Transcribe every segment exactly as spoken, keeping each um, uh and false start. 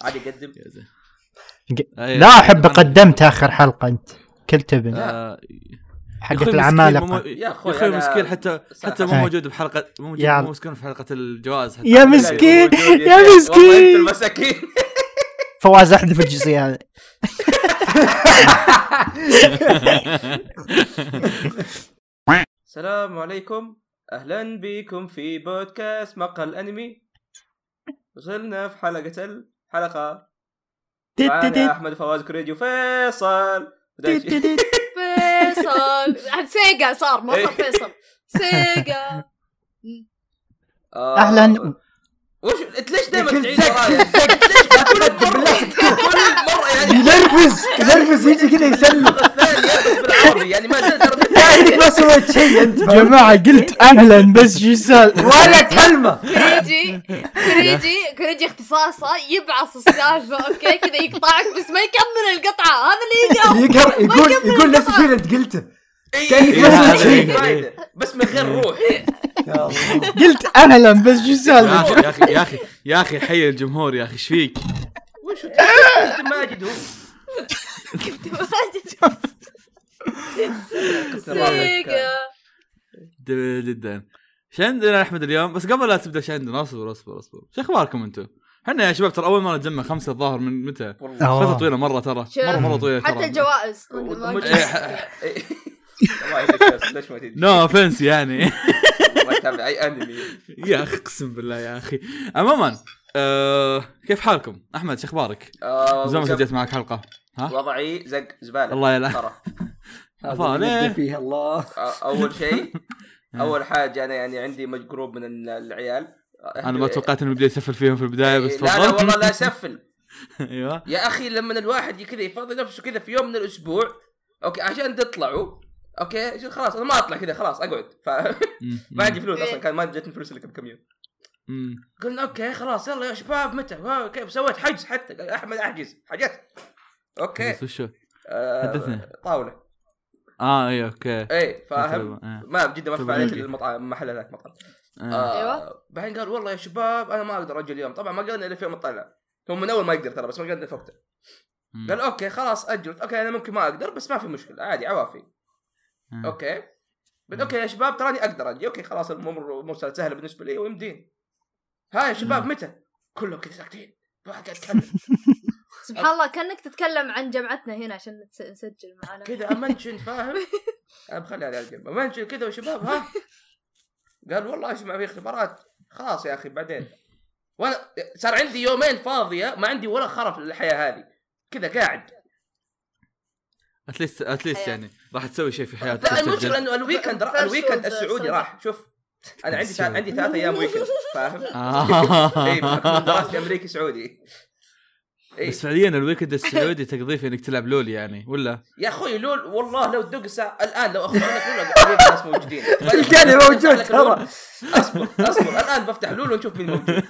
عادي قدم. لا احب قدمت اخر حلقه انت كلت ابن آه حقت العمالقه مو... يا اخوي يا مسكين حتى حتى مو موجود بحلقه مو موجود مو مسكين في حلقه الجوائز حتى. يا مسكين يا مسكين المساكين. فواز احذف الجزئيه هذه. السلام عليكم، اهلا بكم في بودكاست مقهى الانمي. وصلنا في حلقه الحلقه معنا احمد فواز كريدي وفيصل. فيصل سيجا صار ما صار فيصل سيجا. اهلا. وش انت ليش دائما تعيد ورايا؟ كل مره يعني ينرفز ينرفز يجي كذا يسلم الثاني بالعربي يعني ما زلت يعني ما سويت شيء انت جماعه. قلت اهلا بس شو سال ولا كلمه. كريجي كريجي كريجي اختصاصه يبعص السالفه اوكي كذا يقطعك بس ما يكمل القطعه. هذا اللي يقهر يقول يقول نفس الشيء اللي انت قلته كانك ما سويت شيء بس من غير روح. يا الله قلت اهلا بس شو سال. يا اخي يا اخي يا اخي حي الجمهور يا اخي ايش فيك؟ وش انت ماجد هو جدا. ايش عندنا احمد اليوم؟ بس قبل لا تبدا ايش عندنا؟ اصبر اصبر اصبر. شو اخباركم انتم؟ احنا يا شباب ترى اول مره نتجمع خمسة الظاهر من متى؟ فتره طويله مره ترى مره مره طويله ترى. حتى الجوائز ليش ما تجي؟ نو فنس يعني ما تتابع اي انمي يا اخي اقسم بالله يا اخي. عموما أه كيف حالكم احمد؟ شو اخبارك؟ زمان سجلت معك حلقه. ها وضعي زق زباله الله يلا ترى. هذا فيها الله. اول شيء اول حاجه انا يعني عندي مجروب من العيال. انا ما توقعت انه بدي اسفل فيهم في البدايه بس تفضل. لا لا والله لا اسفل. ايوه يا اخي لما الواحد كذا يفضي نفسه كذا في يوم من الاسبوع اوكي عشان تطلعوا اوكي خلاص انا ما اطلع كذا خلاص اقعد ف... ما عندي فلوس اصلا كان ما جتني فلوس اللي قبل كم يوم. قلنا اوكي خلاص يلا يا شباب متى كيف سويت حجز حتى احمد احجز حجزت اوكي وشو آه حدثنا طاوله اه اي اوكي اي فاهم ما جدا ما دفع عليك المطعم محل هذاك مطعم. ايوه بعدين قال والله يا شباب انا ما اقدر اجي اليوم. طبعا ما قالنا الا في يوم الطلعه هم من اول ما يقدر ترى بس ما قالنا فوقته. قال اوكي خلاص اجل اوكي انا ممكن ما اقدر بس ما في مشكله عادي عوافي. اوكي بس اوكي يا شباب تراني اقدر اجي اوكي خلاص الامور مرسله سهله بالنسبه لي ويمدين. ها يا شباب متى؟ كلهم كذا ساكتين واحد قاعد يتكلم. سبحان الله كانك تتكلم عن جامعتنا هنا عشان نسجل معنا كذا امنشن فاهم. انا بخلي على الجنب امنشن كذا يا شباب ها. قال والله اسمع في اختبارات خلاص يا اخي بعدين. وانا صار عندي يومين فاضيه ما عندي ولا خرف للحياه هذه كذا قاعد. اتليست اتليست يعني راح تسوي شيء في حياتك. لا المشكله انه الويكند الويكند السعودي راح شوف انا عندي سا... عندي ثلاث ايام ويكند فاهم. اي بحكم دراستي امريكي سعودي. إيه؟ بس فعليا الويكند السعودي تقضيه انك تلعب لول يعني ولا يا اخوي لول والله لو تدق ساعه الان لو اخذونك لول الناس موجودين كان موجود ترى. اصبر اصبر الان بفتح لول ونشوف مين موجود.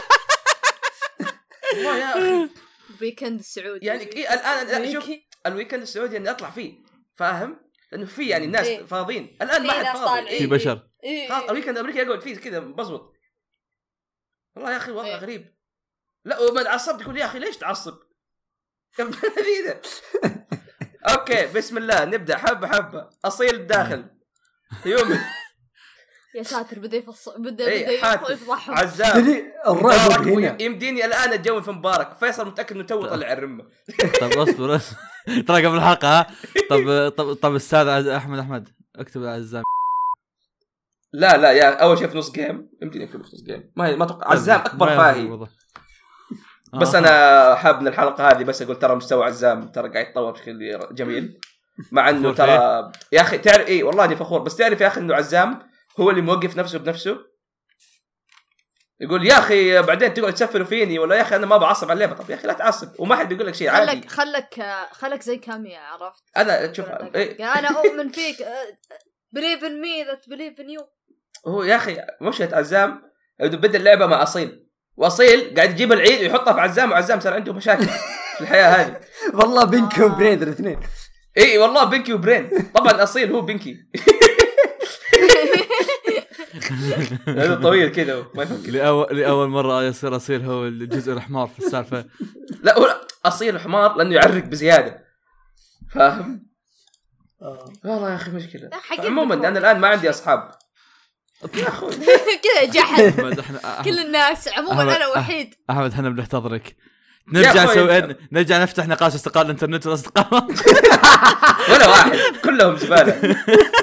والله يا اخي ويكند السعودي يعني إيه الان شوف الويكند السعودي اني اطلع فيه فاهم لانه في يعني الناس إيه؟ فاضيين الان ما حد فاضي في بشر خلاص الويكند امريكا يقعد فيه كذا بزبط. والله يا اخي والله غريب. لا وما تعصبت يقول يا اخي ليش تعصب كذا. اوكي بسم الله نبدا حبه حبه. اصيل الداخل يومي يا ساتر بدا يفص بدا بدا يفضح عزام الرعب هنا. يمديني الان اتجول في مبارك. فيصل متاكد انه تو طلع الرمه. طب اصبر ترى قبل الحلقه ها. طب طب طب استاذ احمد احمد اكتب عزام. لا لا يا اول شيء في نص جيم يمديني اكتب في نص جيم ما ما اتوقع عزام اكبر فاهي. بس انا حاب من الحلقه هذه بس اقول ترى مستوى عزام ترى قاعد يتطور بشكل جميل مع انه ترى يا اخي تعرف ايه والله اني فخور. بس تعرف يا اخي انه عزام هو اللي موقف نفسه بنفسه يقول يا اخي بعدين تقعد تسفلوا فيني ولا يا اخي انا ما بعصب على اللعبه. طب يا اخي لا تعصب وما حد بيقول لك شيء عادي. خلك خلك خلك زي كاميا عرفت. انا شوف إيه؟ انا اؤمن فيك believe in me that believe in you. هو يا اخي مشهد عزام بدا اللعبه مع اصيل واصيل قاعد يجيب العيد ويحطها في عزام وعزام صار عنده مشاكل في الحياه هذه. والله بينكي وبرين الاثنين. اي والله بينكي وبرين. طبعا اصيل هو بينكي. هذا طويل كذا ما يفكر. لاول لاول مره يصير اصير هو الجزء الحمار في السالفه. لا هو اصير حمار لانه يعرق بزياده فاهم. والله يا اخي مشكله. عموما انا الان ما عندي اصحاب يا اخوي كذا جحد كل الناس عموما انا وحيد. احمد احنا بنحتضرك نرجع نسوي نرجع نفتح نقاش استقلال الانترنت والاصدقاء ولا واحد كلهم زباله.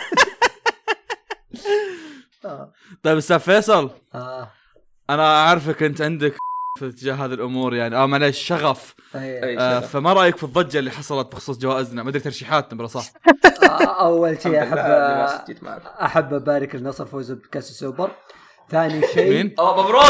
طيب استاذ فيصل اه انا اعرفك انت عندك في اتجاه هذه الامور يعني اه معلش شغف أي آه فما رايك في الضجه اللي حصلت بخصوص جوائزنا ما ادري ترشيحاتنا بلا صح. آه اول شيء احب احب ابارك لنصر فوز بكاس السوبر. ثاني شيء اه مبروك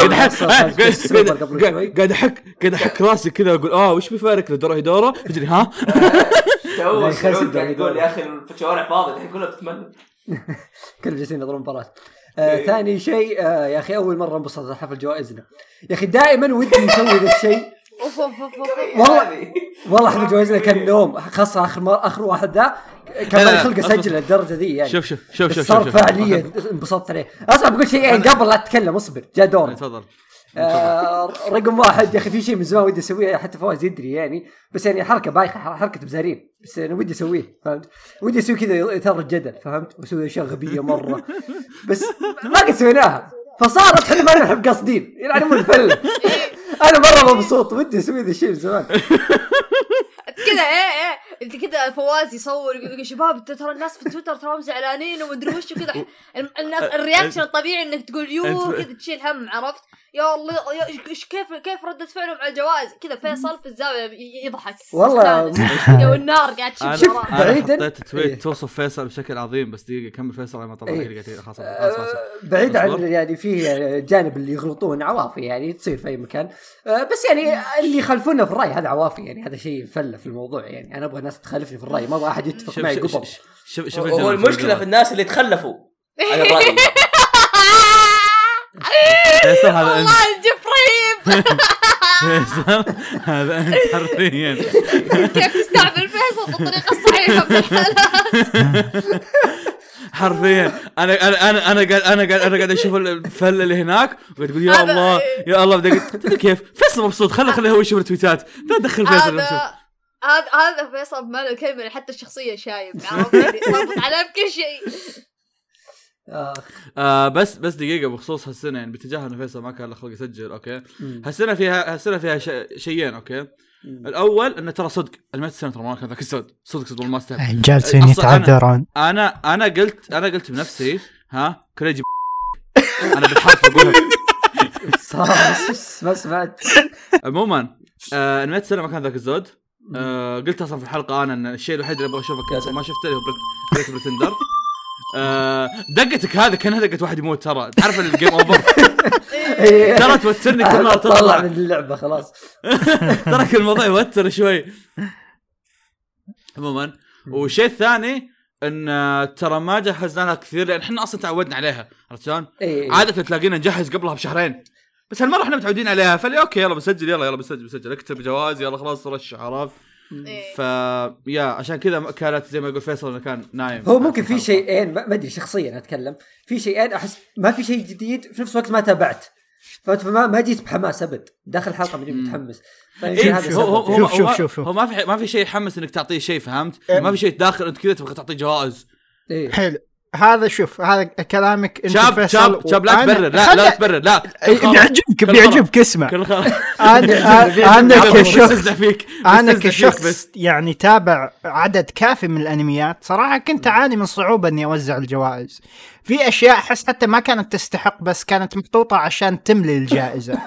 قاعد احك قاعد احك راسي كذا اقول اه وش بيفارق لدوره دوره تجري ها تو سعود قاعد يقول يا اخي الشوارع فاضيه الحين كلها بتتمنى كل جالسين يضربون مباراه. آه ثاني شيء آه يا اخي اول مره انبسط حفل جوائزنا يا اخي دائما ودي نسوي ذا الشيء والله والله حفل جوائزنا كان نوم خاصه اخر مر... اخر واحد ذا كان لي خلق اسجل الدرجه ذي يعني شوف شوف شوف شوف صار فعليا انبسطت عليه. اصلا بقول شيء قبل لا اتكلم اصبر جاء دور تفضل. آه رقم واحد يا اخي في شيء من زمان ودي اسويه حتى فواز يدري يعني بس يعني حركه بايخه حركه بزارين بس انا ودي اسويه فهمت ودي اسوي كذا اثار الجدل فهمت واسوي اشياء غبيه مره بس ما قد سويناها فصارت احنا ما نحب قاصدين يعني مو الفله. انا مره مبسوط ودي اسوي ذا الشيء من زمان كذا ايه ايه انت كذا فواز يصور يقول يا شباب ترى الناس في تويتر تراهم زعلانين ومدري وش وكذا الناس الرياكشن الطبيعي انك تقول يو كذا تشيل هم عرفت يا الله ايش كيف كيف ردة فعلهم على الجوائز كذا فيصل في الزاويه يضحك والله يا النار قاعد تشوف بعيدا حطيت تويت توصف فيصل بشكل عظيم بس دقيقه كمل فيصل ما طلع لي خلاص بعيد عن يعني فيه جانب اللي يغلطون عوافي يعني تصير في اي مكان بس يعني اللي يخالفونه في الراي هذا عوافي يعني هذا شيء فله في الموضوع يعني انا ابغى الناس تخالفني في الراي ما ابغى احد يتفق معي قبل. شوف شوف هو المشكله في الناس اللي تخلفوا على الراي. فيصل هذا الله الجفريب فيصل هذا انت حرفيا كيف تستعمل فيصل بالطريقه الصحيحه في الحلقات حرفيا انا انا انا انا قاعد انا قاعد انا قاعد اشوف الفله اللي هناك وقاعد اقول يا الله يا الله بدك تدري كيف فيصل مبسوط خلي خليه هو يشوف التويتات لا تدخل فيصل هذا هذا فيصل ما له كلمه حتى الشخصيه شايب عرفت ضابط على بكل شيء. آه. آه بس بس دقيقة بخصوص هالسنة يعني باتجاه إنه فيصل ما كان له خلق يسجل أوكي هالسنة فيها هالسنة فيها شيئين أوكي مم. الأول إنه ترى صدق المات السنة ترى ما كان ذاك السود صدق صدق ما استهبل جالسين يتعذرون. أنا أنا قلت أنا قلت بنفسي ها كريجي أنا بالحرف بقولها ما سمعت. عموما آه المات السنة ما كان ذاك الزود آه قلت أصلا في الحلقة أنا إن الشيء الوحيد اللي أبغى أشوفه كذا ما شفته هو بريك بريتندر. آه دقتك هذا كان دقت واحد يموت ترى تعرف الجيم اوفر ترى توترني كل مره تطلع من اللعبه خلاص ترك الموضوع يوتر شوي. عموما والشيء الثاني ان ترى ما جهزنا لها كثير لان احنا اصلا تعودنا عليها عرفت شلون عاده تلاقينا نجهز قبلها بشهرين بس هالمره احنا متعودين عليها فلي اوكي يلا بسجل يلا يلا بسجل بسجل اكتب جواز يلا خلاص رشح عرفت ف يا عشان كذا كانت زي ما يقول فيصل انه كان نايم. هو ممكن في شيئين ما ادري شخصيا اتكلم في شيئين احس ما في شيء جديد في نفس الوقت ما تابعت فما ما جيت بحماس ابد داخل الحلقه ما متحمس. إيه هو هو شوف شوف شوف هو ما في ما في شيء يحمس انك تعطيه شيء فهمت إيه؟ ما في شيء داخل انت كذا تبغى تعطيه جوائز. إيه؟ حلو هذا شوف هذا كلامك انت شاب شاب شاب لا تبرر لا لا تبرر لا بيعجبك بيعجبك اسمع انا انا كشخص انا كشخص يعني تابع عدد كافي من الانميات صراحه كنت اعاني من صعوبه اني اوزع الجوائز في اشياء احس حتى ما كانت تستحق بس كانت محطوطه عشان تملي الجائزه.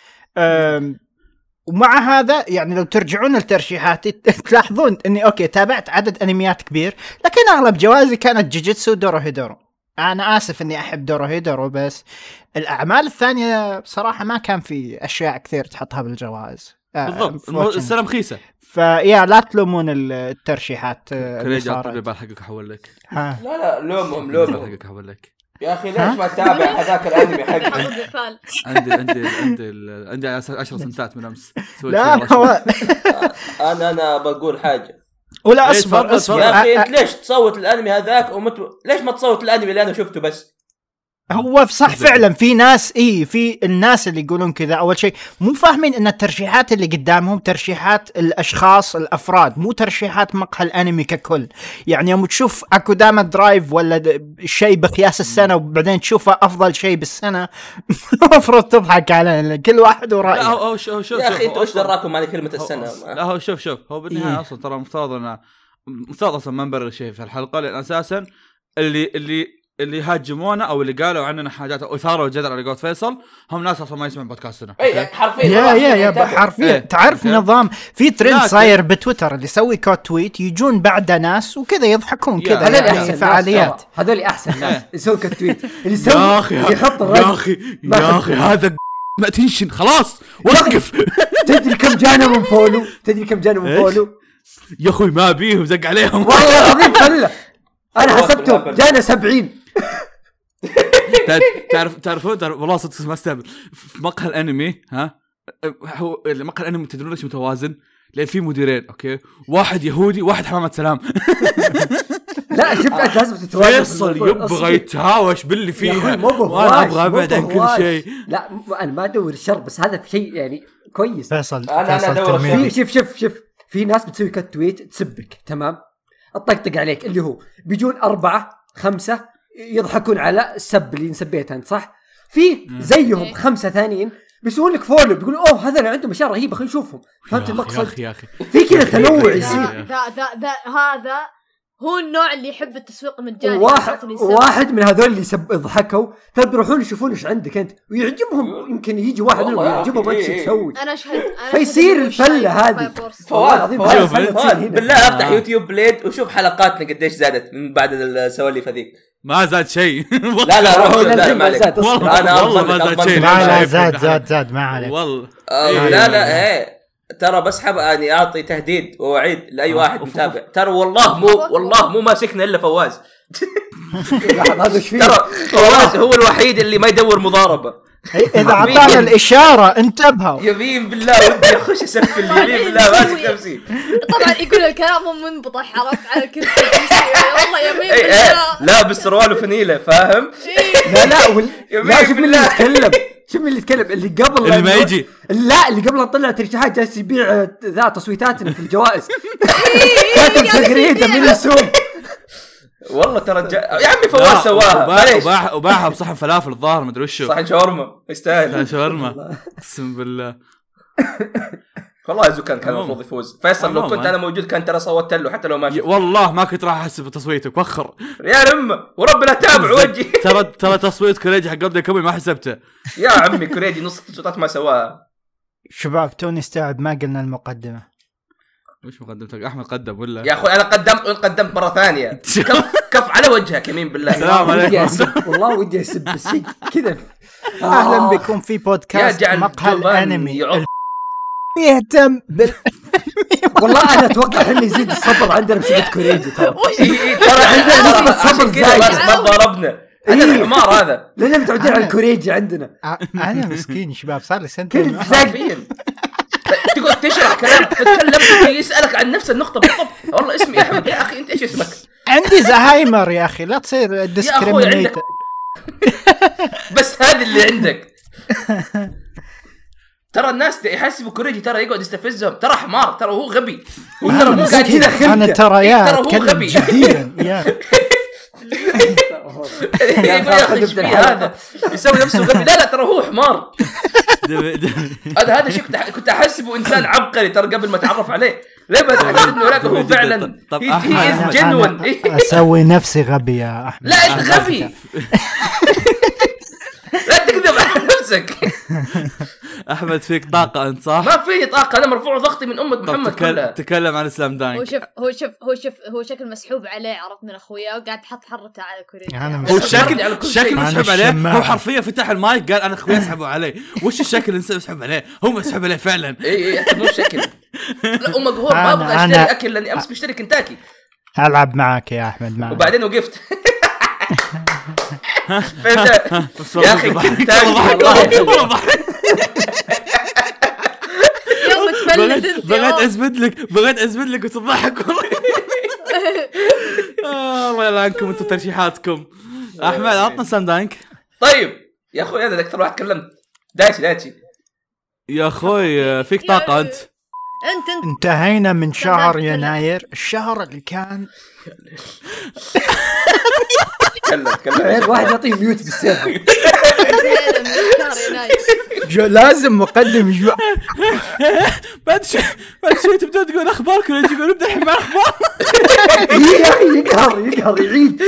ومع هذا يعني لو ترجعون لترشيحاتي تلاحظون اني اوكي تابعت عدد انميات كبير لكن اغلب جوائزي كانت جوجوتسو ودورو هيدورو. انا اسف اني احب دورو هيدورو بس الاعمال الثانيه بصراحه ما كان في اشياء كثير تحطها بالجوائز. بالضبط السلام خيسه فيا لا تلومون الترشيحات كريج اعطي بال حقك احول لك لا لا لومهم لومهم حقك احول لك يا اخي ليش ما تتابع هذاك الانمي حقك عندي عندي عندي عندي عشر سنتات من امس لا هو انا انا بقول حاجه ولا اصبر اصبر يا اخي انت ليش تصوت الانمي هذاك ومت... ليش ما تصوت الانمي اللي انا شفته بس هو صح فعلا في ناس اي في الناس اللي يقولون كذا. اول شيء مو فاهمين ان الترشيحات اللي قدامهم ترشيحات الاشخاص الافراد، مو ترشيحات مقهى الانمي ككل. يعني يوم تشوف اكوداما درايف ولا شيء بقياس السنه وبعدين تشوفه افضل شيء بالسنه المفروض تضحك على كل واحد ورايه. لا هو شوف شوف يا اخي انتوا ايش دراكم على كلمه السنه؟ لا هو شوف شوف هو بالنهايه اصلا ترى مفترض انه مفترض اصلا ما نبرر شيء في الحلقه، لان اساسا اللي اللي اللي هاجمونا او اللي قالوا عننا حاجات او اثاروا الجدل على قولة فيصل هم ناس اصلا ما يسمعون بودكاستنا. اي حرفيا يا يا يا حرفيا. تعرف أوكي. نظام في ترند صاير بتويتر اللي يسوي كوت تويت يجون بعد ناس وكذا يضحكون كذا يعني فعاليات. هذول احسن ناس يسوي كوت تويت اللي يسوي يا اخي يحط الرجل يا اخي يا اخي هذا ما تنشن خلاص وقف. تدري كم جانا من فولو؟ تدري كم جانا من فولو؟ يا اخوي ما بيهم زق عليهم والله العظيم فله. انا حسبتهم جانا سبعين. تعرف تعرفون تعرف والله صدق ما استهبل في مقهى الانمي. ها هو مقهى الانمي تدرون ليش متوازن؟ لان في مديرين اوكي، واحد يهودي واحد حمامة سلام. لا شوف انت لازم تتوازن. فيصل يبغى يتهاوش باللي فيها وانا ابغى ابعد عن كل شيء. لا انا ما ادور الشر بس هذا في شيء يعني كويس. فيصل انا انا ادور في شوف شوف شوف في ناس بتسوي كت تويت تسبك تمام، الطقطق عليك اللي هو بيجون أربعة خمسة يضحكون على السب اللي نسبيته أنت صح. في زيهم خمسة ثانيين بيسوون لك فولو بيقولوا أوه هذا عندهم أشياء رهيبة خلينا نشوفهم. فهمت المقصد؟ يا أخي في كذا تنوع يصير. ذا ذا ذا هذا هو النوع اللي يحب التسويق المجاني. واحد واحد من هذول اللي يسب يضحكوا ترى بيروحون يشوفون ايش عندك انت ويعجبهم. يمكن يجي واحد منهم يعجبهم انت شو تسوي. انا شهدت فيصير الفله هذه. فواز فواز بالله افتح يوتيوب بليد وشوف حلقاتنا قديش زادت من بعد السواليف هذيك. ما زاد شيء. لا لا روح لا ما عليك. انا والله ما زاد شيء. لا زاد زاد زاد ما عليك والله. لا لا ايه ترى بسحب اني اعطي تهديد ووعيد لاي واحد متابع. ترى والله مو والله مو ماسكنا الا فواز. هذا ايش فيه؟ ترى فواز هو الوحيد اللي ما يدور مضاربه. اذا اعطانا الاشاره انتبهوا. يمين بالله ودي اخش اسفل يمين بالله ماسك نفسي. طبعا يقول الكلام مو منبطح عرفت على كل والله يمين بالله. لا بالسروال وفنيله فاهم. لا لا وال... لا شوف اللي يتكلم شوف اللي يتكلم اللي قبل اللي ما يجي. لا اللي قبل نطلع ترشيحات جالس يبيع ذا تصويتاتنا في الجوائز. كاتب تغريده من السوق والله ترى جا... يا عمي فواز سواها وباع وباعها بصحن فلافل الظاهر مدري وشو صحن شاورما يستاهل شاورما اقسم بالله. والله اذا كان كان المفروض يفوز فيصل. لو كنت انا موجود كان ترى صوتت له حتى لو ما شفت. والله ما كنت راح احسب تصويتك وخر يا رمه وربنا تابع وجهي. ترى ترى تصويت كوريجي حق قبل كم ما حسبته يا عمي كوريجي نص التصويتات ما سواها. شباب توني استوعب ما قلنا المقدمه. وش مقدمتك؟ احمد قدم ولا يا اخوي انا قدمت قدمت مره ثانيه. كف كف على وجهك يمين بالله. السلام عليكم. والله ودي اسب بس كذا. اهلا بكم في بودكاست مقهى الانمي يهتم بال والله انا اتوقع انه يزيد الصبر عندنا بسبب كوريجي. ترى ترى عندنا نسبه صبر زايده بس ما ضربنا. هذا الحمار هذا لأننا متعودين على الكوريجي عندنا. انا مسكين شباب صار لي سنتين حرفيا تقعد تشرح كلام تتكلم يسألك عن نفس النقطة بالضبط. والله اسمي أحمد يا أخي أنت إيش اسمك؟ عندي زهايمر يا أخي لا تصير ديسكريمينيت. بس هذا اللي عندك. ترى الناس يحسبوا كوريجي ترى يقعد يستفزهم ترى حمار ترى هو غبي. ترى مو قاعد كذا أنا ترى يا ترى هو غبي جديا يا هذا يسوي نفسه غبي. لا لا ترى هو حمار. هذا هذا شيء كنت احسبه انسان عبقري ترى قبل ما اتعرف عليه. ليه بتاكد انه لا هو فعلا هي جنون. اسوي نفسي غبي يا احمد. لا انت غبي. لا تكذب على نفسك. احمد فيك طاقه انت صح؟ ما في طاقه انا مرفوع ضغطي من امه محمد كلها. تكلم عن اسلام دانك. هو شوف هو شوف هو شوف هو شكل مسحوب عليه عرفت من اخويا وقاعد تحط حرته على كوريجي. هو شكل شكل مسحوب عليه. هو حرفيا فتح المايك قال انا اخويا اسحبوا عليه. وش الشكل اللي مسحوب عليه؟ هو مسحوب عليه فعلا. اي اي مو شكل. لا ام قهور ما ابغى اشتري اكل لاني امس مشتري كنتاكي. العب معك يا احمد معك. وبعدين وقفت. يا اخي كنتاكي والله بغيت بغيت اثبت لك بغيت اثبت لك وتضحك والله. الله يلعنكم انتم ترشيحاتكم. احمد عطنا سام دانك. طيب يا اخوي انا اكثر واحد تكلمت. دايتشي دايتشي يا اخوي فيك طاقه انت. انت انت انتهينا من شهر يناير، الشهر اللي كان تكلم تكلم واحد يعطيه ميوت بالسيف. انتهينا من شهر يناير. جو لازم مقدم جو بعد شوي بعد شوي تبدأ تقول أخباركم يجي يقول نبدأ الحين مع أخبار. يا أخي يقهر يقهر يعيد.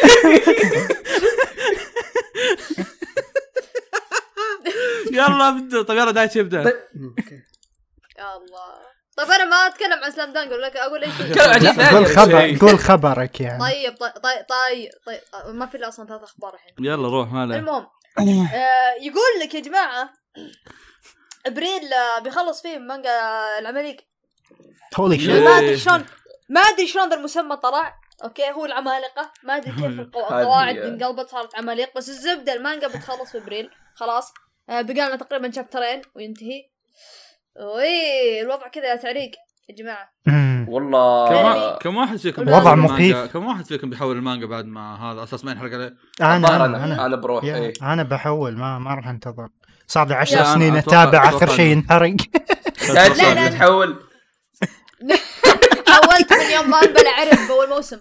يلا بدأ. طيب يلا دايتشي يبدأ. يا الله. طيب أنا ما أتكلم عن سلام دانك أقول لك أقول إيش. قول خبر قول خبرك يعني. طيب طيب طيب طيب ما في إلا أصلا ثلاث أخبار الحين. يلا روح ماله. المهم آه يقول لك يا جماعة ابريل بيخلص فيه مانجا العمالقة. هولي شيت. ما ادري شلون ما ادري شلون ذا المسمى طلع. اوكي هو العمالقة ما ادري كيف القواعد انقلبت صارت عمالقة بس الزبدة المانجا بتخلص في ابريل خلاص. آه بقالنا تقريبا شابترين وينتهي. وي الوضع كذا يا تعريق يا جماعة والله. كم كم واحد فيكم وضع مخيف. كم واحد فيكم بيحول المانجا بعد ما هذا اساس ما ينحرق عليه؟ انا انا انا, أنا بروح ايه. ايه. انا بحول ما ما راح انتظر. صار لي عشر سنين اتابع اخر شيء ينحرق. لا لا تحول. حولت من يوم ما انبلع عرب باول موسم.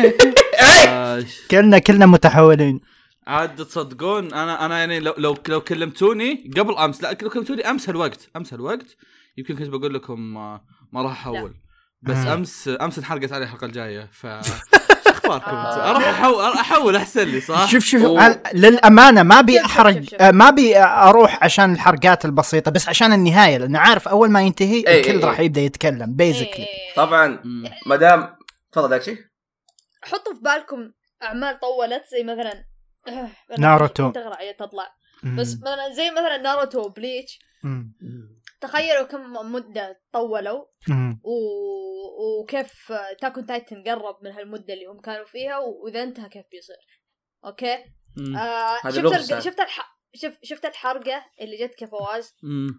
كلنا كلنا متحولين. عاد تصدقون انا انا يعني لو لو لو كلمتوني قبل امس لا لو كلمتوني امس هالوقت امس هالوقت يمكن كنت بقول لكم ما راح احول بس مم. امس امس انحرقت علي الحلقه الجايه ف اخباركم اروح احول احول احسن لي صح. شوف شوف للامانه ما بي احرج ما بي اروح عشان الحرقات البسيطه بس عشان النهايه لان عارف اول ما ينتهي ايه الكل ايه راح يبدا يتكلم بيزيكلي. ايه طبعا مدام تفضل داكشي. حطوا في بالكم اعمال طولت زي مثلا ناروتو تغرى تطلع بس مثلا زي مثلا ناروتو وبليتش. تخيلوا كم مدة طولوا و... وكيف تاكون تايتن قرب من هالمدة اللي هم كانوا فيها وإذا انتهى كيف بيصير. أوكي آه شفت الج... شفت الح... شف... شفت الحرقة اللي جت كفواز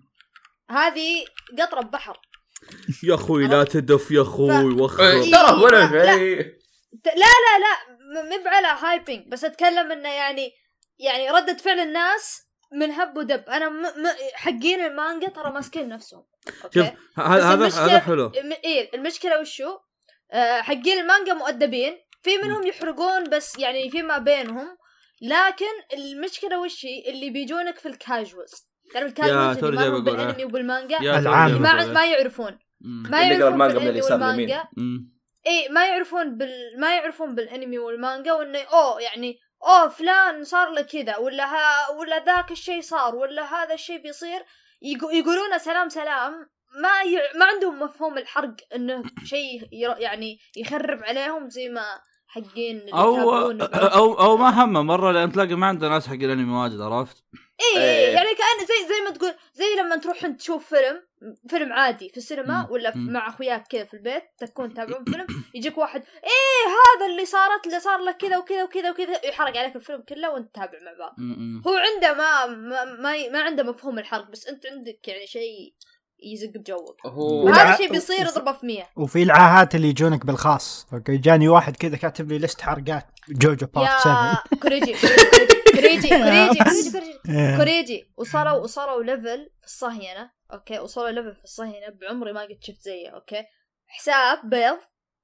هذه قطرة بحر يا أخوي لا تدف يا أخوي ف... وخر ترى ولا شيء. لا لا لا مب على هايبينج بس أتكلم إنه يعني يعني ردة فعل الناس من هب ودب. انا م... م... حقين المانجا ترى ماسكين نفسهم. شوف هذا هذا حلو. م... ايه المشكله وشو آه حقين المانجا مؤدبين في منهم يحرقون بس يعني فيما بينهم لكن المشكله وشي اللي بيجونك في الكاجوالز تعرف الكاجوالز اللي ما هم بالانمي وبالمانجا ما ما يعرفون ما يعرفون بالانمي والمانجا ايه ما يعرفون بال ما يعرفون بالانمي والمانجا وانه اوه يعني اوه فلان صار له كذا ولا ها ولا ذاك الشيء صار ولا هذا الشيء بيصير يقولون سلام سلام ما ي... ما عندهم مفهوم الحرق انه شيء يعني يخرب عليهم زي ما حقين او او او ما هم مره لان تلاقي ما عندنا ناس حق الانمي واجد عرفت. ايه, إيه يعني كأن زي زي ما تقول زي لما تروح انت تشوف فيلم فيلم عادي في السينما ولا مع اخوياك كذا في البيت تكون تتابعون فيلم يجيك واحد ايه هذا اللي صارت اللي صار لك كذا وكذا وكذا وكذا يحرق عليك الفيلم كله وانت تتابع مع بعض. هو عنده ما ما ما, ما عنده مفهوم الحرق بس انت عندك يعني شيء يزق بجوك. هذا الشيء بيصير يضربه في مية. وفي العاهات اللي يجونك بالخاص اوكي جاني واحد كذا كاتب لي ليست حرقات جوجو بارت سبعة كوريجي كوريجي كوريجي كوريجي كوريجي وصلوا وصلوا ليفل في الصهينة اوكي وصلوا ليفل في الصهينة بعمري ما قد شفت زيه اوكي حساب بيض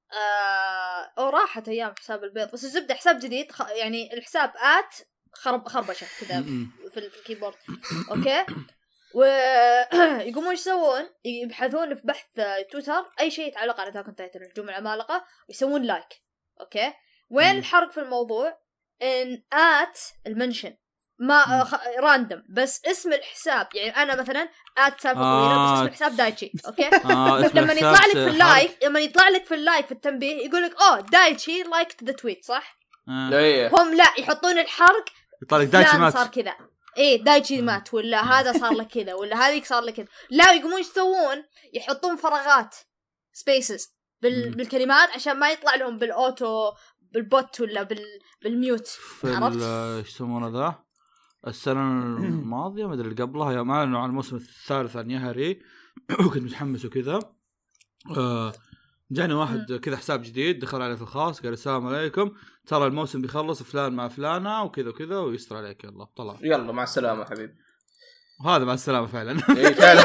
آه او راحت ايام حساب البيض بس الزبده حساب جديد خ... يعني الحساب آت خرب خربشه كذا في الكيبورد اوكي ويقومون ايش يسوون يبحثون في بحث تويتر اي شيء يتعلق على تاكون تايتن الهجوم العمالقه ويسوون لايك اوكي وين الحرق في الموضوع ان آت المنشن ما خ... راندم بس اسم الحساب يعني انا مثلا آت سالفه طويله آه بس اسم الحساب دايتشي اوكي آه لما يطلع لك في اللايك لما يطلع لك في اللايك في التنبيه يقول لك اوه دايتشي لايكت ذا تويت صح آه. هم لا يحطون الحرق يطلع لك دايتشي مات صار كذا ايه دايتشي مات ولا هذا صار له كذا ولا هذيك صار له كذا لا يقومون يسوون يحطون فراغات سبيسز بال... بالكلمات عشان ما يطلع لهم بالاوتو بالبوت ولا بال... بالميوت عرفت ايش يسمونه ذا السنه الماضيه ما ادري قبلها يوم اعلنوا عن الموسم الثالث عن يهري وكنت متحمس وكذا آه جاني واحد كذا حساب جديد دخل عليه في الخاص قال السلام عليكم ترى الموسم بيخلص فلان مع فلانه وكذا وكذا ويستر عليك يلا طلع يلا مع السلامه حبيبي. وهذا مع السلامه فعلا. اي فعلا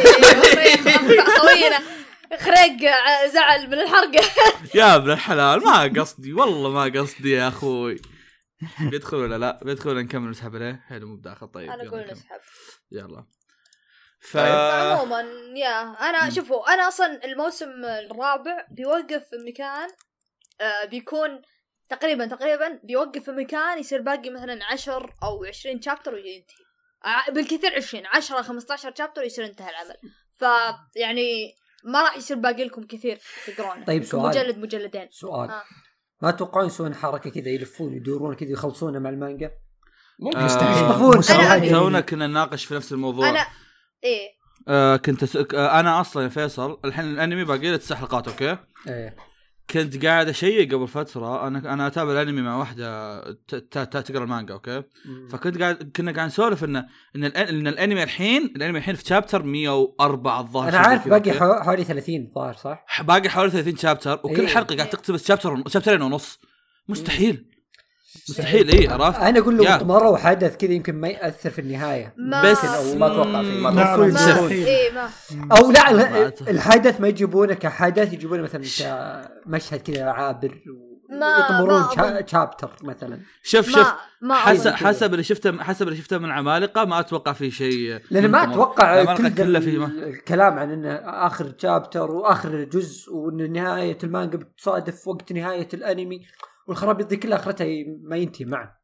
خوينا خريق زعل من الحرقه. يا ابن الحلال ما قصدي والله ما قصدي يا اخوي. بيدخل ولا لا بيدخل نكمل نسحب عليه حلو مو بداخل. طيب انا اقول نسحب يلا. ف عموما يا انا شوفوا انا اصلا الموسم الرابع بيوقف في مكان آه بيكون تقريبا تقريبا بيوقف في مكان يصير باقي مثلا عشر او عشرين شابتر وينتهي آه بالكثير عشرين عشرة خمسة عشر شابتر ويصير انتهى العمل. فيعني ما راح يصير باقي لكم كثير تقرونه. طيب سؤال مجلد مجلدين سؤال آه. ما توقعون يسوون حركه كذا يلفون يدورون كذا يخلصونها مع المانجا؟ ممكن يستحقون. تونا كنا نناقش في نفس الموضوع. انا ايه آه كنت س... آه انا اصلا يا فيصل الحين الانمي باقي له تسع حلقات اوكي. ايه كنت قاعد اشيء قبل فتره انا انا اتابع الانمي مع واحده ت... ت... ت... تقرا المانجا اوكي. مم. فكنت قاعد كنا قاعد نسولف ان ان, الأن... إن الانمي الحين الانمي الحين في شابتر مية وأربعة الظاهر. انا عارف باقي حوالي ثلاثين ظاهر صح. باقي حوالي ثلاثين شابتر وكل إيه. حلقه قاعد تقتبس شابتر شابترين ونص. مستحيل مستحيل ايه عرفت. انا اقول له مره وحدث كذا يمكن ما ياثر في النهايه بس او ما اتوقع فيه ما ايه ما او لا الحدث ما يجيبونه كحدث يجيبونه مثلا كمشهد كذا عابر يطمرون شابتر مثلا. شوف شوف حسب حسب اللي شفته حسب اللي شفته من عمالقه ما اتوقع في شيء لان ما اتوقع كل الكلام عن انه اخر شابتر واخر جزء وان نهايه المانجا بتصادف وقت نهايه الانمي والخرابيط دي كلها اخرتها ما ينتهي معه.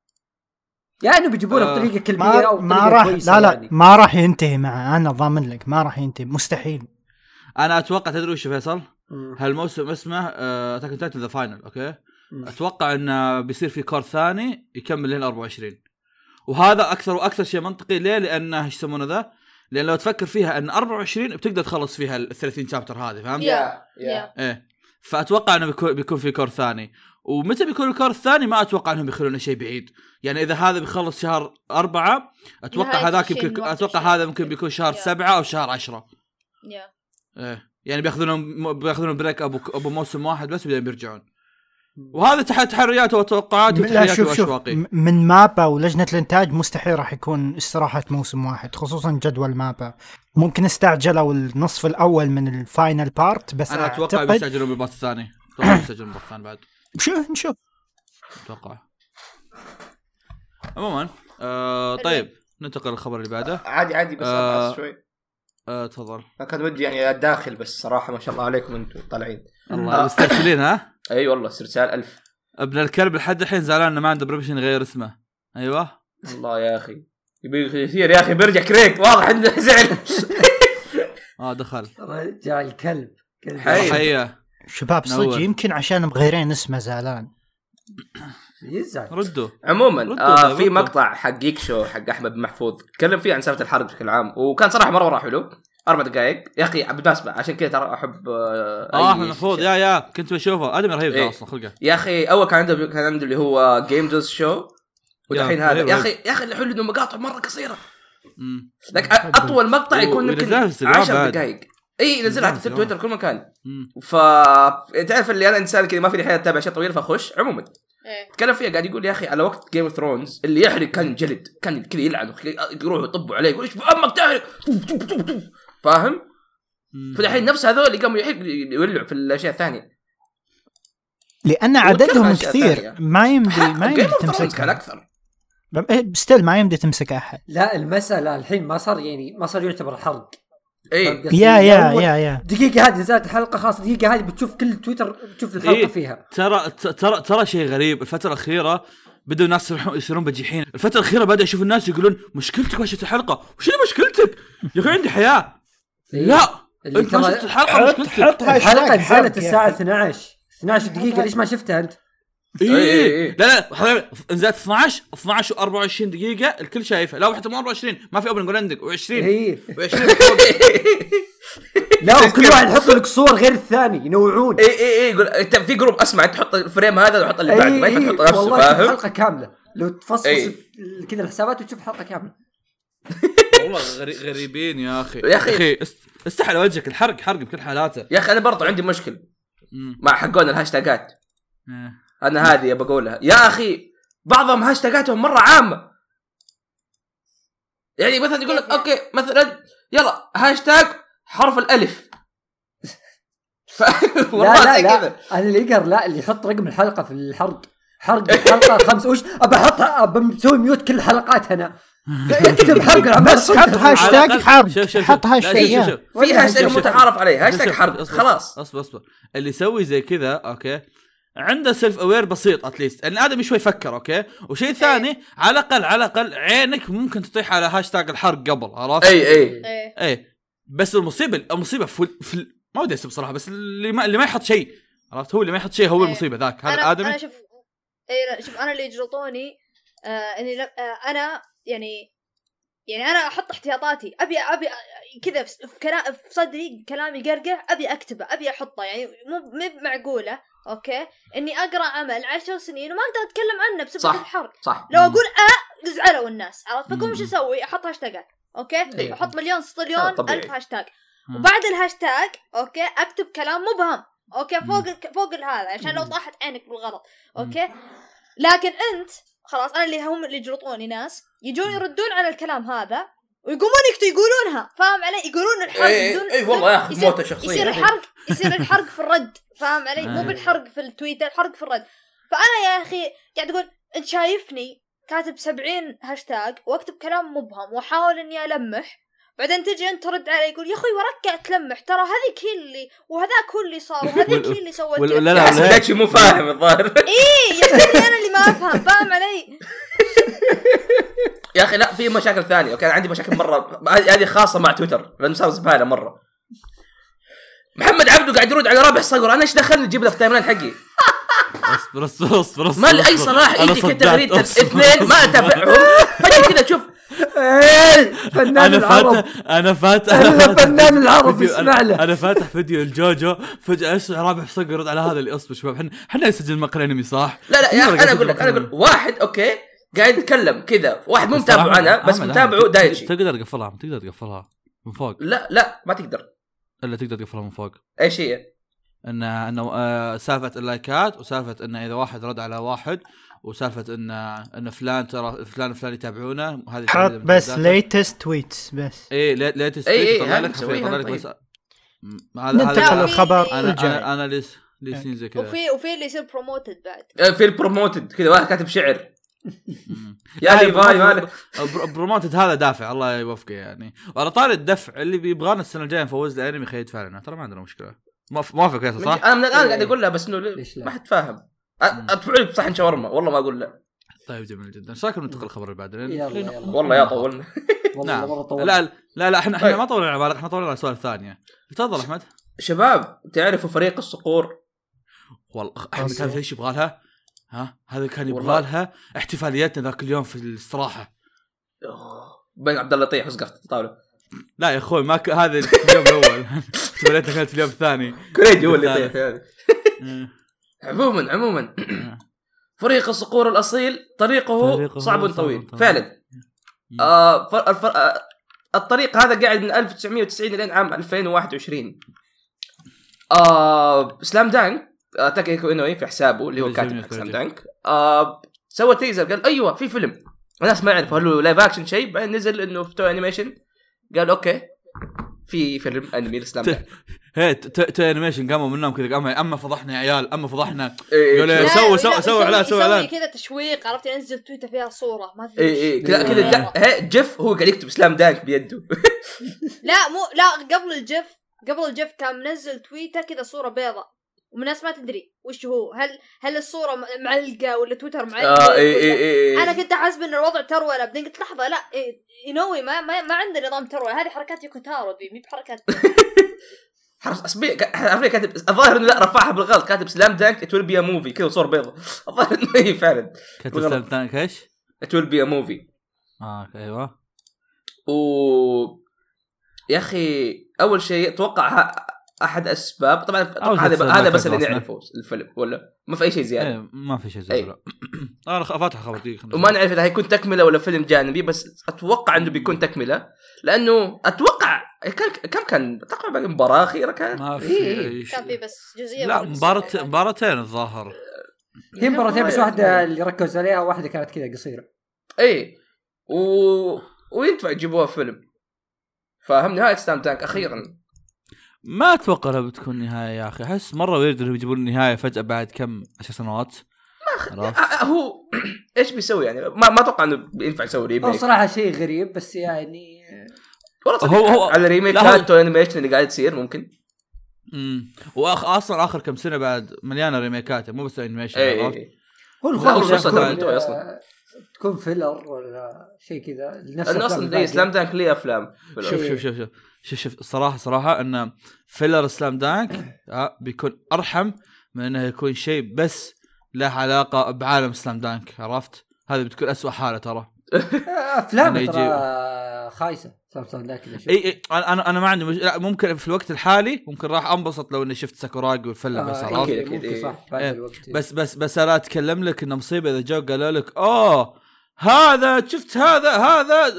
يعني انه بيجيبونه آه بطريقه كلبيه او ما راح لا لا يعني. ما راح ينتهي معه انا ضامن لك ما راح ينتهي مستحيل. انا اتوقع تدري وش فيصل هالموسم اسمه اتاك اون تايتن ذا فاينل اوكي. مم. اتوقع انه بيصير في كور ثاني يكمل لين أربعة وعشرين وهذا اكثر واكثر شيء منطقي. ليه؟ لانه ايش يسمونه ذا لان لو تفكر فيها ان أربعة وعشرين بتقدر تخلص فيها ال ثلاثين شابتر هذه فهمت. يا يا ايه فاتوقع انه بيكون بيكون في كور ثاني. ومتى بيكون الكور الثاني ما اتوقع انهم بيخلونه شيء بعيد. يعني اذا هذا بيخلص شهر أربعة اتوقع هذاك يمكن اتوقع هذا ممكن بيكون شهر سبعة او شهر عشرة. يا ايه يعني بياخذونهم بياخذون بريك ابو ابو موسم واحد بس بعدين بيرجعون. وهذا تحت تحريات وتوقعات وتحريات واشواقي من مابا ولجنه الانتاج مستحيل راح يكون استراحه موسم واحد خصوصا جدول مابا. ممكن استعجلوا النصف الاول من الفاينل بارت بس انا اتوقع بيستعجلوا بالبارت الثاني. اتوقع بيستعجلوا بالبارت الثاني بعد شو نشوف اتوقع. عموما آه طيب ننتقل للخبر اللي بعده. عادي عادي بس آه شوي آه تفضل. انا كنت ودي يعني الداخل بس صراحه ما شاء الله عليكم انتم طالعين الله مسترسلين ها. اي أيوة والله استرسال ألف. ابن الكلب لحد الحين زعلان انه ما عنده بريمشن يغير اسمه. ايوه والله يا اخي يبي يصير يا اخي بيرجع كريك واضح عنده زعل. اه دخل رجع الكلب حيه شباب صدق يمكن عشان مغيرين اسمه زعلان يزعل. ردوا عموما ردوا آه في مقطع حق جيك شو حق احمد محفوظ تكلم فيه عن سالفه الحرب بشكل عام وكان صراحه مره مره حلو. اربع دقائق يا اخي بالمناسبه عشان كذا ترى احب اه احمد محفوظ يا يا كنت بشوفه ادمي رهيب إيه. اصلا خلقه يا اخي اول كان عنده كان عنده اللي هو جيم دوز شو ودحين هذا يا اخي يا اخي اللي حلو انه مقاطع مره قصيره. امم لك اطول مقطع يكون يمكن عشر دقائق. اي نزلها على تويتر كل مكان. ف تعرف اللي انا انسان كذا ما في حياه اتابع شيء طويل فاخش عموما إيه. تكلم فيها قاعد يقول يا اخي على وقت جيم اوف ثرونز اللي يحرق كان جلد كان كذا يلعنوا يروحوا يطبوا عليه يقول ايش امك تحرق فاهم. فالحين نفس هذول اللي قاموا يحرق يولعوا في الاشياء الثانيه لان عددهم كثير ما يمدي ما يمدي تمسك كان اكثر بستيل ما يمدي تمسك احد. لا المساله الحين ما صار يعني ما صار يعتبر حرق. ايه يا يا يا يا دقيقه هذه نزلت الحلقه خاص دقيقه هذه بتشوف كل تويتر بتشوف الحلقه إيه؟ فيها ترى ترى ترى شيء غريب الفتره الاخيره بدوا الناس يصيرون بجيحين. الفتره الاخيره بدا يشوف الناس يقولون مشكلتك وش الحلقه وش اللي مشكلتك يا اخي عندي حياه. إيه؟ لا انت ما شفت الحلقه مشكلتك الحلقه نزلت الساعه اثناشر اثناشر دقيقه ليش ما شفتها انت؟ ايه, إيه. لا لا حبيبي نزلت اثناشر اثناشر وأربعة وعشرين دقيقه الكل شايفه. لا حتى مو أربعة وعشرين ما في اوبن جول عندك و20 ايه و20 لا وكل واحد يحط لك صور غير الثاني ينوعون. اي اي اي يقول انت في جروب اسمع تحط الفريم هذا وحط اللي بعده ما ينفع تحط نفسه والله فاهم. حلقه كامله لو تفصص ايه. كذا الحسابات وتشوف حلقه كامله. والله غريبين يا اخي يا اخي استحل وجهك الحرق حرق بكل حالاته يا اخي. انا برضو عندي مشكله مع حقون الهاشتاجات. انا هذه بقولها يا اخي، بعضهم هاشتاجاتهم مره عامه. يعني مثلا يقول لك اوكي مثلا يلا هاشتاج حرف الالف. ف... لا لا لا كذا. انا اللي يقهر لا اللي يحط رقم الحلقه في الحرق، حرق الحلقه خمس وش ابى احطها، ابى مسوي ميوت كل الحلقات هنا. اكتب حرق بس حط هاشتاج حرق، حط هاشتاج في هاشتاج متعارف عليه، هاشتاج حرق خلاص. اصبر اصبر اللي يسوي زي كذا اوكي عنده سيلف اوير بسيط اتليست، يعني الادمي شوي يفكر اوكي. وشيء ثاني على الاقل على الاقل عينك ممكن تطيح على هاشتاج الحرق قبل، عرفت؟ اي اي اي بس المصيبه المصيبه في, في ما ودي اسب صراحه، بس اللي ما اللي ما يحط شيء، عرفت؟ هو اللي ما يحط شيء هو المصيبه ذاك. هذا الادمي انا شوف اي شوف انا اللي يجلطوني آه اني آه انا يعني يعني انا احط احتياطاتي، ابي ابي كذا في كلام في صدري كلامي قرقع ابي اكتبه ابي احطه، يعني مو مو معقوله اوكي اني اقرا عمل عشر سنين وما اقدر اتكلم عنه بسبب الحرق. صح. لو اقول اه يزعلوا الناس، عرفت؟ فقوم ايش اسوي؟ احط هاشتاجات اوكي إيه. احط مليون سطريون الف هاشتاج، وبعد الهاشتاج اوكي اكتب كلام مبهم اوكي فوق ال... فوق هذا عشان لو طاحت عينك بالغلط اوكي. لكن انت خلاص انا اللي هم اللي يجلطوني ناس يجون يردون على الكلام هذا ويقومون يكتبوا يقولونها، فاهم علي؟ يقولون الحرق بدون اي والله يا اخي موته شخصيه. يصير الحرق يصير الحرق في الرد، فاهم علي؟ مو بالحرق في التويتر، الحرق في الرد. فانا يا اخي قاعد اقول انت شايفني كاتب سبعين هاشتاج واكتب كلام مبهم واحاول اني المح، بعدين تجي انت ترد علي يقول يا اخوي وركع تلمح ترى هذيك هي اللي وهذاك هو اللي صار وهذيك هي اللي سوت. لا لا لا مو فاهم الظاهر. ايه يحسبني انا اللي ما افهم، فاهم علي؟ يا اخي لا في مشاكل ثانيه. اوكي عندي مشاكل مره هذه خاصه مع تويتر لانه صار زباله مره. محمد عبده قاعد يرد على رابح صقر، انا ايش دخلني اجيب له في التايملاين حقي؟ اصبر اصبر اصبر ما لي اي صلاح يجي كذا تغريده الاثنين ما اتابعهم فجاه كذا تشوف فنان العرب. انا فاتح انا فنان العرب اسمع له. انا فاتح فيديو الجوجو فجاه اسمع رابح صقر يرد على هذا اللي اصبر شباب احنا احنا نسجل مقال انمي صح؟ لا لا يا اخي انا اقول لك انا اقول واحد اوكي قاعد يتكلم كذا واحد مو متابعه انا بس متابعه دايتشي. تقدر تقفلها تقدر تقفلها من فوق. لا لا ما تقدر الا تقدر تقفلها من فوق. ايش هي؟ انه انه آه سالفه اللايكات وسالفه انه اذا واحد رد على واحد وسالفه ان ان فلان ترى فلان فلان يتابعونه هذه حط بس ليتست تويتس بس ايه ليتست تويتس يطلع لك يطلع لك بس هذا هذا الخبر. انا انا, أنا ليس ليسين زي كذا. وفي وفي اللي يصير بروموتد بعد في البروموتد كذا واحد كاتب شعر يا ليفاي مالك بروموتد هذا دافع الله يوفقه يعني. وعلى طاري الدفع اللي بيبغانا السنه الجايه نفوز الانمي خير يدفع لنا ترى ما عندنا مشكله. موافق يا صح؟ انا من الان قاعد اقول لها بس انه ما حد فاهم. ادفع لي بصحن شاورما والله ما اقول لا. طيب جميل جدا. شكرا ننتقل الخبر اللي بعده. والله يا طولنا. نعم. لا لا لا احنا احنا ما طولنا على بالك احنا طولنا على السؤال الثانيه. تفضل احمد. شباب تعرفوا فريق الصقور؟ والله احمد تعرف ايش يبغى لها؟ ها هذا كان يبغى لها احتفالياتنا ذاك اليوم في الاستراحه. بين عبد الله يطيح وسقفت الطاوله. لا يا اخوي ما ك... هذا في اليوم الاول احتفالياتنا كانت في اليوم الثاني. كريجي هو اللي يطيح هذا. عموما عموما فريق الصقور الاصيل طريقه, طريقه صعب طويل فعلا. آه فر... الفر... آه الطريق هذا قاعد من ألف وتسعمية وتسعين لين عام ألفين وواحد وعشرين. آه سلام دانك آه تاكيكو إنوي في حسابه اللي هو كاتب سلام دانك آه سوى تيزر قال ايوه في فيلم الناس ما يعرفوا هل هو لايف اكشن شيء، بعدين نزل انه في تو انيميشن قال اوكي في فيلم انمي لسلام دانك. هي تو انيميشن قاموا منهم كذا قاموا اما فضحنا يا عيال اما فضحنا يقول سووا سووا سووا اعلان سووا اعلان كذا تشويق عرفت ينزل تويتر فيها صوره ما في اي كذا كذا جيف هو قاعد يكتب سلام دانك بيده. لا مو لا قبل الجيف قبل الجيف كان منزل تويتر كذا صوره بيضاء والناس ما تدري وش هو هل هل الصوره معلقه ولا تويتر معلق. آه إيه إيه إيه. انا كنت احسب ان الوضع تروله بعدين قلت لحظه لا ينوي ما ما, ما عنده نظام تروله هذه حركات يوكوتارو دي مي بحركات حرس اصبع عارفين كاتب الظاهر انه لا رفعها بالغلط كاتب سلام دانك ات ويل بي ا موفي كذا صور بيضاء الظاهر انه هي فعلا كاتب سلام دانك ايش ات ويل بي ا موفي. اه ايوه. و يا اخي اول شيء اتوقع احد اسباب طبعا هذا هذا بس اللي نعرفه الفيلم ولا ما في اي شيء زياده. ايه ما في شيء زياده. انا فاتح خبر دي وما نعرف اذا هيكون تكمله ولا فيلم جانبي، بس اتوقع انه بيكون تكمله لانه اتوقع كان كم كان تقريبا مباراه اخيره كان ما في إيه. كان في بس جزئيه لا مباراه مباراتين الظاهر هي مباراتين بس واحده اللي ركز عليها واحده كانت كذا قصيره. اي و... وينفع يجيبوها فيلم فاهم. نهايه سلام دانك اخيرا ما اتوقع انها بتكون نهايه يا اخي. احس مره ويرد انهم يجيبون النهايه فجاه بعد كم عشر سنوات. ما خ... هو ايش بيسوي يعني ما ما اتوقع انه بينفع يسوي ريميك. هو صراحه شيء غريب بس يعني هو هو على ريميكات والانيميشن اللي قاعد تصير ممكن. امم واخ اصلا اخر كم سنه بعد مليانه ريميكات مو بس انيميشن. أي. هو الخوف اصلا تكون فيلر ولا شيء من نفس اصلا زي سلام دانك ليه افلام. شوف شوف شوف شوف شوف شوف الصراحه صراحه ان فيلر سلام دانك بيكون ارحم من انه يكون شيء بس له علاقه بعالم سلام دانك. عرفت هذه بتكون أسوأ حاله ترى. افلام ترى خايسه سلام دانك. اي اي انا انا ما عندي مش... لا ممكن في الوقت الحالي ممكن راح انبسط لو اني شفت ساكوراغي والفيلم. آه بس عرفت إيه صح بعد إيه. الوقت بس بس بس انا اتكلم لك انه مصيبه اذا جو قالوا لك اوه هذا شفت هذا هذا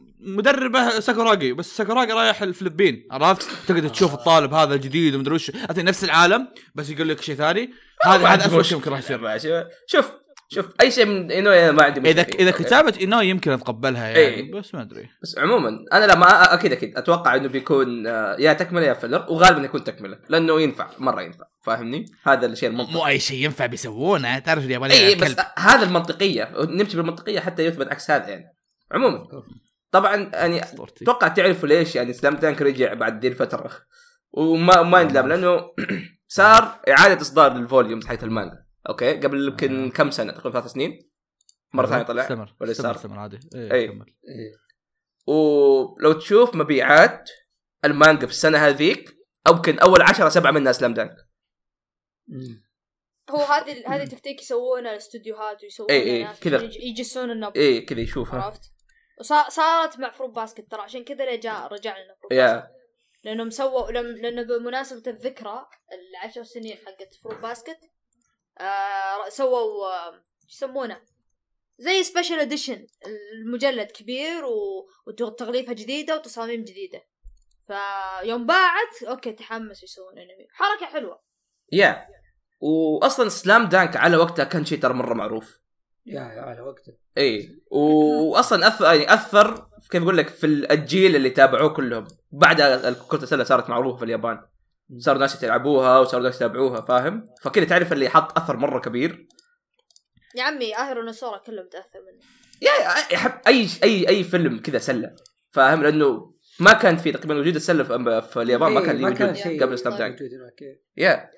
مدربه ساكوراغي بس ساكوراغي رايح الفلبين. عرفت تقدر تشوف الطالب هذا جديد ومدري وش اعطي نفس العالم بس يقول لك شيء ثاني. هذا هذا اسوء شيء ممكن راح يصير. شوف شوف اي شيء من انه ما عندي مشكله. اذا اذا كتابه انه يمكن اتقبلها يعني ايه. بس ما ادري. بس عموما انا لما اكيد اكيد اتوقع انه بيكون يا تكمله يا فيلر وغالبا يكون تكمله لانه ينفع مره ينفع فاهمني. هذا الشيء المنطقي مو اي شيء ينفع بيسوونه تعرف اليابانيين. اي بس هذا المنطقيه نمشي بالمنطقيه حتى يثبت عكس هذا يعني. عموما طبعا يعني اتوقع تعرفوا ليش يعني سلام دانك رجع بعد دي الفتره وما ما يندلم لانه صار اعاده اصدار للفوليومز حق المانجا. اوكي قبل يمكن آه. كم سنه تقريبا ثلاث سنين مره ثانيه طلع استمر. ولا استمر صار استمر عادي. ايه أي. كمل. إيه. ولو تشوف مبيعات المانجا في السنه هذيك او يمكن اول عشرة سبعة منها سلام دانك. هو هذه هذه تكتيك يسوونها الاستوديوهات ويسوون اي اي كذا يجسون النبض. اي كذا يشوفها. عرفت وصارت مع فروت باسكت ترى عشان كذا رجع رجع لنا فروت باسكت لانهم سووا لانه بمناسبه الذكرى العشر سنين حقت فروت باسكت آه سووا آه يسمونه زي سبيشال اديشن المجلد كبير وتغليفها جديده وتصاميم جديده. فيوم باعت اوكي تحمسوا يسوون انمي حركه حلوه يا yeah. واصلا سلام دانك على وقتها كان شيء ترى مره معروف يا على وقته. اي واصلا اثر يعني اثر كيف اقول لك في الجيل اللي تابعوه كلهم. بعد كرة السله صارت معروفه في اليابان صاروا ناس يلعبوها وصاروا ناس يتابعوها فاهم. فكذا تعرف اللي حط اثر مره كبير. يا عمي اهرونوسورا كله متاثر منه. يا يحب اي اي اي فيلم كذا سله فاهم لانه ما كان في تقريبا وجود السله في اليابان ما كان ليه وجود قبل سلام دانك. يا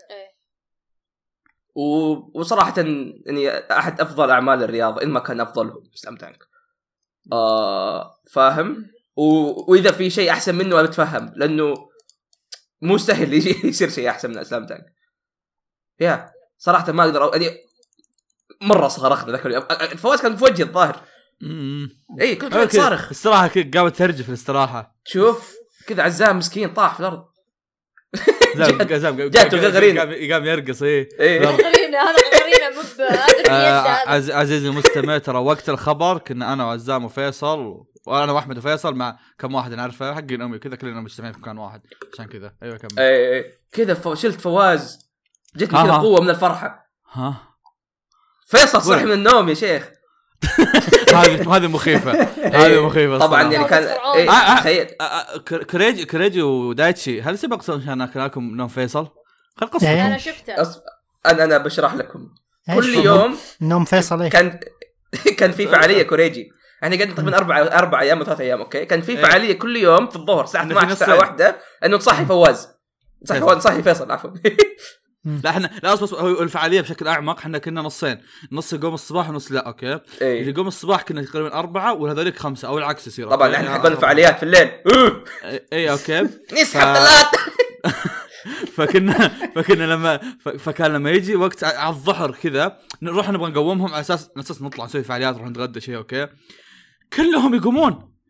وصراحه يعني احد افضل اعمال الرياضه ان ما كان افضلهم سلام دانك. آه فاهم و... واذا في شيء احسن منه انا بتفهم لانه مو سهل يصير شيء احسن من سلام دانك. يا صراحه ما اقدر يعني مره صارخ ذاك الفواز كان في وجهي الظاهر. اي كنت قاعد صارخ الصراحه قامت ترجف الاستراحه. شوف كذا عزام مسكين طاح في الارض. زام زام جاته غرغرينه قام يرقص. ايه غرغرينه هذا غرغرينه مو بهذا. عزيزي المستمع ترى وقت الخبر كنا انا وعزام وفيصل وانا واحمد وفيصل مع كم واحد نعرفه حقين امي كذا كلنا مجتمعين في مكان واحد عشان كذا. ايوه كمل. اي كذا شلت فواز جتني كذا قوه من الفرحه. ها فيصل صح من النوم يا شيخ. هذه هذه مخيفه هذه مخيفه طبعا يعني كان تخيل كريجي كريجي ودايتشي هل سبق عشان اكلكم نوم فيصل؟ خل قصة انا شفته. انا انا بشرح لكم كل يوم نوم فيصل. كان كان في فعاليه كوريجي احنا قعدنا تقريبا اربع اربع ايام وثلاث ايام. اوكي كان في فعاليه كل يوم في الظهر الساعه اثنا عشر الساعه واحدة انه تصحي فواز صحي فواز صحي فيصل عفوا. لا احنا لا بس هو الفعاليه بشكل اعمق احنا كنا نصين نص يقوم الصباح ونص لا. اوكي ايه. اللي يقوم الصباح كنا تقريبا أربعة وهذولك خمسة او العكس يصير. طبعا احنا نحب الفعاليات في الليل. اي اوكي نسحب ثلاث. فكنا فكنا لما فكان لما يجي وقت على الظهر كذا نروح نبغى نقومهم على اساس اساس نطلع نسوي فعاليات نروح نتغدى شيء. اوكي كلهم يقومون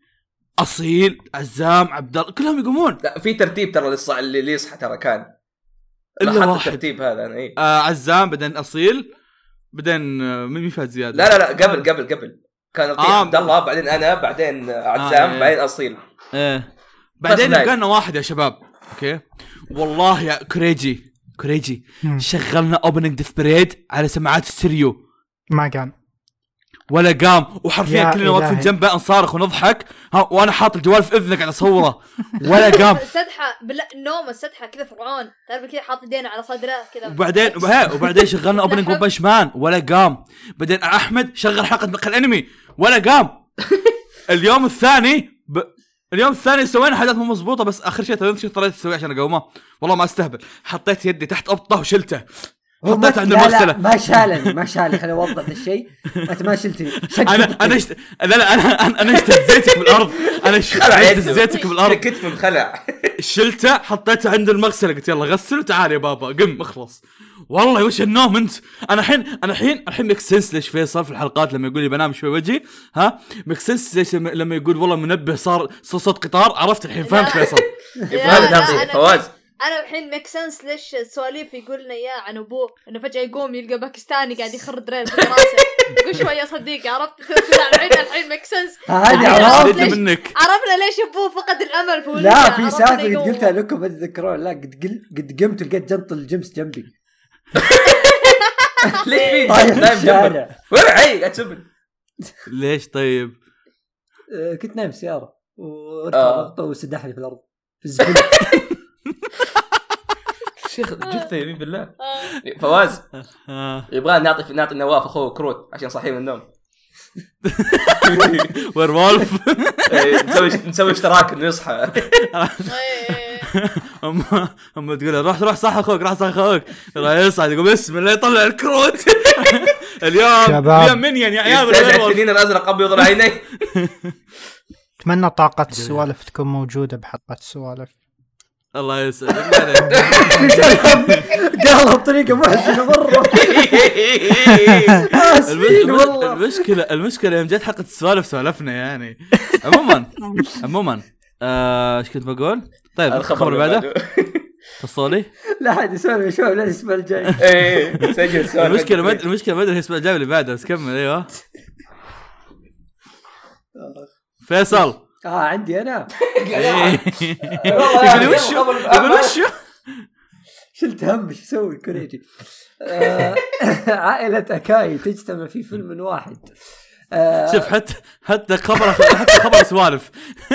اصيل عزام عبد الله كلهم يقومون. لا في ترتيب ترى للص اللي يصحى ترى كان الا واحد الترتيب هذا انا ايه آه عزام بعدين اصيل بعدين آه مين فات زياده. لا لا لا قبل قبل قبل كان آه عبد الله بعدين انا بعدين عزام آه بعدين اصيل ايه بعدين قالنا واحد يا شباب اوكي والله يا كريجي كريجي شغلنا اوبننج ديث بريد على سماعات ستيريو ما قام ولا قام وحرفيا كلنا واقفين جنبه نصارخ ونضحك ها وانا حاط الجوال في اذنك على اصوره ولا قام. السدحه بالنوم السدحه كذا فرعون تعرف كذا حاط يدينا على صدره كذا. وبعدين وبعدين شغلنا اوبننج ون بانش مان ولا قام. بعدين احمد شغل حلقه مقهى الانمي ولا قام. اليوم الثاني ب... اليوم الثاني سوينا حاجات مو مضبوطه بس اخر شيء ترى شو اضطريت اسوي عشان اقومه والله ما استهبل. حطيت يدي تحت ابطه وشلته حطيت عند المغسله. ما شالني ما شالني خليني اوضح الشيء. انت ما شلتني انا انا شت... لا لا انا انا اشتزيتك بالارض. انا اشتزيتك بالارض كتف انخلع شلته حطيته عند المغسله قلت يلا غسل وتعال يا بابا قم اخلص. والله وش النوم انت. انا الحين انا الحين الحين مكسنس ليش فيصل في الحلقات لما يقول لي بنام شوي وجهي ها مكسنس ليش لما يقول والله منبه صار صوت قطار عرفت الحين فهمت فيصل. فواز انا الحين ميك سنس ليش السواليف يقول لنا اياه عن ابوه انه فجاه يقوم يلقى باكستاني قاعد يخرد ريل في راسه كل شويه صديق عرفت الحين الحين ميك سنس. هذه عرفت منك عرفنا ليش ابوه فقد الامل في ولده. لا في سالفه قد قلتها لكم ما تتذكرون. لا قد قل قد قمت لقيت جنط الجمس جنبي. ليش في نايم جنبي وين عي اتسبل ليش طيب كنت نايم سياره ورفضت وسدحني في الارض في الزباله. شيخ جثه يمين بالله. فواز يبغى نعطي نعطي نواف اخوه كروت عشان صحيه من النوم. ويرولف نسوي نسوي اشتراك انه يصحى. اما اما تقول روح روح صح اخوك راح صح اخوك راح يصعد يقول بسم الله يطلع الكروت. اليوم اليوم منين يا عيال التنين الازرق ابيض العينين. اتمنى طاقه السوالف تكون موجوده بحلقه السوالف. الله يسعدك. قالها بطريقه محزنه مره. المشكله المشكله يوم جت حلقه السوالف سولفنا يعني. عموما عموما ايش كنت بقول؟ طيب الخبر اللي بعده فصولي لا حد يسولف شوي لا الاسبوع الجاي. ايه سجل سؤال. المشكله ما المشكله ما ادري الاسبوع الجاي اللي بعده بس كمل. ايوه فيصل اه عندي انا. يقول وش يقول وش شلت هم ايش اسوي كوريجي. عائله اكاي تجتمع في فيلم واحد. شوف حتى حتى خبر حتى خبر سوالف.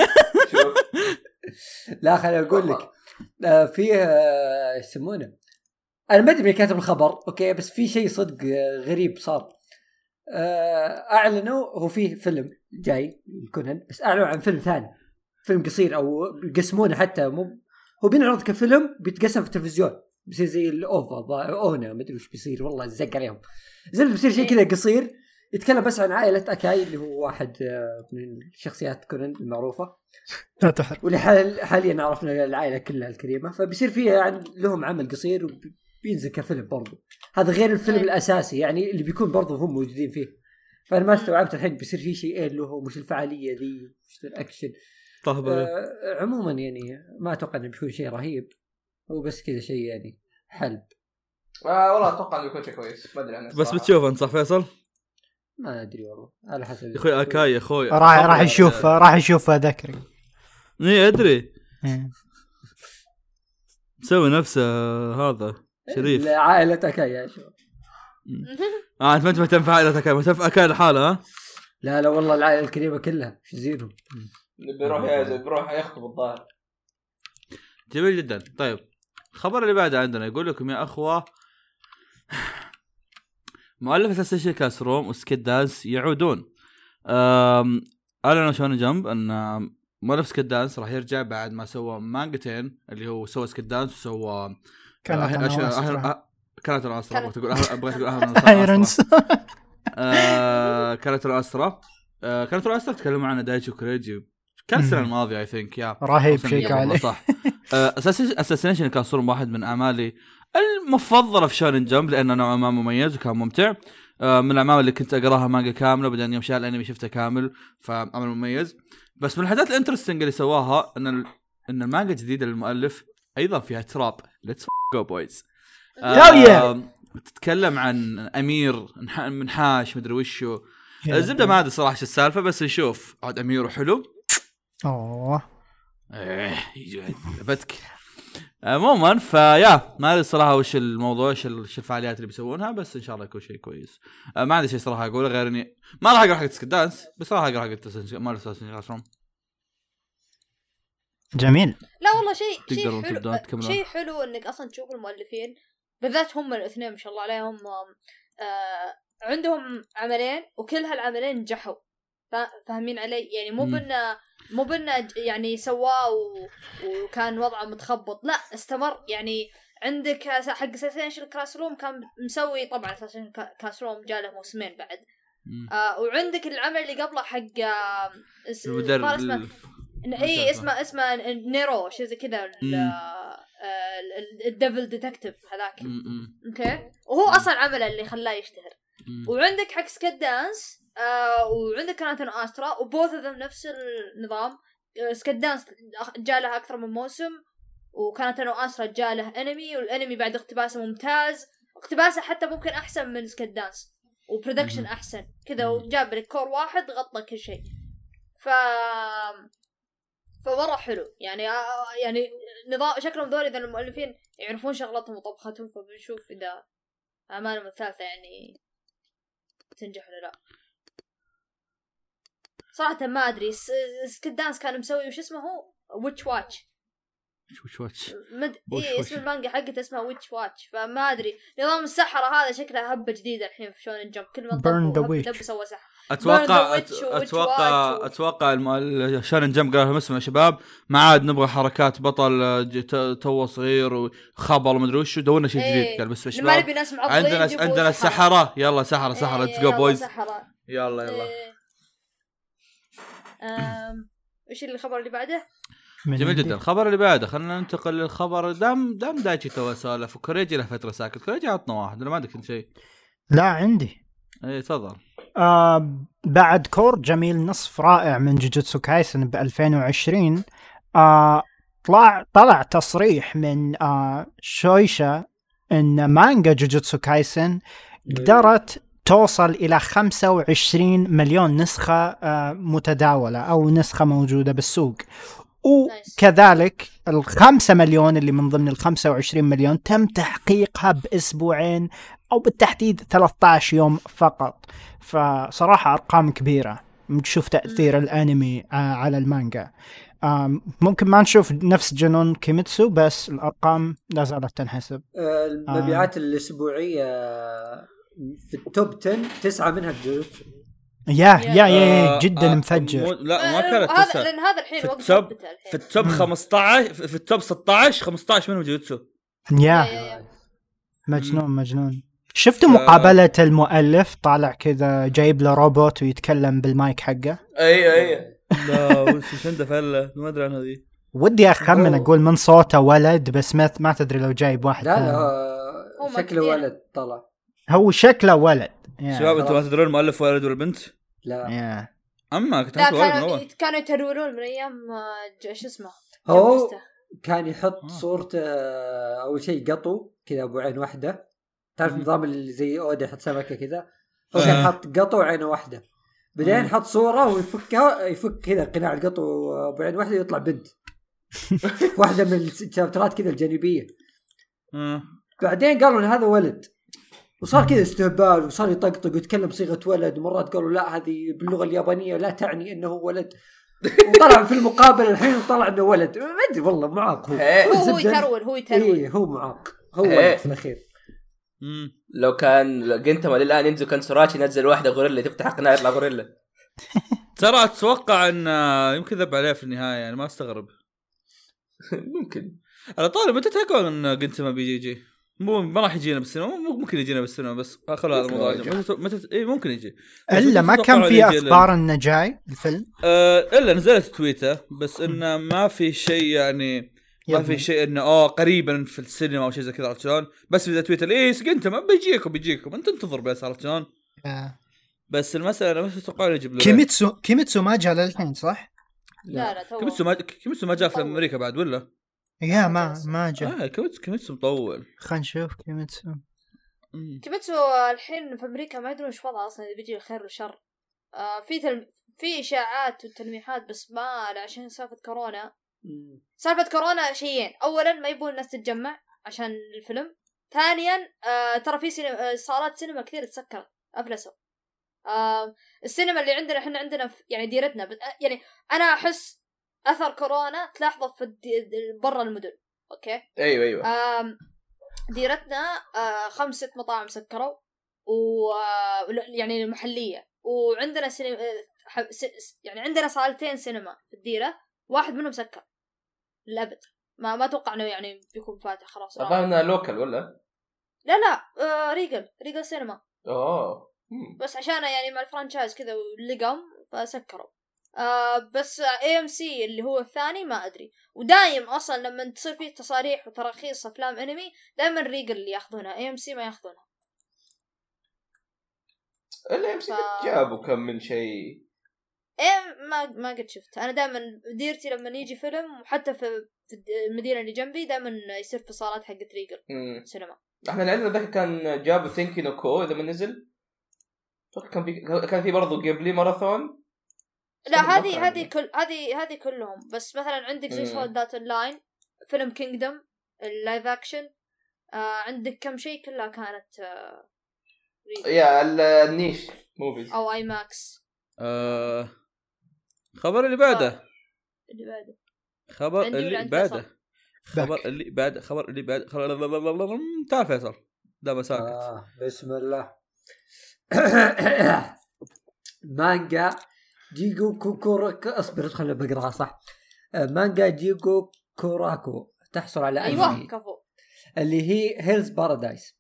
لا خليني اقول لك فيه يسمونه انا ما ادري مين كاتب الخبر اوكي بس في شيء صدق غريب صار. اعلنوا هو فيه فيلم جاي كونان بس اعلنوا عن فيلم ثاني فيلم قصير او يقسمونه حتى مو هو بينعرض كفيلم بيتقسم في التلفزيون بيصير زي الاوفا اونا ما ادري وش بيصير والله زق عليهم زي بيصير شيء كذا قصير يتكلم بس عن عائله اكاي اللي هو واحد من شخصيات كونان المعروفه. لا تحرق. واللي حال حاليا عرفنا العائله كلها الكريمه فبيصير فيها يعني لهم عمل قصير وبينزل كفيلم برضو. هذا غير الفيلم الاساسي يعني اللي بيكون برضو هم موجودين فيه. فانا ما استوعبت الحين بيصير في شيء ايه له مش الفعاليه ذي مش الاكشن. آه عموما يعني ما اتوقع انه بيكون شيء رهيب هو بس كذا شيء يعني حلب. آه والله اتوقع انه يكون شيء كويس ما ادري عنه بس بتشوف انت صح فيصل؟ ما ادري والله على حسب يا اخوي اكاي يا اخوي راح راح يشوف راح يشوف ذكري. اي ادري مسوي نفسه هذا شريف عائله اكاي يا شباب. اه انت ما انت مهتم في عائله اكاي مهتم في اكاي لحاله. ها لا لا والله العائله الكريمه كلها ايش زينهم بيروح يا بيروح يخطب الظاهر. جميل جدا. طيب الخبر اللي بعده عندنا يقول لكم يا اخوه مؤلف اساسي كاس روم وسكيت دانس يعودون. اعلنوا شون جمب ان مؤلف سكيت دانس راح يرجع بعد ما سوى مانجتين اللي هو سوى سكيت دانس وسوى كانت كانت الأسرة تقول أبغى تقول أهل ايرنز كانت الأسرة كانت الأسرة تكلموا عن دايتشي وكريجي كان السنة الماضية I think يا رهيب شيك عليه صح. أساسينيشن كان صور واحد من أعمالي المفضلة في شونن جمب لأنه نوعا ما مميز وكان ممتع. من الاعمال اللي كنت اقراها مانجا كامله، بعدين يوم شاهد الانمي شفته كامل، فعمل مميز. بس من الحاجات الانترستنج اللي سواها ان ال... ان المانجا الجديده للمؤلف ايضا فيها تراب. ليتس جو بويز. تتكلم عن امير منحاش مدري وشو الزبده، ما ادري صراحه شو السالفه، بس نشوف عاد امير حلو. اوه ايه بتك عموما. فيا ما ادري صراحه وش الموضوع، وش الفعاليات اللي بيسوونها، بس ان شاء الله يكون شيء كويس. ما عندي شيء صراحه اقوله غير اني ما راح اقرا حق سكدانس، بس راح اقرا حق مال اساسن. جميل. لا والله شيء شيء حلو، شيء حلو انك اصلا تشوف المؤلفين بالذات هم الاثنين ما شاء الله عليهم آه عندهم عملين وكل هالعملين نجحوا. فاهمين علي؟ يعني مو بنا مو بنا يعني سواه وكان وضعه متخبط، لا استمر. يعني عندك حق اساسن كلاس روم كان مسوي، طبعا اساسن كلاس روم جاله موسمين بعد. آه وعندك العمل اللي قبله حق آه اسمه اي اسمه اسمه نيرو شيء زي كذا، الديفل ديتكتيف هذاك. اوكي وهو اصلا عمله اللي خلاه يشتهر. وعندك حق سكدانس آه وعندك كانتن آسترا، وبوث ذم نفس النظام. سكدانس جاله اكثر من موسم، وكانتن آسترا جاله انمي، والانمي بعد اقتباسه ممتاز، اقتباسه حتى ممكن احسن من سكدانس، وبرودكشن احسن كذا، وجاب لك كور واحد غطى كل شيء. ف فمرة حلو يعني. يعني نظام شكلهم ذول اذا المؤلفين يعرفون شغلتهم وطبختهم، فبنشوف اذا اعمالهم الثالثة يعني تنجح ولا لا. صراحة ما ادري. سكدانس كان مسوي وش اسمه هو ويتش واتش ويتش واتش مد... إيه اسم المانجا حقته اسمها ويتش واتش. فما ادري نظام السحرة هذا شكلها هبة جديدة الحين في شونن جمب، كل ما دب سوى سحر. اتوقع اتوقع اتوقع شونن جمب قال لهم اسمعوا يا شباب، ما عاد نبغى حركات بطل تو صغير وخبر ما ادري وش، دونا شيء جديد. قال بس يا شباب عندنا عندنا السحرة، يلا سحرة سحرة ليتس جو بويز، يلا يلا. امم ايش الخبر اللي بعده؟ جميل جدا. الخبر اللي بعده خلينا ننتقل للخبر دام دام دايتشي تو سالف وكوريجي له فتره ساكت. كوريجي عطنا واحد، انا ما عندك شيء؟ لا عندي. اي تفضل. آه بعد كور جميل نصف رائع من جوجوتسو كايسن ب ألفين وعشرين، آه طلع طلع تصريح من آه شويشا ان مانجا جوجوتسو كايسن قدرت توصل إلى خمسة وعشرين مليون نسخة آه متداولة أو نسخة موجودة بالسوق، وكذلك الخمسة مليون اللي من ضمن الخمسة وعشرين مليون تم تحقيقها بأسبوعين أو بالتحديد ثلاثة عشر يوم فقط. فصراحة أرقام كبيرة. نشوف تأثير الأنمي على المانجا. ممكن ما نشوف نفس جنون كيميتسو، بس الأرقام لا زالت تنحسب. المبيعات الأسبوعية في التوب عشرة تسعة منها جوجوتسو. يا يا يا جدا مفجر. لا ما كانت تسعة، لأن هذا الحين في التوب في التوب خمسة عشر، في التوب ستة عشر خمسة عشر منهم جوجوتسو. يا مجنون مجنون. شفتوا مقابلة المؤلف طالع كذا جايب له روبوت ويتكلم بالمايك حقه؟ اي اي لا وش عنده فله ما ادري عن هذه. ودي اخمن اقول من صوته ولد، بس ما ما تدري لو جايب واحد. لا لا شكله ولد طلع. هو شكله ولد. شباب انتم ما تدرون المؤلف ولد ولا بنت؟ لا yeah. اما كنت ولد من اول. كانوا يترولون من ايام ايش اسمه، هو كان يحط آه. صورته اول شيء قطو كذا ابو عين واحده، تعرف نظام اللي زي اودا يحط سمكه كذا، هو كان يحط قطو عينه واحده، بعدين حط صوره ويفكها يفك كذا قناع القطو ابو عين واحده يطلع بنت واحده من الشابترات كذا الجانبيه. بعدين قالوا ان هذا ولد، وصار كذا استهبال وصار يطقطق ويتكلم صيغه ولد، ومرات قالوا لا هذه باللغه اليابانيه لا تعني انه ولد، وطلع في المقابله الحين وطلع انه ولد. ما ادري والله معاق. هو هو يترول هو يترول ايه هو معاق هو ولد في الاخير. امم لو كان قنتما للان ينزل كان سوراتشي نزل واحده غوريلا تفتح قناه يطلع غوريلا. ترى اتوقع ان يمكن ذب عليه في النهايه، يعني ما استغرب. ممكن على طاري متى تتوقعون ان قنتما بيجي يجي؟ مو ما راح يجينا بالسينما، ممكن يجينا بالسينما بس خلوا هذا الموضوع متى متى ايه ممكن يجي. الا ما كان في اخبار انه جاي الفيلم أه الا نزلت تويتر بس انه ما في شيء، يعني ما في شيء انه اه قريبا في السينما او شيء زي كذا. عرفت شلون؟ بس في تويتر ايه قنتما بيجيكم بيجيكم انت انتظر بس. عرفت شلون؟ بس المساله انا مش اتوقع يجيب له كيميتسو كيميتسو ما جاء للحين صح؟ لا لا تو كيميتسو ما كيميتسو ما جاء في امريكا بعد ولا؟ يا ما ما جاء. اه كيميتسو كيميتسو مطول. خلينا نشوف كيميتسو. كيميتسو الحين في امريكا ما يدرون ايش وضعه اصلا، اذا بيجي الخير والشر. آه في تل... في اشاعات وتلميحات بس ما عشان سالفه كورونا. سالفه كورونا شيئين، اولا ما يبون الناس تتجمع عشان الفيلم، ثانيا آه ترى في سينما... صالات سينما كثير تسكرت افلسوا. آه السينما اللي عندنا احنا عندنا في... يعني ديرتنا ب... يعني انا احس اثر كورونا تلاحظه في الدي... برا المدن. اوكي ايوه ايوه آه ديرتنا آه خمسة مطاعم سكروا و يعني محلية، وعندنا سينما يعني عندنا صالتين سينما في الديرة، واحد منهم سكر للأبد. ما ما توقع انه يعني بيكون فاتح خلاص. فاهمنا لوكال ولا لا لا آه ريجل ريجل سينما. اوه بس عشان يعني مع الفرانشايز كذا ولقم فسكروا. آه بس إيه إم سي اللي هو الثاني ما أدري. ودايم أصلا لما تصير فيه تصاريح وتراخيص أفلام أنمي دايما ريجل اللي ياخذونها، إيه إم سي ما ياخذونها. إيه إم سي ف... جابوا كم من شيء. إيه ما ما قد شفت. أنا دايما ديرتي لما يجي فيلم وحتى في المدينة اللي جنبي دايما يصير في صالات حقت ريجل مم. سينما. إحنا عندنا ذاك كان جابوا تينكي نوكو إذا ما نزل. كان في كان في برضو قبلي ماراثون. لا هذه هذه كل هذه هذه كلهم. بس مثلا عندك زي سولد دات لاين، فيلم كينجدم اللايف اكشن، آه عندك كم شيء كلها كانت آه يا النيش موفيز او اي ماكس. آه خبر اللي بعده آه. اللي بعده خبر اللي بعده خبر اللي بعده خبر اللي بعده خبر تعال فيصل ده مساكت. آه بسم الله. مانجا جيجو كوكوراكو، اصبر ادخل بقراها صح. مانجا جيجو كوراكو تحصل على أيوة كفو. اللي هي هيلز بارادايس.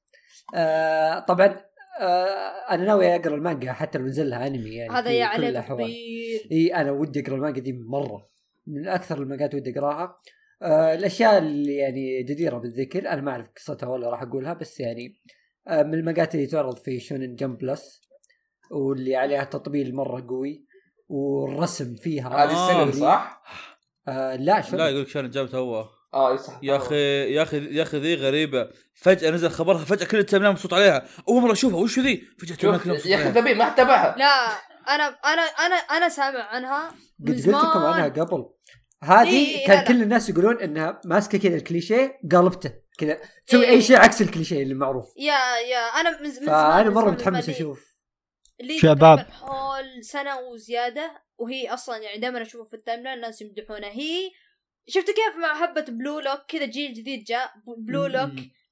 آه طبعا آه انا ناوي اقرا المانجا حتى لو نزل لها انمي يعني. هذا يا علي اي انا ودي اقرا المانجا دي مره، من اكثر المانجات ودي اقراها. آه الاشياء اللي يعني جديره بالذكر انا ما اعرف قصتها ولا راح اقولها، بس يعني آه من المانجات اللي تعرض في شونن جمب بلس واللي عليها تطبيل مره قوي والرسم فيها هذه آه السنة صح؟ آه لا شو لا يقولك شلون جابت هو اه صح يا اخي يا اخي يا اخي ذي غريبه. فجاه نزل خبرها فجاه كل التمرين مبسوط عليها، اول مره اشوفها وش ذي فجاه تمرين يا اخي ذبي ما تتابعها. لا انا انا انا انا سامع عنها قد قلت لكم عنها قبل. هذه إيه كان كل الناس يقولون انها ماسكه كذا الكليشيه قلبته كذا تسوي إيه اي شيء عكس الكليشيه اللي معروف. يا يا انا من زمان فانا مره متحمس اشوف شباب حول سنه وزياده، وهي اصلا يعني دائما اشوفها في التايم لاين الناس يمدحونها. هي شفت كيف مع حبه بلو لوك كذا جيل جديد جاء بلو لوك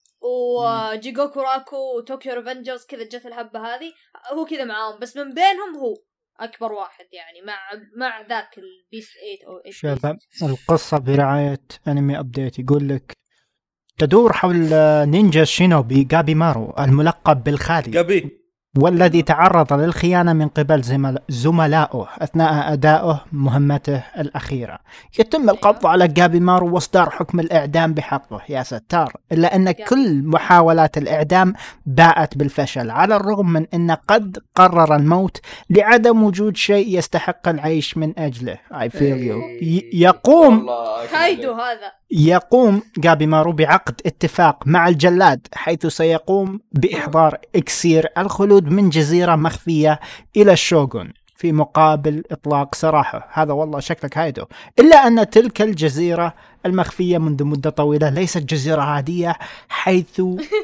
وجيجوكو راكو وطوكيو ريفنجرز كذا جت الهبه هذه، هو كذا معاهم بس من بينهم هو اكبر واحد يعني مع مع ذاك البيست ثمانية او ثمانية. شباب القصه برعايه انمي ابديت يقول لك تدور حول نينجا شينوبي جابي مارو الملقب بالخالي جابي، والذي تعرض للخيانة من قبل زملائه أثناء أدائه مهمته الأخيرة. يتم القبض على جابي مارو واصدار حكم الإعدام بحقه يا ستار، إلا أن كل محاولات الإعدام باءت بالفشل، على الرغم من أن قد قرر الموت لعدم وجود شيء يستحق العيش من أجله. I feel you. يقوم كايدو هذا يقوم جابي مارو بعقد اتفاق مع الجلاد، حيث سيقوم بإحضار إكسير الخلود من جزيرة مخفية إلى الشوغون في مقابل إطلاق سراحه. هذا والله شكلك هايدو. إلا أن تلك الجزيرة المخفية منذ مدة طويلة ليست جزيرة عادية، حيث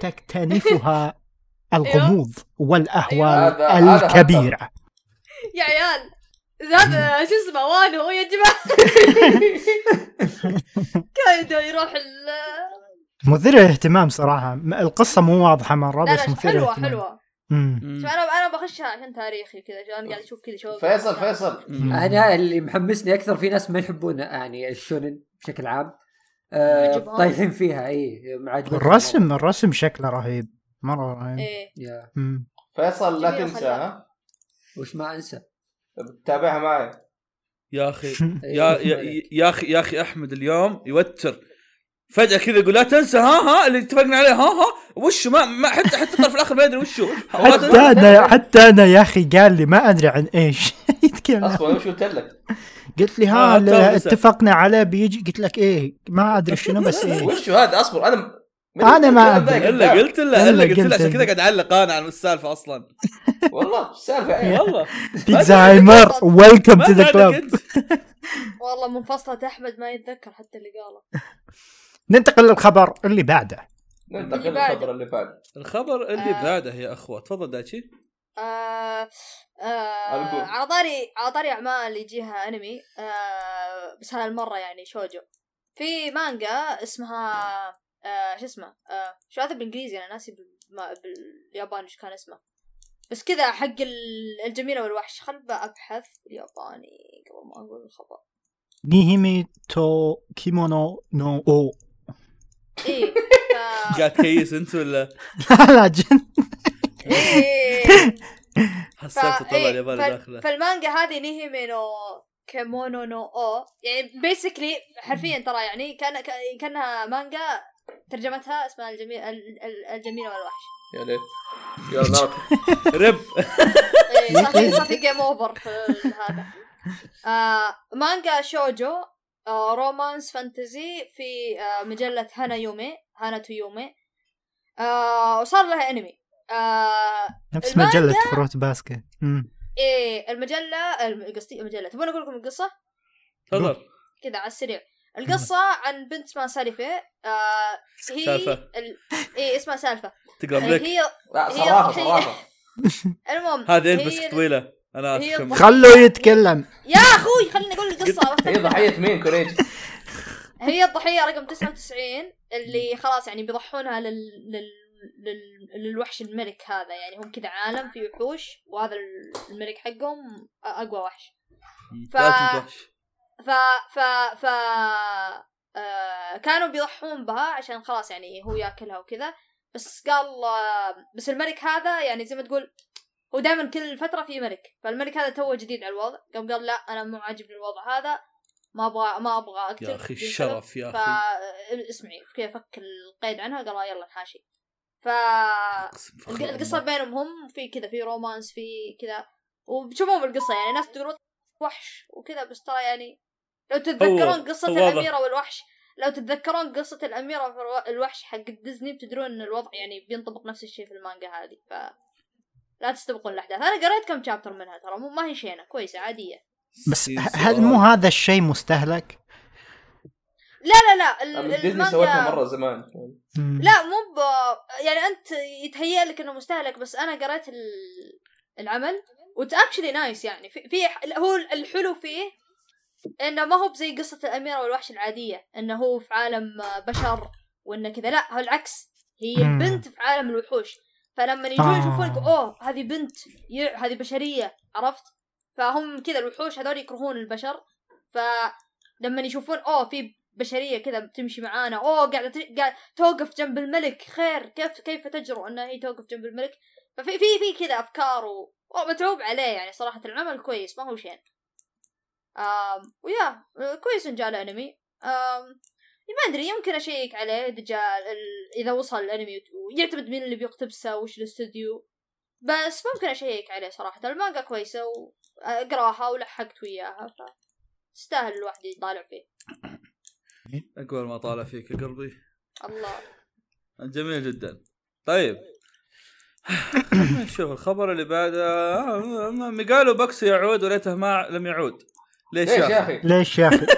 تكتنفها الغموض والأهوال الكبيرة. يا عيال هذا شو اسمه وانو يا جماعة. كايدو يروح ال مثير اهتمام صراحة. القصة مو واضحة مرة بس مثير حلوة اهتمام. حلوة شو انا انا بخشها عشان تاريخي كذا عشان قاعد اشوف كذا شو فيصل فيصل انا اللي محمسني اكثر في ناس ما يحبون يعني الشونن بشكل عام أه طايحين فيها. اي الرسم الرسم شكله رهيب مرة رهيب. ايه فيصل لا تنسى ها وش ما انسى تتابعها معي يا اخي. يا يا اخي يا اخي احمد اليوم يوتر فجاه كذا يقول لا تنسى ها ها اللي اتفقنا عليه ها ها وش ما, ما حتى حتى الطرف الاخر ما يدري وش هو. حتى انا حتى انا يا اخي قال لي ما ادري عن ايش يتكلم. اصلا وش قلت لك؟ قلت لي ها آه اتفقنا عليه بيجي. قلت لك ايه ما ادري شنو بس ايه وش هذا. اصبر انا انا ما ادري الا قلت له الا قلت له عشان كذا قاعد اعلق انا عن السالفه اصلا. والله السالفه ايه والله زهايمر ويلكم تو ذا كلوب. والله منفصله احمد ما يتذكر حتى اللي قاله. ننتقل للخبر اللي بعده. ننتقل للخبر اللي بعده. الخبر اللي آه. بعده يا اخوه تفضل دايتشي. آه آه على طاري على طاري اعمال يجيها انمي آه بس هالمره يعني شوجو. في مانجا اسمها آه شو اسمه آه شو هذا بالانجليزي انا ناسي بالياباني ايش كان اسمه بس كذا حق الجميله والوحش. خل ابحث بالياباني قبل ما اقول الخبر. نيهيمي تو كيمونو نو او. ايه قاعد تكيس انت ولا لا لا جن ايه حسيت طلع الياباني داخله. فالمانجا هذه نيهيمي نو كيمونو نو او يعني بيسكلي حرفيا ترى يعني كان كانها مانجا ترجمتها اسمها الجميل الجميله والوحش. يا ليت يا نار رب صافي صافي جيم اوفر في هذا. آه مانجا شوجو آه رومانس فانتزي في آه مجله هانا يومي هانا تو يومي آه وصار لها انمي آه نفس مجله فروت باسكت. ايه المجله قصدي مجله. تبون اقول لكم القصه تفضل كذا على السريع. القصة عن بنت اسمها سالفة آه هي سالفة ال... إيه اسمها سالفة تقرب لك هي لا صراحة صراحة المهم هذه البس طويلة أنا أسكم خلوا يتكلم يا أخوي خليني أقول القصة. هي ضحية مين كوريج؟ هي الضحية رقم تسعة وتسعين اللي خلاص يعني بيضحونها لل... لل... لل... للوحش الملك هذا. يعني هم كذا عالم فيه وحوش وهذا الملك حقهم أقوى وحش. ف... ف ف ف آه كانوا بيضحون بها عشان خلاص يعني هو ياكلها وكذا. بس قال آه بس الملك هذا يعني زي ما تقول هو دائما كل فترة في ملك. فالملك هذا توه جديد على الوضع. قام قال لا أنا مو عاجبني الوضع هذا ما أبغى ما أبغى أقتل يا أخي الشرف يا أخي. فاسمعي كيف فك القيد عنها قال يلا نحاشي. ف القصة بينهم هم في كذا في رومانس في كذا وبتشوفون بالقصة يعني ناس تقولون وحش وكذا بس ترى يعني لو تتذكرون قصة الأميرة والوحش لو تتذكرون قصة الأميرة والوحش حق ديزني بتدرون إن الوضع يعني بينطبق نفس الشيء في المانجا هذه. ف لا تستبقون الأحداث. أنا قريت كم شابتر منها ترى مو ما هي شينة كويسة عادية. بس هل مو هذا الشيء مستهلك؟ لا لا لا ديزني سوتها مرة زمان. لا مو ب... يعني أنت يتهيأ لك إنه مستهلك بس أنا قريت العمل وتأكشلي نايس يعني في, في هو الحلو فيه انه ما هو بزي قصة الأميرة والوحش العادية انه هو في عالم بشر وانه كذا. لا هو العكس هي البنت في عالم الوحوش. فلما يجون يشوفونك اوه هذه بنت هذه بشرية عرفت. فهم كذا الوحوش هذول يكرهون البشر. فلما يشوفون اوه في بشرية كذا بتمشي معانا اوه قاعدة قاعدة توقف جنب الملك خير كيف كيف تجرؤ انها هي توقف جنب الملك. ففي في في كذا افكار و... ومتعوب عليه يعني صراحة العمل كويس ما هو شين. آم ويا كويس إن جاء الأنمي. آم ما أدري يمكن أشيك عليه إذا جاء ال... إذا وصل الأنمي ويعتمد مين اللي بيقتبسه وش الاستوديو. بس ممكن أشيك عليه صراحة. المانجا كويسة وأقراها ولحقت وياها فاستاهل الواحد يطالع فيه. أقول ما طالع فيك يا قلبي. الله جميل جدا. طيب شوف الخبر اللي بعده. ميغالو باكس يعود وليته ما لم يعود. ليش يا اخي ليش يا اخي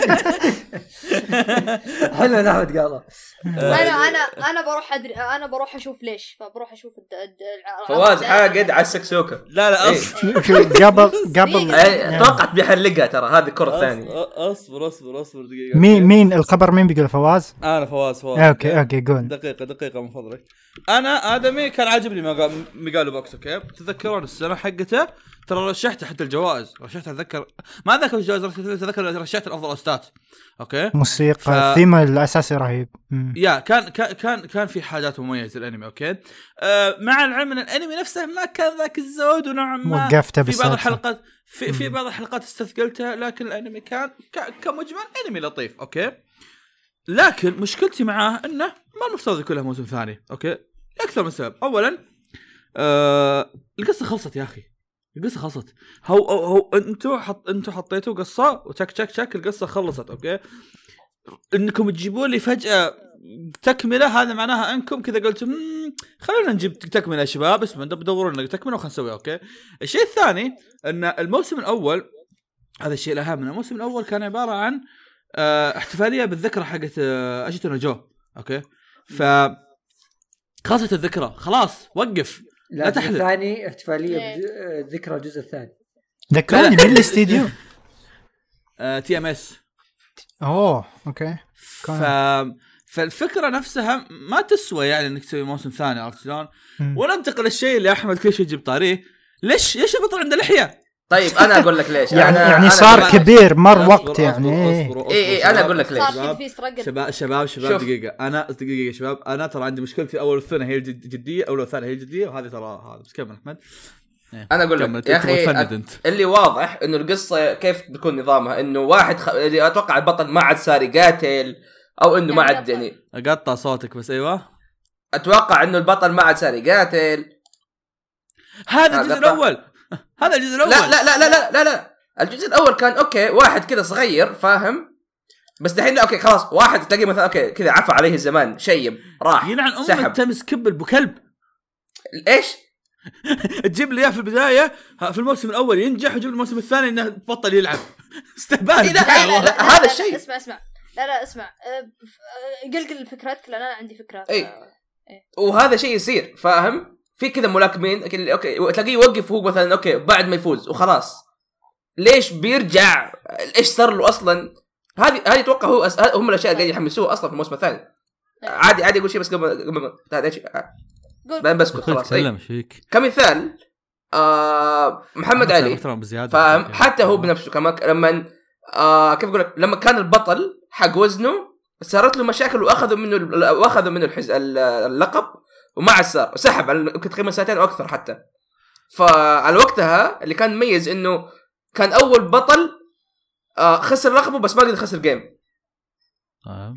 حلو احمد قاله. انا انا انا بروح ادري انا بروح اشوف ليش. فبروح اشوف فواز حاقد على السكسوكه. لا لا اصبر قبل قبل توقعت بيحلقها ترى هذه الكره الثانيه. اصبر اصبر اصبر دقيقه. مين مين الخبر مين بيقول فواز؟ انا فواز فواز اوكي اوكي قول. دقيقه دقيقه من فضلك. انا ادمي كان عاجبني ميغالو باكس اوكي. تذكرون السنه حقته ترى رشحته حتى الجوائز. رشحت اتذكر ما ذكر الجوائز اتذكر رشحت الافضل اوستات اوكي. موسيقى ف... الثيم الاساسي رهيب. مم. يا كان كان كان في حاجات مميزه الانمي اوكي. آه مع العلم ان الانمي نفسه ما كان ذاك الزود ونوعا ما وقفته في بعض الحلقات في في بعض الحلقات استثقلتها. لكن الانمي كان ك... كمجمل انمي لطيف اوكي. لكن مشكلتي معاه انه ما المفترض يكون له موسم ثاني. اوكي اكثر من سبب. اولا آه القصه خلصت يا اخي، القصه خلصت. هو هو, هو انتوا حط انتوا حطيتوا قصه وتك تك تك القصه خلصت. اوكي انكم تجيبوا لي فجاه تكمله، هذا معناها انكم كذا قلتوا خلينا نجيب تكمله يا شباب، اسمعوا بدوروا لنا تكمله وخلينا نسويها. اوكي الشيء الثاني ان الموسم الاول، هذا الشيء الاهم، الموسم الاول كان عباره عن اه احتفاليه بالذكرى حقت اه اشتنا جو. اوكي ف خلصت الذكرى خلاص وقف لا, لا تحلل. ثاني احتفاليه بذكرى الجزء الثاني. ذكرني من الاستديو اه تي ام اس. اوه اوكي. ف... فالفكره نفسها ما تسوى يعني انك تسوي موسم ثاني. عرفت شلون؟ وننتقل الشيء اللي احمد كل شيء يجيب طاريه، ليش ليش البطل عنده لحيه؟ طيب انا اقول لك ليش. يعني أنا يعني أنا صار كبير مر وقت يعني. اي اي انا اقول لك ليش. شباب شباب شباب دقيقه، انا دقيقه شباب، انا ترى عندي مشكلتي اول والثانيه هي الجديه، اول والثانيه هي الجديه، وهذه ترى هذا بس. كمل احمد. انا اقول لك يا اخي اللي واضح انه القصه كيف بتكون نظامها، انه واحد خ... اتوقع البطل ما عاد صار يقاتل او انه ما عاد يعني اقطع صوتك بس. ايوه اتوقع انه البطل ما عاد صار يقاتل. هذا الجزء الاول هذا الجزء الاول لا لا لا لا لا لا, لا. الجزء الاول كان اوكي واحد كذا صغير فاهم، بس دحين لا اوكي خلاص واحد تلاقي مثلا اوكي كذا عفى عليه الزمان شيب راح يلعن امك تمس كب ابو كلب. ايش تجيب لي اياه في البدايه في الموسم الاول ينجح، وجيب الموسم الثاني انه بطل يلعب استهبال. هذا الشيء. اسمع اسمع لا لا اسمع قلقل فكرتك لان انا عندي فكره. اي أه. وهذا شيء يصير فاهم في كذا ملاكمين اوكي تلاقيه يوقف هو مثلا اوكي بعد ما يفوز وخلاص، ليش بيرجع؟ ايش صار له اصلا؟ هذه هذه اتوقع هو أس... هم الاشياء اللي يحمسوه اصلا في الموسم الثاني. عادي عادي اقول شيء بس قبل قبل هذا شيء بس بسكت خلاص. أي. كمثال آه محمد علي فاهم حتى هو بنفسه كما لما آه كيف اقول لك لما كان البطل حق وزنه صارت له مشاكل واخذوا منه واخذوا منه الحز اللقب وما عاد صار وسحب على تقريبا سنتين او اكثر حتى. فعلى وقتها اللي كان مميز انه كان اول بطل آه خسر لقبه بس ما قدر يخسر جيم. آه.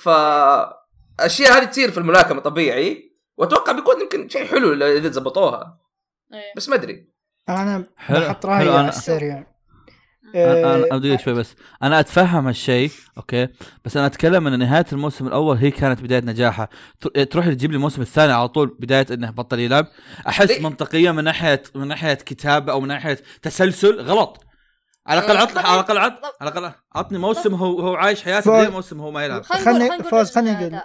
فالاشياء هذه تصير في الملاكمه طبيعي، واتوقع بيكون يمكن شيء حلو اذا ضبطوها بس ما ادري. انا بحط رايي على السريع. انا انا ادري شوي بس انا اتفهم هالشيء اوكي، بس انا اتكلم ان نهايه الموسم الاول هي كانت بدايه نجاحه. تروح تجيب لي الموسم الثاني على طول بدايه انه بطل يلعب، احس منطقيه من ناحيه من ناحيه كتابه او من ناحيه تسلسل غلط. على الاقل عط على الاقل عط على الاقل عطني موسم هو هو عايش حياته بدون موسم هو ما يلعب. خلني فوز خلني اقول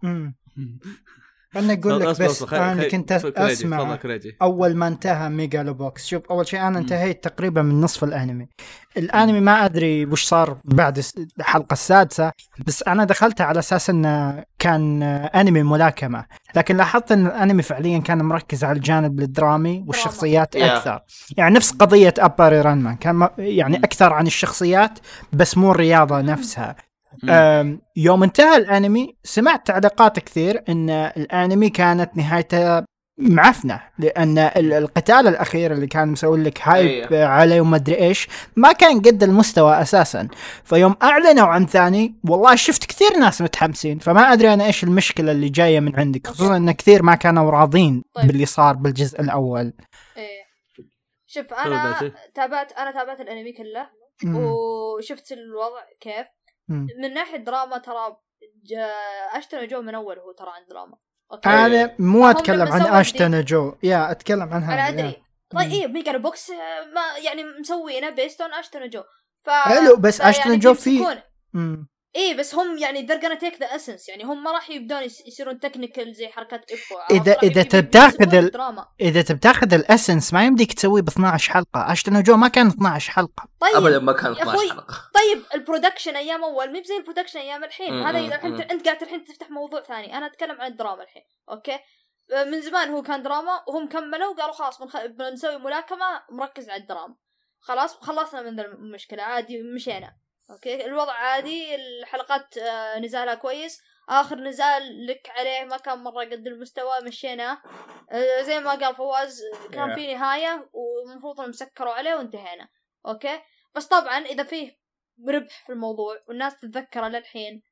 خلني اقول لك بس انا كنت اسمع اول ما انتهى ميجالو بوكس. شوف اول شيء انا انتهيت تقريبا من نصف الانمي. الانمي ما ادري وش صار بعد الحلقه السادسه، بس انا دخلت على اساس انه كان انمي ملاكمه، لكن لاحظت ان الانمي فعليا كان مركز على الجانب الدرامي والشخصيات اكثر. يعني نفس قضيه اباري رانمان كان يعني اكثر عن الشخصيات بس مو الرياضه نفسها. يوم انتهى الانمي سمعت تعليقات كثير ان الانمي كانت نهايته معفنه، لان القتال الاخير اللي كان مسوي لك هايب عليه وما ادري ايش ما كان قد المستوى اساسا. فيوم اعلنوا عن ثاني والله شفت كثير ناس متحمسين، فما ادري انا ايش المشكله اللي جايه من عندك، خصوصا ان كثير ما كانوا راضين طيب. باللي صار بالجزء الاول. ايه شوف انا تابعت انا تابعت الانمي كله وشفت الوضع كيف من ناحية دراما. ترى أشتن جو من أول هو ترى عن دراما. أنا مو أتكلم عن أشتن جو يا أتكلم عن هذا. أنا أدري طيب إيه ميجالو بوكس ما يعني مسوينا بيستون أشتن جو. حلو بس أشتن جو فيه إيه بس هم يعني they're gonna take the essence. يعني هم ما راح يبدون يصيرون تكنيكال زي حركات إفو. إذا إذا تبتاخذ ال... إذا تبتاخذ الأسنس ما يمديك تسويه ب اثنا عشر حلقة. أشتن جو ما كان اثنا عشر حلقة. طيب أبدا ما كان اثنا عشر حلقة. طيب البرودكشن أيام أول مو زي البرودكشن أيام الحين. هذا إذا أنت أنت قاعد الحين تفتح موضوع ثاني. أنا أتكلم عن الدراما الحين أوكي. من زمان هو كان دراما وهم كملوا وقالوا خلاص بنخ... بنسوي ملاكمة مركز على الدراما. خلاص خلصنا من المشكلة عادي مشينا. اوكي الوضع عادي. الحلقات آه نزالها كويس. اخر نزال لك عليه ما كان مره قد المستوى مشينا آه زي ما قال فواز كان في نهايه ومفروض نسكروا عليه وانتهينا. اوكي بس طبعا اذا فيه ربح في الموضوع والناس تتذكره للحين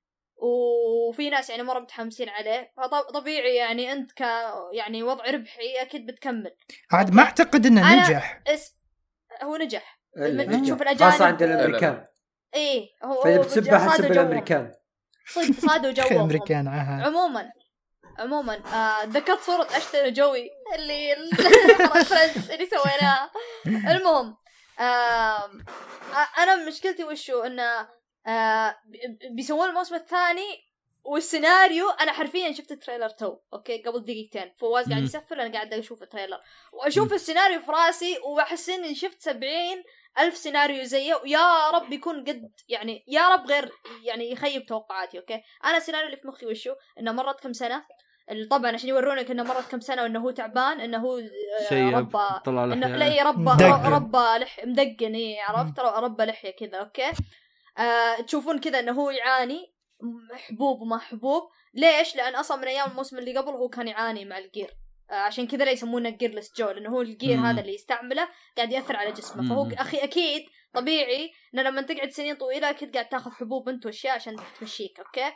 وفي ناس يعني مرة متحمسين عليه، فطبيعي يعني أنت ك يعني وضع ربحي أكيد بتكمل. عاد ما أعتقد إنه نجح. اس... هو نجح. تشوف الأجانب خاصة عند الأمريكان. إيه هو فإذا بتسبح حسب الأمريكان. صدق صادوا جوهم. الأمريكان عموما عموما ذكرت صورة أشتري جوي اللي الفرنس اللي سويناها. المهم آه أنا مشكلتي وشو إنه آه بيسوون الموسم الثاني والسيناريو. أنا حرفيا شفت التريلر تو أوكي قبل دقيقتين، فواز قاعد يسفل أنا قاعد أشوف التريلر وأشوف السيناريو في راسي وأحس إني شفت سبعين ألف سيناريو زيه، ويا رب يكون قد يعني يا رب غير يعني يخيب توقعاتي. أوكي أنا السيناريو اللي في مخي وشو إنه مرت كم سنة طبعا عشان يورونك إنه مرت كم سنة وإنه هو تعبان، إنه هو ربى إنه لا ربى ربى لح مدقن إيه عرفت ربى لحية كذا. أوكي آه تشوفون كذا إنه هو يعاني حبوب وما حبوب. ليش؟ لأن أصلا من أيام الموسم اللي قبل هو كان يعاني مع الجير، آه عشان كذا لا يسمونه جيرلس جو، لأنه هو الجير مم. هذا اللي يستعمله قاعد يأثر على جسمه. مم. فهو أخي أكيد طبيعي إنه لما تقعد سنين طويلة أكيد قاعد تأخذ حبوب أنت وأشياء عشان تمشيك. أوكي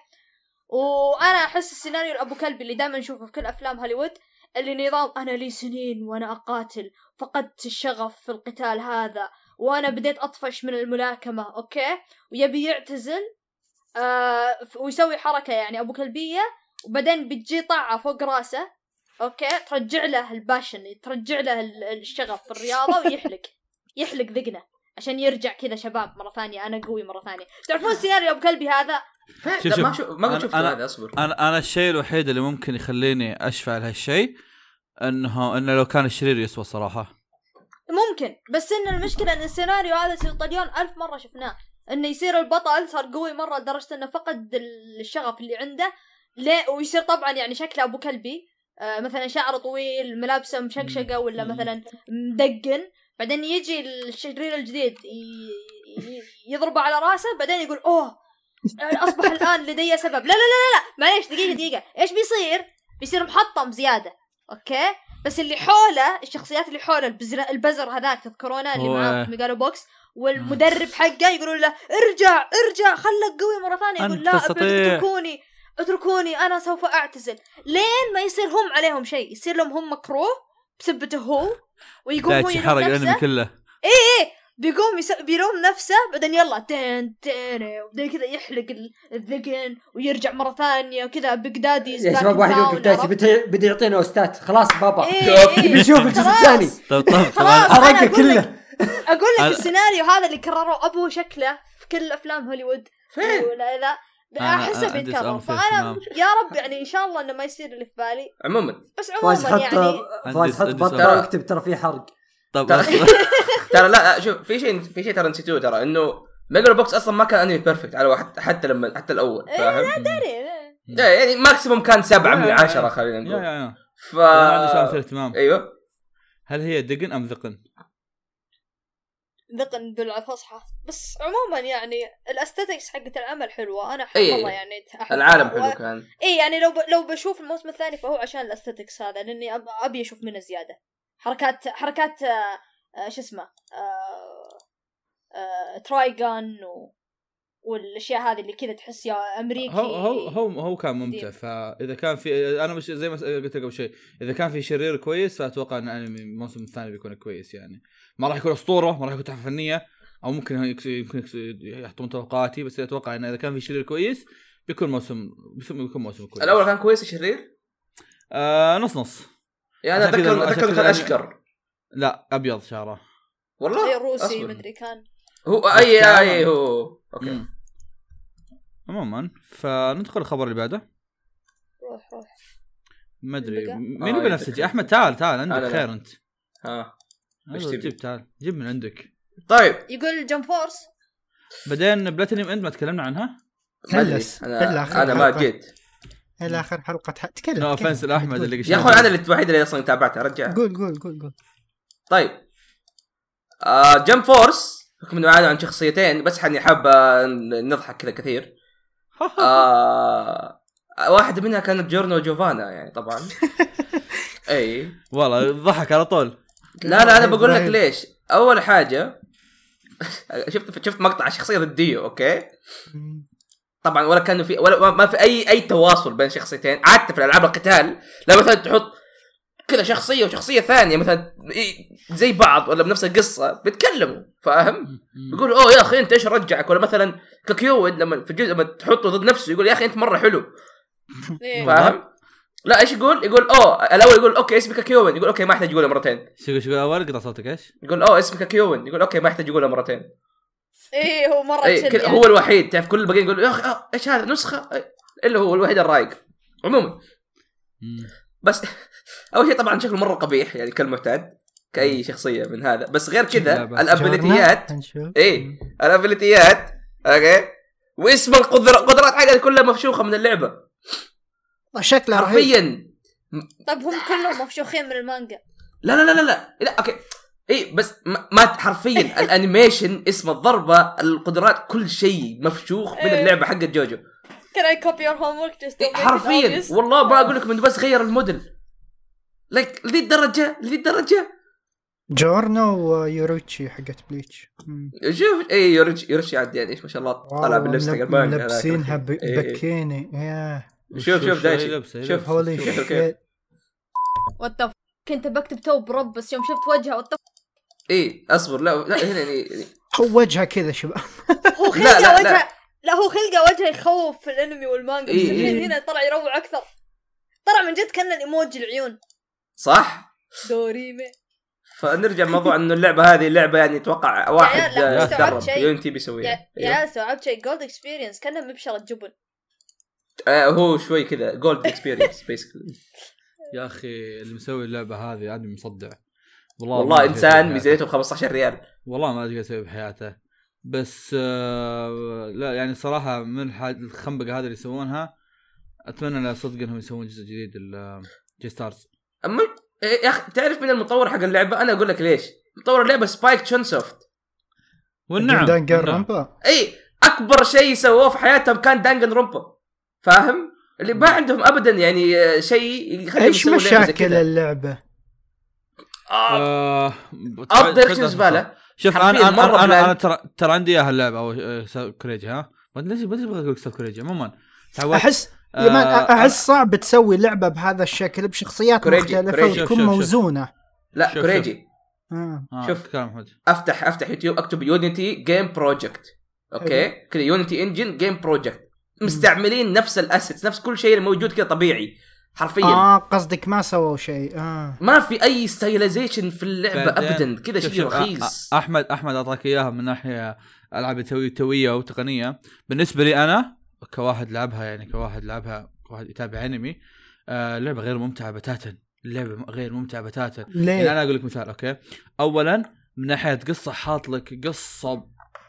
وأنا أحس السيناريو الأبو كلبي اللي دائما نشوفه في كل أفلام هوليوود اللي نظام أنا لي سنين وأنا أقاتل فقدت الشغف في القتال هذا وأنا بديت أطفش من الملاكمة. أوكي ويبي يعتزل آه ويسوي حركة يعني أبو كلبية وبعدين بتجي طاعة فوق راسه. أوكي ترجع له الباشن ترجع له الشغف في الرياضة ويحلق يحلق ذقنه عشان يرجع كذا شباب مرة ثانية أنا قوي مرة ثانية. تعرفون السيناريو أبو كلبي هذا شوف شوف ما شو ما قد شفت هذا. أصبر أنا أنا الشيء الوحيد اللي ممكن يخليني أشفع لهالشيء إنه إنه لو كان الشرير يسوى صراحة ممكن، بس إن المشكلة إن السيناريو هذا سلطليون ألف مرة شفناه إنه يصير البطل صار قوي مرة لدرجة إنه فقد الشغف اللي عنده ليه، ويصير طبعا يعني شكله أبو كلبي آه مثلا شعره طويل ملابسه مشقشقة ولا مثلا مدقن، بعدين يجي الشرير الجديد يضربه على راسه بعدين يقول أوه أصبح الآن لدي سبب. لا لا لا لا معليش دقيقة دقيقة إيش بيصير؟ بيصير محطم زيادة. أوكي بس اللي حوله الشخصيات اللي حوله البزر البزر هذاك تذكرونه اللي معاه في ميجالو بوكس والمدرب حقه يقولون له ارجع ارجع خلك قوي مرة ثانية يقول لا اتركوني اتركوني أنا سوف أعتزل. لين ما يصير هم عليهم شيء يصير لهم هم مكروه بسبته هو ويقوم هو يلوم نفسه كله. إيه إيه بيقوم يس... بيلوم نفسه بعدين يلا تن تن وبعدين كذا يحلق الذقن ويرجع مرة ثانية وكذا بقدادي يا شباب واحد يوقف دايسي بدي بدي يعطينا أستاذ خلاص بابا إيه بيشوف الجزء الثاني. طب طب حركة كله. أقول لك السيناريو هذا اللي كرروا أبوه شكله في كل أفلام هوليوود فين ولا لا أحسه بيتكرر. فأنا يا رب يعني إن شاء الله إنه ما يصير اللي في بالي عموما. بس عموما يعني فاز حط بطل اكتب ترى في حرق. طب ترى لا شوف في شيء في شيء ترى نسيتوه ترى انه ميجالو بوكس اصلا ما كان انمي بيرفكت على واحد حتى لما حتى الاول فاهم. لا داري يعني ماكسيموم كان سبعة من عشرة خلينا نقول. يا يا ف ما عندي سؤال في اهتمام. ايوه هل هي دقن ام ذقن؟ ذقن بالفصحى بس عموما يعني الاستاتيكس حقت العمل حلوه انا احب إيه. والله يعني العالم حلو و... كان اي يعني لو ب... لو بشوف الموسم الثاني فهو عشان الاستاتيكس هذا لاني أب... ابي اشوف منه زياده حركات حركات آه... آه... شو اسمه آه... آه... ترايجان و... والاشياء هذه اللي كذا تحس يا امريكي. هو هو هو, هو كان ممتع. فاذا كان في انا مش زي ما قلت قبل شيء اذا كان في شرير كويس فاتوقع ان الموسم الثاني بيكون كويس. يعني ما راح يكون اسطوره ما راح يكون تحفه فنيه او ممكن يمكن يحطون توقعاتي بس اتوقع ان اذا كان في شرير كويس بيكون موسم بيكون موسم كويس. الاول كان كويس الشرير آه نص نص يعني اتذكر اتذكر كان اشقر لا ابيض شعره والله روسي مدري كان هو اي اي هو اوكي م. عموما فندخل الخبر اللي بعده. روح روح ما ادري مين هو بنفسجي. احمد تعال تعال عندك خير انت. ها ايش تجيب؟ تعال جيب من عندك. طيب يقول جم فورس بعدين بلاتينيوم اند ما تكلمنا عنها. هلس انا انا ما جيت الى اخر حلقه تكلم. نو فانس الاحمد اللي يا اخوي هذا الوحيد اللي اصلا تابعته رجع. قول قول قول قول طيب آه جم فورس بحكم انه عادوا عن شخصيتين بس حني حابه نضحك كذا كثير. آه واحد منها كانت جورنو جوفانا يعني طبعا اي والله ضحك على طول. لا لا انا بقول لك ليش. اول حاجه شفت شفت مقطع شخصيه الديو اوكي طبعا ولا كانوا في ولا ما في اي اي تواصل بين شخصيتين. عاده في الالعاب القتال لما مثلا تحط كذا شخصيه وشخصيه ثانيه مثلا زي بعض ولا بنفس القصه بيتكلموا فاهم، يقول اوه يا اخي انت ايش رجعك، ولا مثلا كاكيوين لما في الجزء لما تحطه ضد نفسه يقول يا اخي انت مره حلو فاهم. لا ايش يقول يقول اوه الاول يقول اوكي اسمك كاكيوين، يقول اوكي ما احتاج يقولها مرتين. شو شو اول قطع صوتك ايش يقول اوه اسمك كاكيوين، يقول اوكي ما يحتاج يقولها مرتين. ايه هو مره إيه يعني. هو الوحيد تعرف كل الباقيين يقول يا اخي آه ايش هذا نسخه إيه. الا هو الوحيد الرايق عموما. بس اول شيء طبعا شكله مره قبيح يعني كالمعتاد كاي شخصيه من هذا، بس غير كذا الابيليتيات ايه الابيليتيات اوكي واسم القدرات قدرات حاجه كلها مفشوخه من اللعبه شكلها حرفيا. طب هم كلهم مفشوخين من المانجا؟ لا لا لا لا لا اوكي ايه بس ما حرفيا الانيميشن اسم الضربه القدرات كل شيء مفشوخ من اللعبه حق جوجو. Can I copy your homework just to make حرفيا والله ما اقول لكم انه بس غير الموديل لك لذي الدرجه لذي الدرجه. جورنو ويوروتشي حقت بليتش شوف اي يوروتشي يوروتشي عاد يعني ايش ما شاء الله طلع باللبس حق المانجا لابسينها بكيني يا شوف شوف دايشي شوف هولي شيت وات ذا كنت بكتب توب رب بس يوم شفت وجهه وات ايه اصبر لا لا هنا يعني هو وجهه كذا شباب هو خلقه وجهه لا هو خلقه وجهه يخوف في الانمي والمانجا بس إيه هنا طلع يروع اكثر طلع من جد كان الايموجي العيون صح دوريمي. فنرجع موضوع انه اللعبه هذه اللعبه يعني اتوقع واحد درب يونتي بيسويها يا يا استوعبت شيء جولد اكسبيرينس كانه مبشره جبن آه هو شوي كذا جولد اكسبيرينس بيسكلي. يا اخي اللي مسوي اللعبه هذه عادي مصدع والله والله انسان ميزانيته خمسة عشر ريال والله ما ادري يسوي بحياته بس آه لا يعني صراحه من الخنبقه هذه اللي يسوونها اتمنى لا صدق انهم يسوون جزء جديد الجي ستارز. اما يا اخي تعرف من المطور حق اللعبه انا اقول لك ليش مطور اللعبه سبايك تشون سوفت والنعم دانجن رومبا اي اكبر شيء سووه في حياتهم كان دانجن رومبا فاهم اللي ما عندهم ابدا يعني شيء يخليهم ايش مشاكل اللعبه آه ارت دايركشن زباله. شوف انا انا انا, أنا ترى ترى عندي اياها اللعبه او كريجي ها ما ادري ما ادري اقول لك كريجي عموما احس آه احس صعب تسوي لعبه بهذا الشكل بشخصيات مختلفه وتكون موزونه. لا شوف كريجي آه. شوف محمد افتح افتح يوتيوب اكتب يونيتي جيم بروجكت اوكي كذا يونيتي انجن جيم بروجكت مستعملين نفس الاسيتس نفس كل شيء الموجود كذا طبيعي حرفيا. اه قصدك ما سووا شيء اه ما في اي ستايلايزيشن في اللعبه ابدا كذا شيء رخيص. احمد احمد اعطاك اياها من ناحيه العاب تويه وتقنيه. بالنسبه لي انا كواحد لعبها يعني كواحد لعبها كواحد يتابع انمي آه لعبه غير ممتعه بتاتا. اللعبه غير ممتعه بتاتا يعني انا اقول لك مثال اوكي اولا من ناحيه قصه حاط لك قصه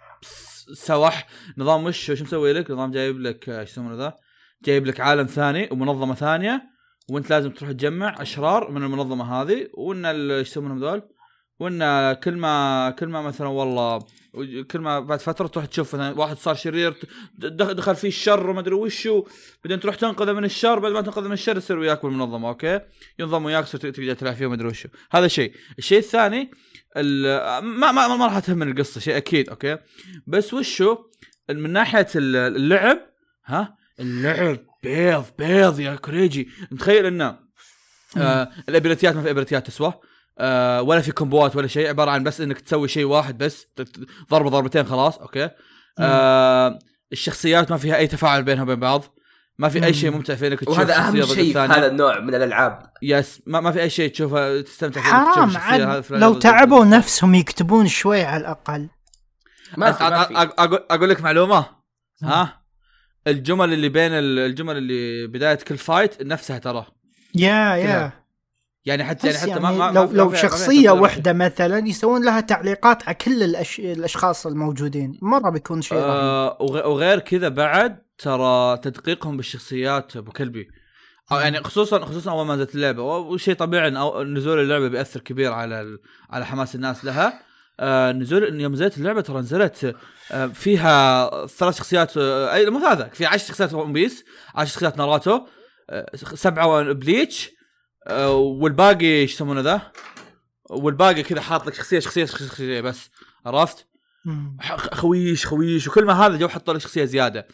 سوح نظام وش وش مسوي لك نظام جايب لك ايش يسمونه ذا جايب لك عالم ثاني ومنظمه ثانيه وانت لازم تروح تجمع اشرار من المنظمه هذه وان ايش يسمونهم ذول وان كل ما كل ما مثلا والله كل ما بعد فتره تروح تشوف واحد صار شرير دخل فيه الشر وما ادري وشو بعدين تروح تنقذه من الشر بعد ما تنقذه من الشر يصير وياك بالمنظمه اوكي ينضم وياك تقدر تلعب فيه وما ادري وشو. هذا شيء. الشيء الثاني ما ما ما راح تهم من القصه شيء اكيد اوكي بس وشو من ناحيه اللعب ها اللعب بيض بيض يا كريجي. متخيل انه آه الابيليتيات ما في ابيليتيات تسوى آه ولا في كومبوات ولا شيء عباره عن بس انك تسوي شيء واحد بس ضربه ضربتين خلاص اوكي آه الشخصيات ما فيها اي تفاعل بينها وبين بعض ما في اي شيء ممتع في انك تشوف وهذا اهم شيء في هذا النوع من الالعاب. يس ما, ما في اي شيء تشوفه تستمتع فيه حرام عاد لو تعبوا نفسهم يكتبون شوي على الاقل. ما في ما في. اقول اقول لك معلومه ها الجمل اللي بين الجمل اللي بدايه كل فايت نفسها ترى يا يا يعني حتى يعني حتى يعني ما, ما لو ما لو شخصيه واحده مثلا يسوون لها تعليقات على كل الأش... الاشخاص الموجودين مره بيكون شيء رهيب. آه وغير كذا بعد ترى تدقيقهم بالشخصيات ابو كلبي يعني خصوصا خصوصا اول ما نزلت اللعبه وشيء طبيعي او نزول اللعبه بيأثر كبير على على حماس الناس لها. آه نزول يوم نزلت اللعبه ترى نزلت آه فيها ثلاث شخصيات آه اي مو هذا في عشر شخصيات ون بيس عشر شخصيات ناروتو آه سبعه بليتش آه والباقي ايش يسمونه ذا والباقي كذا حاط لك شخصيه شخصيه شخصيه بس عرفت خويش خويش وكل ما هذا جو حط لك شخصيه زياده.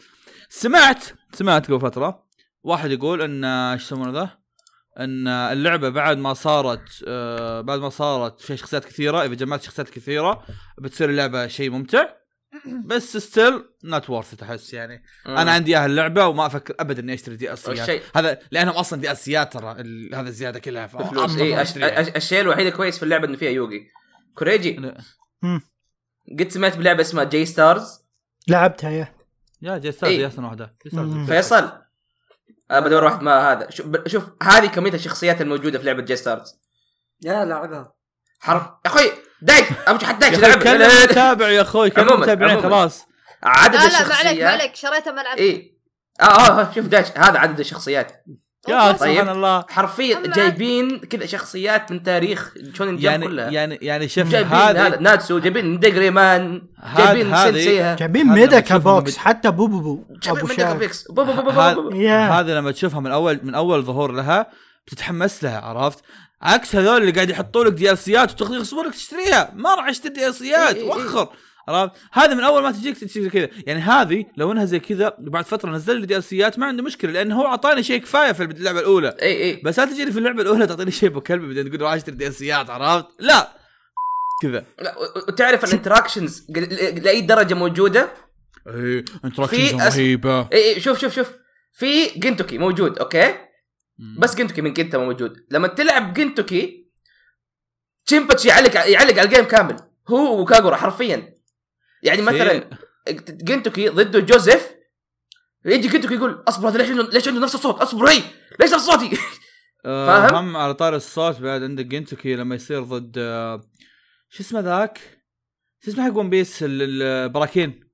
سمعت سمعت قبل فتره واحد يقول ان ايش يسمونه ذا، ان اللعبه بعد ما صارت آه بعد ما صارت فيها شخصيات كثيره، اذا جمعت شخصيات كثيره بتصير اللعبه شيء ممتع، بس ستيل نوت وورث تحس يعني. مم. انا عندي اياها اللعبه وما افكر ابدا اني اشتري دي اسيات، هذا لانهم اصلا دي اسيات ترى هذا الزياده كلها فلوس. إيه أش... أش... الشيء الوحيد كويس في اللعبه انه فيها يوغي كوريجي. قد سمعت بلعبه اسمها جي ستارز؟ لعبتها يا يا جي ستارز يا سنه واحده. فيصل أنا بدور واحد ما هذا شوف, شوف هذه كمية الشخصيات الموجودة في لعبة جي ستارز. يا لعبها حرف يا أخوي دايك أمش حد دايك لعبة كلم تابع يا أخوي كلم متابعين خلاص. عدد لا الشخصيات لا ما عليك شريتها ما لعبت. إيه آه آه شوف دايك هذا عدد الشخصيات يا سبحان الله حرفيا جايبين كذا شخصيات من تاريخ شونن جمب يعني كلها. يعني يعني شوف هذا ناتسو جايبين ديجريمان جايبين سينسيها جايبين ميداكا بوكس حتى بوبو ابو شاف هذا لما تشوفها من اول من اول ظهور لها بتتحمس لها عرفت، عكس هذول اللي قاعد يحطوا لك دي ال سيات ويغصبونك تشتريها ما راح اشتري دي ال سيات وخر عرفت. هذا من اول ما تجيك تجي كذا يعني. هذه لو انها زي كذا بعد فتره نزل لي دي ال سيات ما عنده مشكله لانه هو اعطاني شيء كفايه في اللعبه الاولى. اي اي بس لا تجيني في اللعبه الاولى تعطيني شيء بكلبي بعدين تقول راح اشتري دي ال سيات عرفت. لا كذا. لا وتعرف الانتراكشنز لاي درجه موجوده. اي انتراكشنز رهيبه. اي شوف شوف شوف في جنتوكي موجود اوكي مم. بس جنتوكي من جنتا موجود. لما تلعب جنتوكي تشيمباتشي يعلق يعلق على الجيم كامل هو وكاغورا حرفيا يعني. مثلا جنتوكي ضده جوزيف يجي جنتوكي يقول اصبر هذا ليش ليش عنده نفس الصوت اصبر هي ليش نفس صوتي فاهم. هم على طار الصوت بعد عندك جنتوكي لما يصير ضد شو اسمه ذاك شو اسمه حق ون بيس البراكين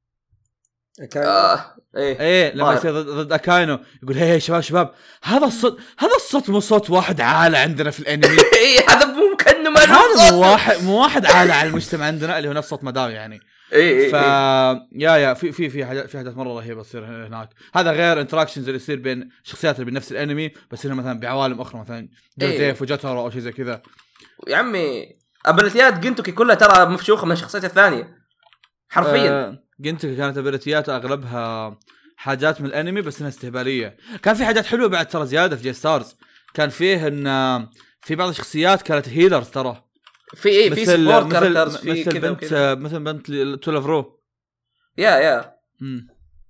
آه. ايه ايه لما يصير ضد اكاينو يقول هي شباب شباب هذا الصوت هذا الصوت مو صوت واحد عالة عندنا في الانمي. ايه هذا مو كانه ما هذا مو واحد مو واحد عالة على المجتمع عندنا اللي هو نفس صوت مدام يعني. ايه ف يا يا في في في حاجات في حاجات مره رهيبه تصير هناك. هذا غير انتراكشنز اللي يصير بين شخصيات اللي بنفس الانمي بس هنا مثلا بعوالم اخرى مثلا جوزيف وجوتارو او شيء زي كذا. يا عمي ابيليتيات جنتوكي كلها ترى مفشوخه من الشخصيات الثانيه حرفيا. آه جنتوكي كانت ابيليتيات اغلبها حاجات من الانمي بس انها استهباليه. كان في حاجات حلوه بعد ترى زياده في جي ستارز. كان فيه ان في بعض الشخصيات كانت هيلرز ترى في ايه في سبورت كاركترز في مثل كذا بنت مثل بنت تولافرو يا يا امم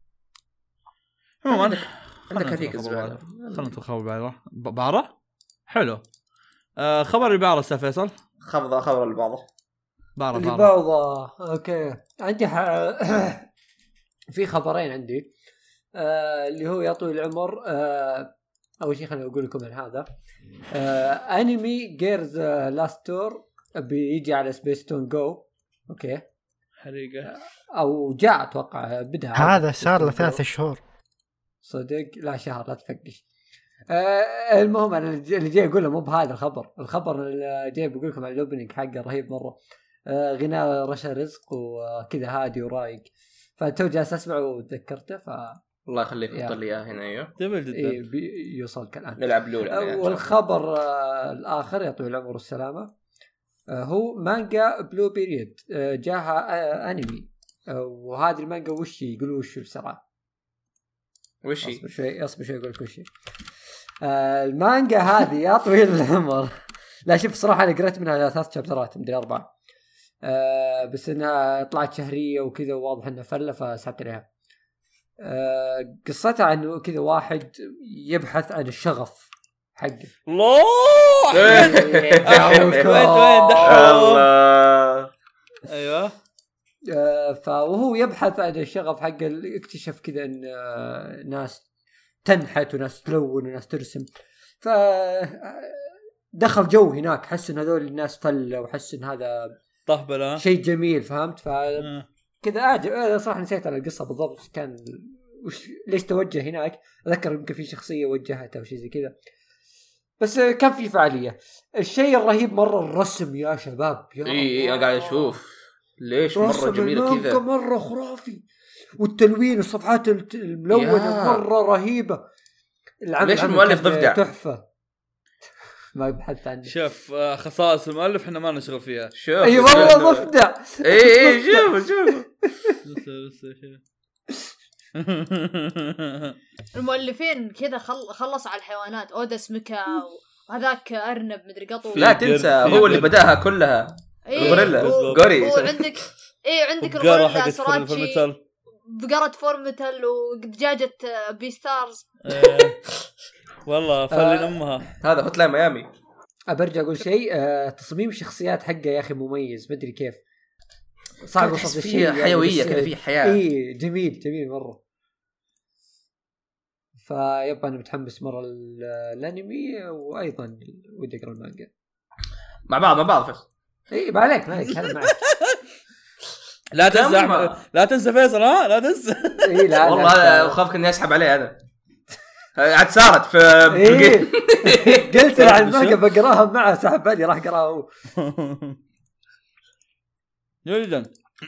عموما عندك هذيك الزباله. خلنا ندخل خبر بعره بعره حلو. آه خبر اللي بعره استاذ فيصل. خبر خبر اللي بعضه بعره اللي بعضه اوكي. عندي ح... في خبرين عندي آه اللي هو يا طويل العمر. آه اول شيء خليني اقول لكم عن هذا آه انمي جيرز آه لاستور بيجي على سبيستون جو اوكي حريقه او جاء اتوقع بدا هذا صار له ثلاثة شهور صدق لا شهر لا تفقش. آه المهم انا اللي جاي اقوله مو بهذا الخبر. الخبر اللي جاي بقول لكم على الاوبننج حقه رهيب مره. آه غناء رشا رزق وكذا هادي ورايق فتو جالس اسمعه وتذكرته ف الله يخليك حط لي اياه هنا. ايوه جميل جدا. إيه يوصلك الان نلعب لولا. آه والخبر آه الاخر يا طويل العمر والسلامه آه هو مانجا بلو بيريد آه جاها آه انمي آه وهذه المانجا وش يقولوا وش بسرعه وش اصبر شوي اصبر شوي اقول لك وش آه المانجا هذه يا طويل العمر. لا شوف صراحه انا قريت منها ثلاث شابترات مدري اربعه آه بس انها طلعت شهريه وكذا وواضح انها فله فسحبت عليها. آه قصتها عن كذا واحد يبحث عن الشغف حقه. الله وين وين دحوم ايوه آه فوهو يبحث عن الشغف حقه اكتشف كذا ان آه ناس تنحت وناس تلون وناس ترسم ف دخل جو هناك حس ان هذول الناس فله وحس ان هذا طهبله شيء جميل فهمت ف كذا اعجب. انا صراحه نسيت على القصه بالضبط كان وش ليش توجه هناك. اذكر يمكن في شخصيه وجهته او شيء زي كذا بس كان في فعاليه. الشيء الرهيب مره الرسم يا شباب يا اي انا قاعد اشوف ليش مره جميله كذا مره خرافي والتلوين والصفحات الملونه مره رهيبه. العمل ليش المؤلف ضفدع تحفه ما يبحث عنه. شوف خصائص المؤلف احنا ما نشتغل فيها. شوف اي والله ضفدع. اي اي شوف شوف المؤلفين كذا خل... خلصوا على الحيوانات، اودس ميكا وهذاك ارنب مدري قطو. لا تنسى هو اللي بداها كلها الغوريلا غوري. وعندك ايه عندك الغوريلا سراتشي بقرة فورمتل ودجاجة بي ستارز. والله فلن امها. هذا هوت لاين ميامي. أبرجع أقول شيء، أه تصميم الشخصيات حقه يا أخي مميز، مدري كيف صعب وصف فيه حيوية كذا، فيه حياة. إيه جميل جميل مرة. فيبقى أنا متحمس مرة الأنمي، وأيضا ودي أقرأ المانجا مع بعض مع بعض فيصل. إيه ما عليك ما عليك أنا معك. لا تنسى أحمد، لا تنسى فيصل، ها لا تنسى. إيه لا والله خافك إني أسحب عليه أنا. عاد صارت في إيه. قلت له عن المانجا بقراها معه، سحب بالي راح أقراها هو. جدا.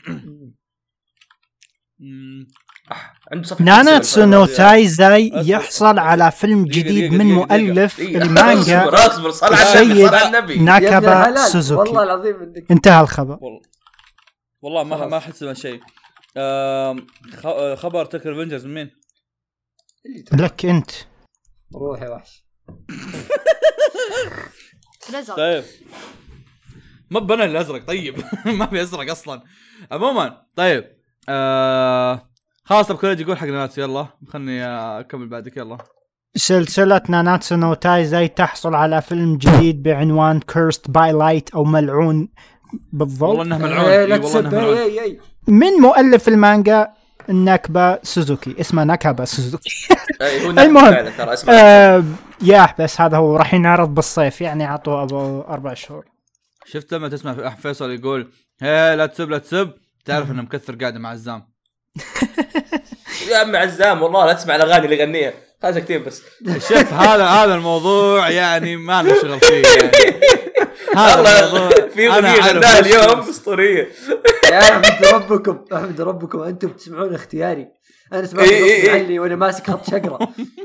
ناناتسو نو تايزاي يحصل على فيلم جديد من مؤلف المانجا السيد ناكابا سوزوكي. والله العظيم انتهى الخبر. والله ما ما احس بشيء. خبر تكر افنجرز من مين؟ لك انت. روح يا وحش. طيب ما بنا الازرق. طيب ما في ازرق اصلا. عموما طيب آه خلاص بكل يقول حق ناناتسو. يلا خلني اكمل بعدك. يلا سلسلة ناناتسو نو تايزاي تحصل على فيلم جديد بعنوان كيرست باي لايت او ملعون بالضبط. والله انه ملعون. ايه والله انه ملعون. من مؤلف المانجا ناكابا سوزوكي، اسمه ناكابا سوزوكي. المهم آه يا بس هذا هو راح ينعرض بالصيف، يعني عطوه ابو اربع شهور. شفت لما تسمع في فيصل يقول هي لا تسب لا تسب، تعرف انه مكثر قاعده مع عزام. يا عم عزام والله لا تسمع الاغاني اللي يغنيها، هذا كتير بس. شوف هذا هذا الموضوع يعني ما له شغل فيه يعني. هذا الموضوع في اغنيه غناها اليوم اسطوريه. يا احمد ربكم احمد ربكم انتم بتسمعون اختياري، انا سمعت محلي وانا ماسك خط شقره.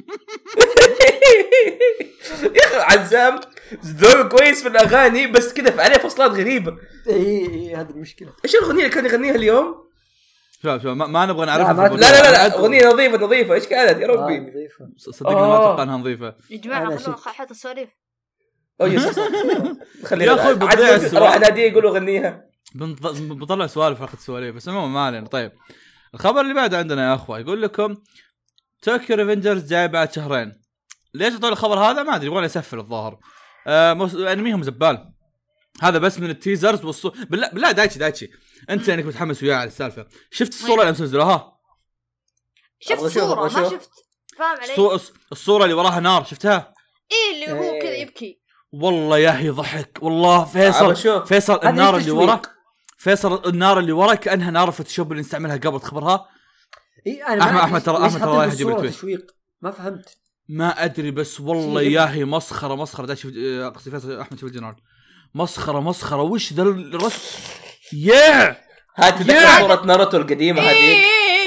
يا اخي عزام ذوق كويس في الاغاني بس كذا عليه فصلات غريبه. اي اي هذه المشكله. ايش الاغنيه اللي كان يغنيها اليوم؟ شوف شوف ما نبغى نعرفها. لا لا لا لا اغنيه نظيفه نظيفه. ايش كانت يا ربي؟ آه نظيفه صدقني ما اتوقع انها نظيفه يا جماعه. خلونا حط السواليف. اوه صح خلينا يا اخوي بضيع السؤال. راح نادي يقولوا غنيها بنطلع سوالف حق السواليف بس عموما ما علينا. طيب الخبر اللي بعد عندنا يا اخوه يقول لكم توكيو ريفنجرز جاي بعد شهرين. ليش طول الخبر هذا ما ادري، يبغون يسفل الظاهر. آه مس... انميهم زبال. هذا بس من التيزرز والصو... بالله بالله دايتشي دايتشي انت انك متحمس وياه على السالفه. شفت الصوره اللي مسويها؟ شفت صوره ما شفت فاهم علي. الصورة, الصوره اللي وراها نار شفتها؟ ايه اللي هو كذا يبكي. والله يا هي ضحك والله. فيصل فيصل النار اللي ورا فيصل النار اللي ورا كانها نار فوتوشوب اللي نستعملها قبل تخبرها. اي انا احمد احمد ترى احمد ترى رايح يجيب تشويق ما فهمت ما ادري بس والله يا هي مسخره مسخره. دا شوف قصدي فيصل احمد شوف الجنرال مسخره مسخره. وش ذا الرسم يا هات ذكر صوره ناروتو القديمه هذيك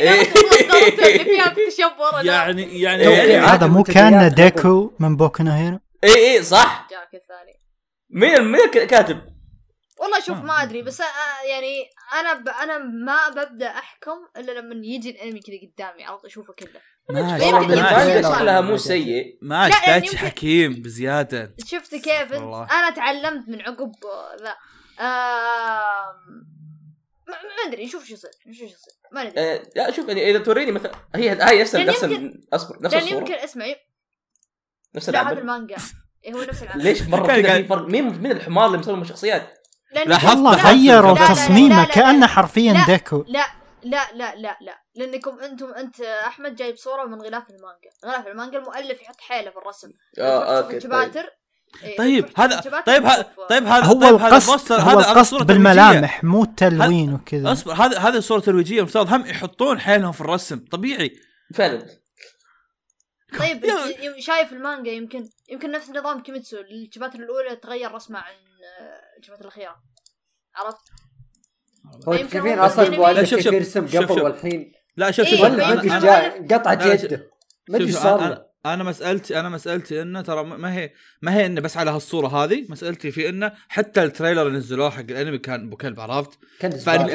يعني يعني هذا مو كان ديكو من بوكو نو هيرو؟ اي اي صح. جاك الثاني مين مين كاتب؟ والله شوف ما ادري بس يعني انا ب... انا ما ببدا احكم الا لما يجي الانمي كذا قدامي عرفت اشوفه كله. ماشي شكلها مو سيء ماشي دايتشي حكيم بزياده. شفت كيف انا تعلمت من عقب ذا آه... ما ادري نشوف شو يصير نشوف شو يصير ما ندري. آه لا شوف يعني اذا توريني مثلا هي هاي نفس نفس اصبر نفس الصوره يمكن اسمعي نفس العاب المانجا إيه هو نفس العاب. ليش مره كذا في فرق؟ مين من الحمار اللي مسوي الشخصيات؟ والله غيروا تصميمه كأنه حرفيا ديكو. لا لا لا لا لا لانكم انتم انت احمد جايب صوره من غلاف المانجا. غلاف المانجا المؤلف يحط حيله في الرسم. اه اوكي شباتر. إيه طيب هذا طيب هذا طيب هذا هو طيب القصد هو القصد بالملامح مو التلوين وكذا. اصبر هذا هذا صوره ترويجيه المفترض هم يحطون حيلهم في الرسم طبيعي فعلا. طيب شايف المانجا يمكن يمكن نفس نظام كيميتسو الشباتر الاولى تغير رسمه عن الشباتر الاخيره عرفت. هو كيفين اصلا ولا كيف يرسم قبل والحين لا شوف شوف قطعه يده ما ادري صار. انا مسالتي انا مسالتي انه ترى ما هي ما هي انه بس على هالصوره هذه. مسالتي في انه حتى التريلر اللي نزلوه حق الانمي كان بكلب عرفت. التريلر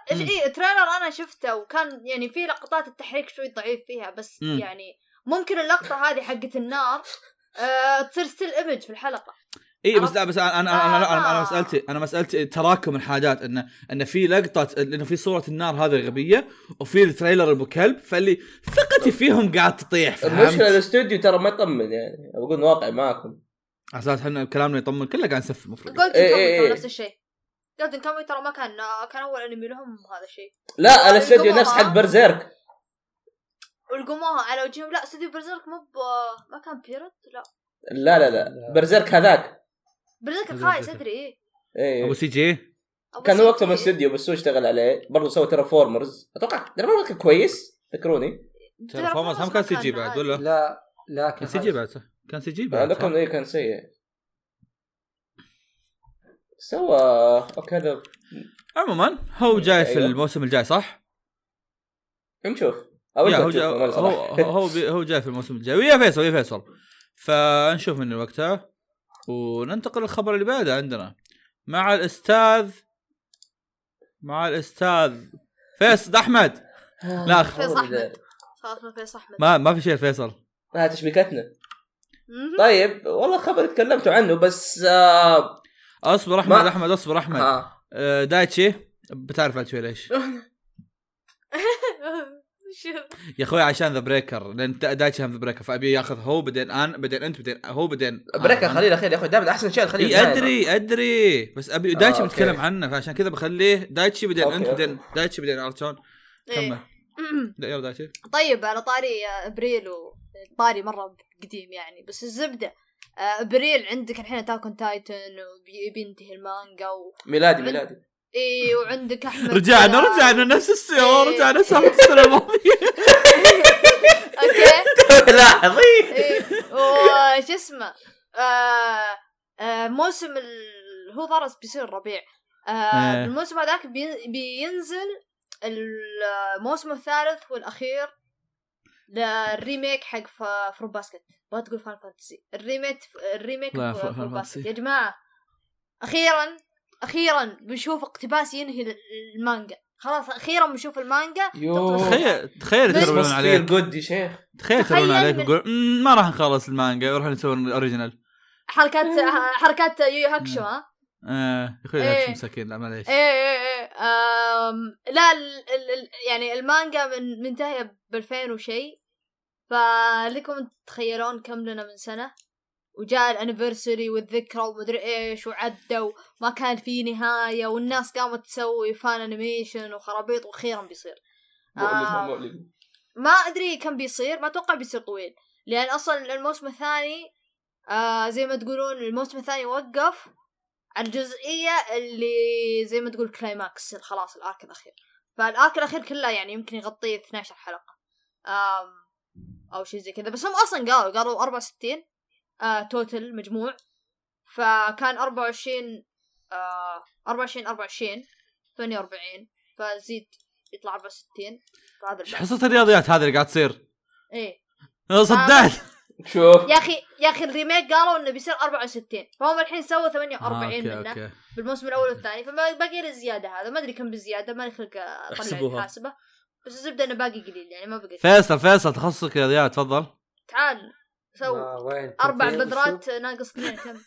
ايش ايه تريلر انا شفته وكان يعني في لقطات التحريك شوي ضعيف فيها بس م. يعني ممكن اللقطه هذه حقت النار أه تصير ستيل ايمج في الحلقه. اي بس لا بس انا انا انا, أنا, أنا, أنا مسالتي انا مسالتي تراكم الحاجات انه انه في لقطه انه في صوره النار هذه الغبيه وفي التريلر ابو كلب فاللي ثقتي فيهم قاعد تطيح. المشكله الاستوديو ترى ما يطمن يعني اقول واقعي معكم اساس احنا كلامنا يطمن كله قاعد نسف المفروض. قلت إيه إيه نفس الشيء قلت كم ترى ما كان كان اول انمي لهم هذا الشيء. لا الاستوديو نفس حق برزيرك والقموها على وجههم. لا استوديو برزيرك مو ما كان بيرت. لا لا لا لا برزيرك هذاك برزيرك الخايس ادري ايه ايه ابو سي جي كان وقته من الاستوديو بس هو اشتغل عليه برضه سوى ترافورمرز اتوقع ترافورمرز كان كويس فكروني. ترافورمرز هم كان سي جي بعد ولا لا لا كان سي جي بعد كان سي جي بعد لكن ايه كان سيء سوى اوكي هذا عموما هو جاي في الموسم الجاي صح نشوف او هو جاي هو هو هو جاي في الموسم الجاي ويا فيصل ويا فيصل فنشوف من وقتها وننتقل للخبر اللي بعده عندنا مع الاستاذ مع الاستاذ فيصل احمد. لا فيصل احمد خلاص ما فيصل احمد ما ما في شيء فيصل ها تشبيكتنا. طيب والله خبر تكلمتوا عنه بس آه اصبر احمد ما... احمد اصبر احمد آه دايتشي بتعرف على شوي ليش يا اخوي عشان ذا بريكر لان دايتشي هم ذا بريكر فابي ياخذ هو بعدين انا بعدين انت بعدين هو بعدين بريكر خليه الاخير يا اخوي دائما احسن شيء خليه. ادري ادري بس ابي دايتشي آه بتكلم عنه فعشان كذا بخليه دايتشي بعدين انت بعدين دايتشي بعدين ارتون كمل. لا يلا دايتشي. طيب على طاري ابريل وطاري مره قديم يعني بس الزبده ابريل عندك الحين اتاك اون تايتن وبينتهي المانجا و... ميلادي ميلادي ايه وعندك احمد رجعنا رجعنا نفس السيارة إيه. رجعنا سالفة السنة الماضية اوكي لاحظي ايه وش اسمه آه آه موسم ال... هو ضرس بيصير الربيع آه الموسم هذاك بي... بينزل الموسم الثالث والاخير للريميك حق فرو باسكت. ما تقول فان فانتسي الريميك الريميك فرو باسكت يا جماعة. اخيرا اخيرا بنشوف اقتباس ينهي المانجا خلاص اخيرا بنشوف المانجا. تخيل تخيل يترون عليك جود يا شيخ تخيل يترون عليك يقول ما راح نخلص المانجا وراح نسوي الاوريجينال حركات حركات يو هاكشو ها اه يا اخوي هاكشو مساكين لا معليش ايه ايه ايه لا ال ال يعني المانجا من منتهيه بألفين وشيء فلكم تتخيلون كم لنا من سنه وجاء الانيفرساري والذكرى ومدري ايش وعدوا ما كان في نهايه والناس قامت تسوي فان انيميشن وخرابيط واخيرا بيصير. آه ما ادري كم بيصير ما اتوقع بيصير طويل لان اصلا الموسم الثاني آه زي ما تقولون الموسم الثاني وقف على الجزئيه اللي زي ما تقول كلايماكس خلاص الارك الاخير فالارك الاخير كله يعني يمكن يغطيه اثنتي عشرة حلقه آم او شيء زي كذا بس هم اصلا قالوا قالوا أربعة وستين آه توتل مجموع فكان أربعة وعشرين آه أربعة وعشرين أربعة وعشرين ثمانية وأربعين فزيد يطلع أربعة وستين فهذا ايش حصة الرياضيات هذه اللي قاعد تصير ايه صدقت شوف يا اخي يا اخي الريميك قالوا انه بيصير أربعة وستين فهم الحين سووا ثمانية وأربعين آه، منه أوكي. بالموسم الاول والثاني فما باقي له زياده هذا ما ادري كم بالزياده ما خلق اطلع الحاسبه بس الزبده انه باقي قليل يعني ما بقي. فيصل فيصل تخصصك رياضيات تفضل تعال سو أربع بذرات ناقص اثنين كم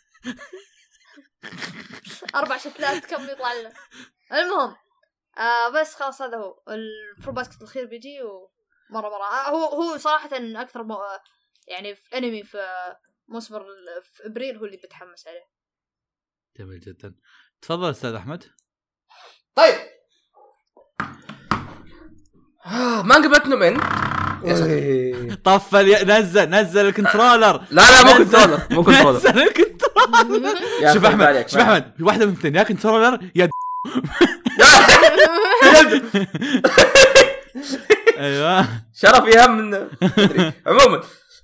أربع شكلات كم يطلع لنا. المهم آه بس خلاص هذا هو الفرو باسكت الأخير بيجي ومرة مرة آه هو هو صراحة أكثر م... يعني في أنمي في موسم في إبريل هو اللي بتحمس عليه. جميل جدا تفضل أستاذ أحمد. طيب ما قبلتنا من طفل نزل نزل الكنترولر. لا لا مو كنترولر مو كنترولر نزل الكنترولر. شوف احمد شوف احمد واحده من اثنين يا كنترولر يا ايوه شرف يهم من عموما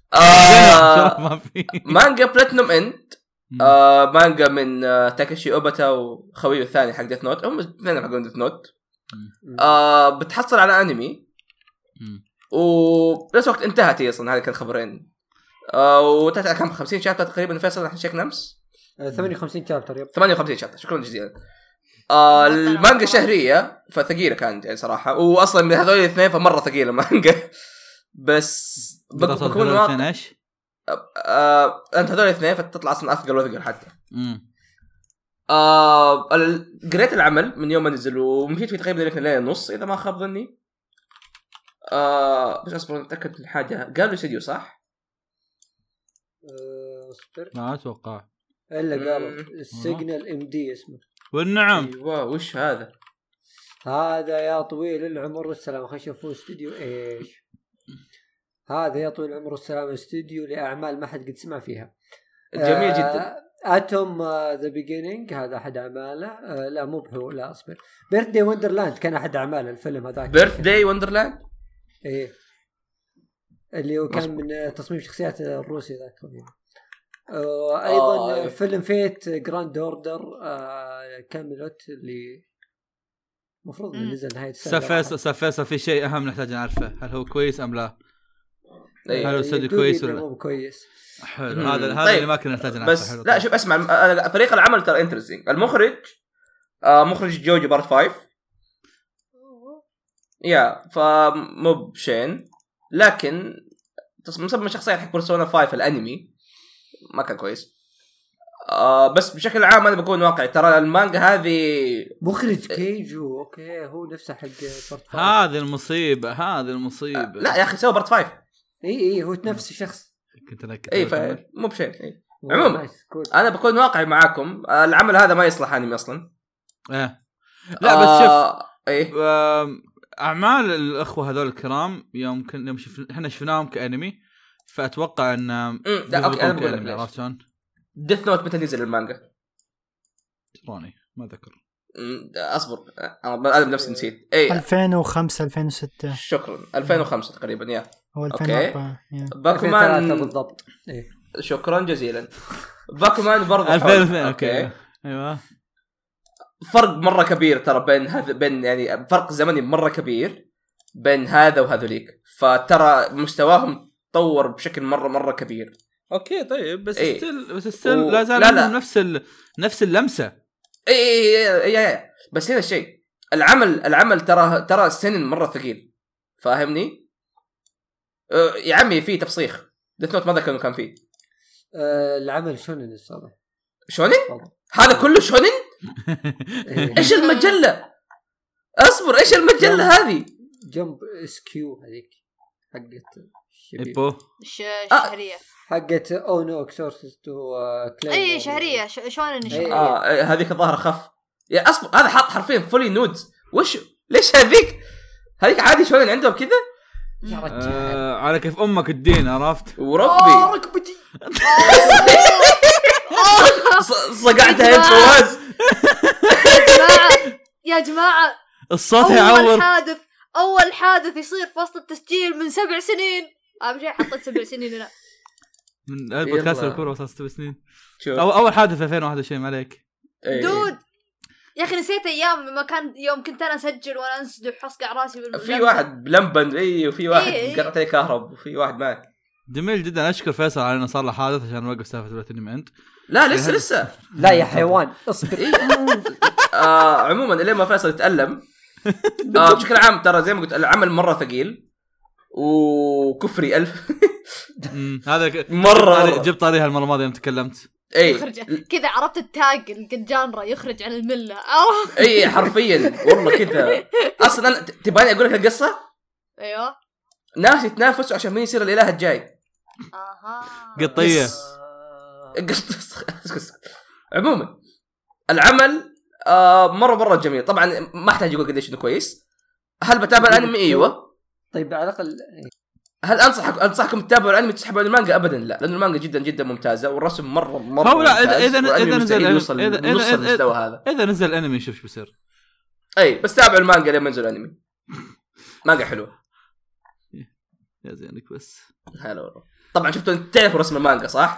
مانجا بلاتنوم اند مانجا من تاكاشي اوباتا وخويه الثاني حق ديث نوت هم اثنين حقون ديث نوت بتحصل على انمي وبنفس الوقت انتهت هي اصلا. هذه كان خبرين آه وتعطي كم خمسين شابتر تقريبا. فيصل احنا شيك نمس ثمانية وخمسين شابتر يب ثمانية وخمسين شابتر شكرا جزيلا. آه المانجا شهريه فثقيله كانت يعني صراحه، واصلا من هذول الاثنين فمره ثقيله المانجا. بس بكون واقع ايش آه انت هذول الاثنين فتطلع اصلا اثقل واثقل حتى. امم آه قريت العمل من يوم ما نزل ومشيت في تقريبا الاثنين ونص اذا ما خاب ظني. آه بس اصبر نتاكد من حاجه، قالوا استوديو صح؟ اصبر ما اتوقع الا قالوا السيجنال ام دي اسمه. والنعم ايوه وش هذا؟ هذا يا طويل العمر والسلامه. خلينا نشوف استوديو ايش هذا. يا طويل العمر والسلامه استوديو لاعمال ما حد قد سمع فيها. جميل آه جدا. اتوم ذا بيجينينج هذا احد اعماله. آه لا مو هو، لا اصبر. بيرث داي وندرلاند كان احد اعمال الفيلم هذاك. بيرث داي وندرلاند ايه اللي هو كان من تصميم شخصيات الروسي ذاك. آه ايضا آه فيلم فيت جراند اوردر آه كاميلوت اللي المفروض انه نزل نهايه السنه. سفيس سفيس في شيء اهم نحتاج نعرفه، هل هو كويس ام لا؟ هل هو استوديو كويس ولا مو كويس؟ حلو. هذا هذا طيب. اللي ما كنا نحتاج نعرفه. بس لا شوف اسمع، فريق العمل ترى انترستينج. المخرج آه مخرج جوجو بارت خمسة يا فمو بشين، لكن تصميم شخصية حق بيرسونا خمسة الانمي ما كان كويس. آه بس بشكل عام انا بكون واقعي، ترى المانجا هذه مخرج كيجو اوكي هو نفسه حق بارت خمسة. هذه المصيبه هذه المصيبه آه لا يا اخي سوى بارت خمسة. اي اي هو نفس الشخص. كنت لك اي فمو بشين. إيه. عموما انا بكون واقعي معاكم، آه العمل هذا ما يصلح انمي اصلا. ايه لا بس شوف آه ايه اعمال الاخوه هذول الكرام يوم كنا يوم شفنا احنا شفناهم كانمي، فاتوقع ان لا اوكي انا بقول لك عرفت شلون ديث نوت متى نزل المانجا؟ تراني ما ذكر. اصبر انا بنفسي نسيت. اي ألفين وخمسة ألفين وستة. شكرا ألفين وخمسة تقريبا. يا هو ألفين وأربعة باكومان بالضبط. إيه. شكرا جزيلا. باكومان برضه ألفين واثنين اوكي ايوه. فرق مره كبير ترى بين هذا بين يعني فرق زمني مره كبير بين هذا وهذوليك، فترى مستواهم تطور بشكل مره مره كبير. اوكي طيب بس إيه. ستيل بس ستيل و... لا زال لا لا. نفس ال... نفس اللمسه. اي اي اي اي بس هنا الشيء العمل العمل ترى ترى السنن مره ثقيل فاهمني. أه يا عمي في تفسيخ. ديث نوت ماذا كانوا كان فيه أه العمل شونن الصراحه. شونن هذا كله شونن. ايش المجله؟ اصبر ايش المجله هذه؟ جمب اس كيو هذيك حقت ايبو الشهريه حقت او نو اكسورسز تو كليم. اي شهريه شلون اني اه هذيك الظاهر خف يا اصبر. هذا حاط حرفين فولي نودز. وش ليش هذيك هذيك عادي شلون عندهم كذا يا رجال آه على كيف امك الدين عرفت وربي ركبتي صقعتها فواز. يا جماعه يا جماعه الصوت اول يعور. حادث اول حادث يصير في وسط التسجيل من سبع سنين. اهم شيء حطيت سبع سنين هنا من البودكاست الكوره وصل ست سنين. شوف أو اول حادث ألفين وواحد وعشرين ما عليك دود. يا اخي نسيت ايام ما كان يوم كنت انا اسجل وانا انسدح حصقع راسي باللمبة. في واحد بلمبن اي وفي واحد إيه. قرأت عليه كهرب وفي واحد مات. جميل جدا. اشكر فيصل على انه صار له حادث عشان نوقف سالفه الانمي. لا لسه لسه لا يا حيوان اصبر. آه عموما لين ما فيصل يتألم. آه بشكل عام ترى زي ما قلت العمل مرة ثقيل وكفري ألف. هذا مرة جبت طاريها المرة الماضية يوم تكلمت. اي كذا عرفت التاج الجانرا يخرج عن الملة. اي حرفيا والله كذا. اصلا انا تبغاني اقول لك القصة. ايوه ناس يتنافسوا عشان مين يصير الاله الجاي. اها قطية عموما العمل آه مرة مرة جميل. طبعا ما احتاج اقول قديش انه كويس. هل بتابع الانمي؟ ايوه. طيب على الاقل هل انصحك انصحكم تتابعوا الانمي تسحبوا على المانجا؟ ابدا لا، لان المانجا جدا جدا ممتازه والرسم مره مره هو لا اذا اذا اذا نزل يوصل اذا نص المستوى هذا. اذا نزل الانمي شوف ايش بيصير. اي بس تابعوا المانجا لما ينزل الانمي. مانجا حلوه يا زينك بس حلو. طبعا شفتوا انت تعرفوا رسم المانجا صح؟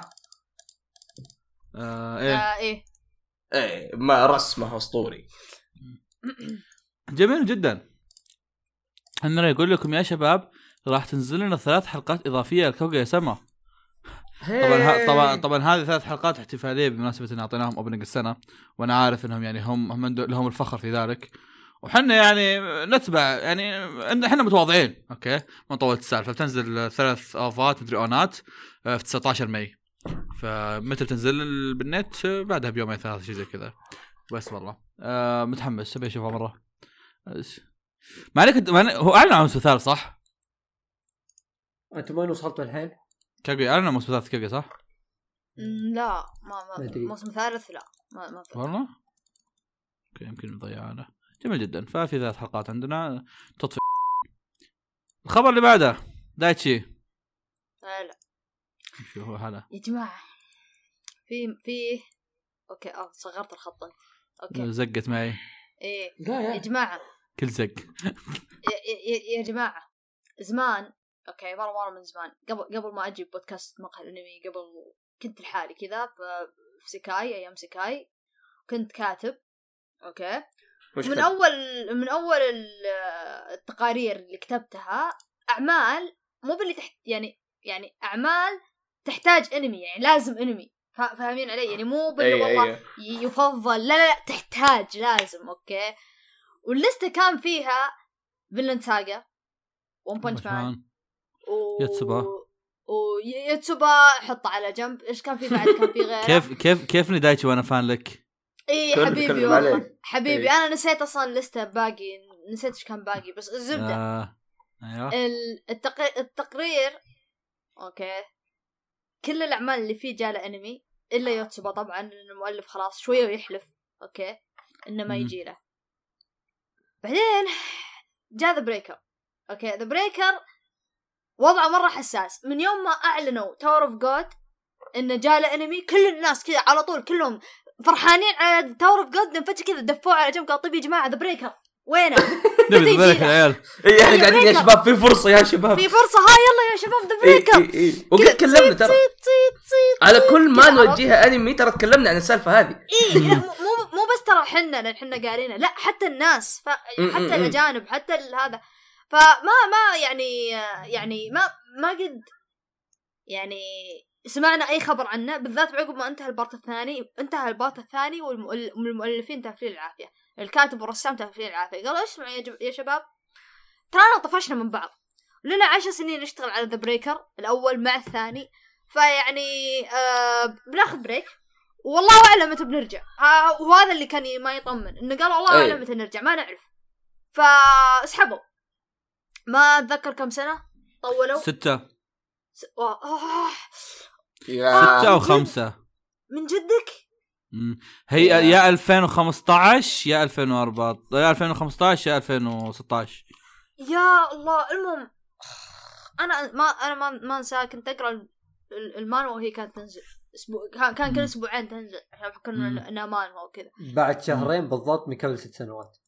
آه ايه آه ايه ايه ما رسمه اسطوري جميل جدا. انا يقول لكم يا شباب راح تنزل لنا ثلاث حلقات اضافيه لكوغا سما. طبعا طبعا طبعا هذه ثلاث حلقات احتفاليه بمناسبه ان اعطيناهم اوبننج السنه، وانا عارف انهم يعني هم هم لهم الفخر في ذلك، وحنا يعني نتبع يعني احنا متواضعين. اوكي ما طولت السالفه. بتنزل ثلاث اوفات مدري اونات في تسعة عشر ماي، فمتى بتنزل بالنت بعدها بيومين ثلاثه شيء زي كذا. بس والله أه متحمس ابي اشوفها مره. ما عليك هو اعلن عن موسم ثالث صح؟ انتم وين وصلتوا الحين؟ كاغي اعلن عن موسم ثالث كاغي صح؟ لا ما ما موسم ثالث لا ما ما والله اوكي يمكن مضيعنا. جميل جدا. ففي ثلاث حلقات عندنا تطفي. الخبر اللي بعده دايتشي. لا شو هو هذا يا جماعه؟ في في اوكي اه صغرت الخط. اوكي زقت معي. ايه يا جماعه كل زق. يا, يا, يا جماعه زمان اوكي مره مره من زمان قبل قبل ما اجي بودكاست مقهى الانمي، قبل كنت لحالي كذا في سكاي ايام سكاي، كنت كاتب. اوكي من اول من اول التقارير اللي كتبتها اعمال مو باللي تحت يعني يعني اعمال تحتاج انمي، يعني لازم انمي، فاهمين علي؟ يعني مو باللي أيه والله أيه. يفضل، لا لا لا تحتاج لازم. اوكي والليسته كان فيها فيلن ساغا، ون بانش مان، و يتسوبا ويتسوبا حطه على جنب. ايش كان في بعد؟ كان في غيره. كيف كيف كيفني دايتشي وانا فان لك. اي حبيبي والله حبيبي. انا نسيت اصلا لسته باقي، نسيت ايش كان باقي، بس الزبده آه. أيوه. التق... التقرير اوكي كل الاعمال اللي فيه جاله انمي الا يوتسوبا طبعا، لان المؤلف خلاص شويه ويحلف اوكي انه ما يجي له. بعدين جاء ذا بريكر. اوكي ذا بريكر وضعه مره حساس. من يوم ما اعلنوا تاور اوف جود انه جاله انمي، كل الناس كذا على طول كلهم فرحانين على تاور اوف جود، نفتح كذا دفعوا على جنب قال طيب يا جماعه ذا بريكر وينه؟ نبي بالك العيال يعني قاعدين يا شباب في فرصه يا شباب في فرصه ها يلا يا شباب ذا بريكر. إيه إيه. وقد تكلمنا ترى على كل ما نوجهها انمي، ترى تكلمنا عن السالفه هذه. اي لا مو مو بس ترى حنا لان حنا قارينا، لا حتى الناس ف... حتى الاجانب حتى هذا. فما ما يعني يعني ما ما قد يعني سمعنا اي خبر عنه، بالذات عقب ما انتهى البارت الثاني. انتهى البارت الثاني والمؤلفين تافلين العافيه، الكاتب والرسام تافلين العافيه. قالوا اسمعوا يا شباب ترانا طفشنا من بعض، لنا عشر سنين نشتغل على ذا بريكر الاول مع الثاني، فيعني آه بناخذ بريك والله اعلم متى بنرجع. وهذا اللي كان ما يطمن، انه قال الله اعلم متى نرجع ما نعرف. فاسحبوا ما اتذكر كم سنه طولوا. ستة س... آه. ستة أو خمسة من جدك. مم. هي يا, يا ألفين وخمسة عشر يا ألفين وأربعة يا ألفين وخمسة عشر يا ألفين وستة عشر. يا الله. المهم انا ما انا ما ما انسى، كنت اقرا المانوا وهي كانت تنزل اسبوع، كان كل اسبوعين تنزل احنا كنا انها مانوا وكذا. بعد شهرين مم. بالضبط مكمل ست سنوات.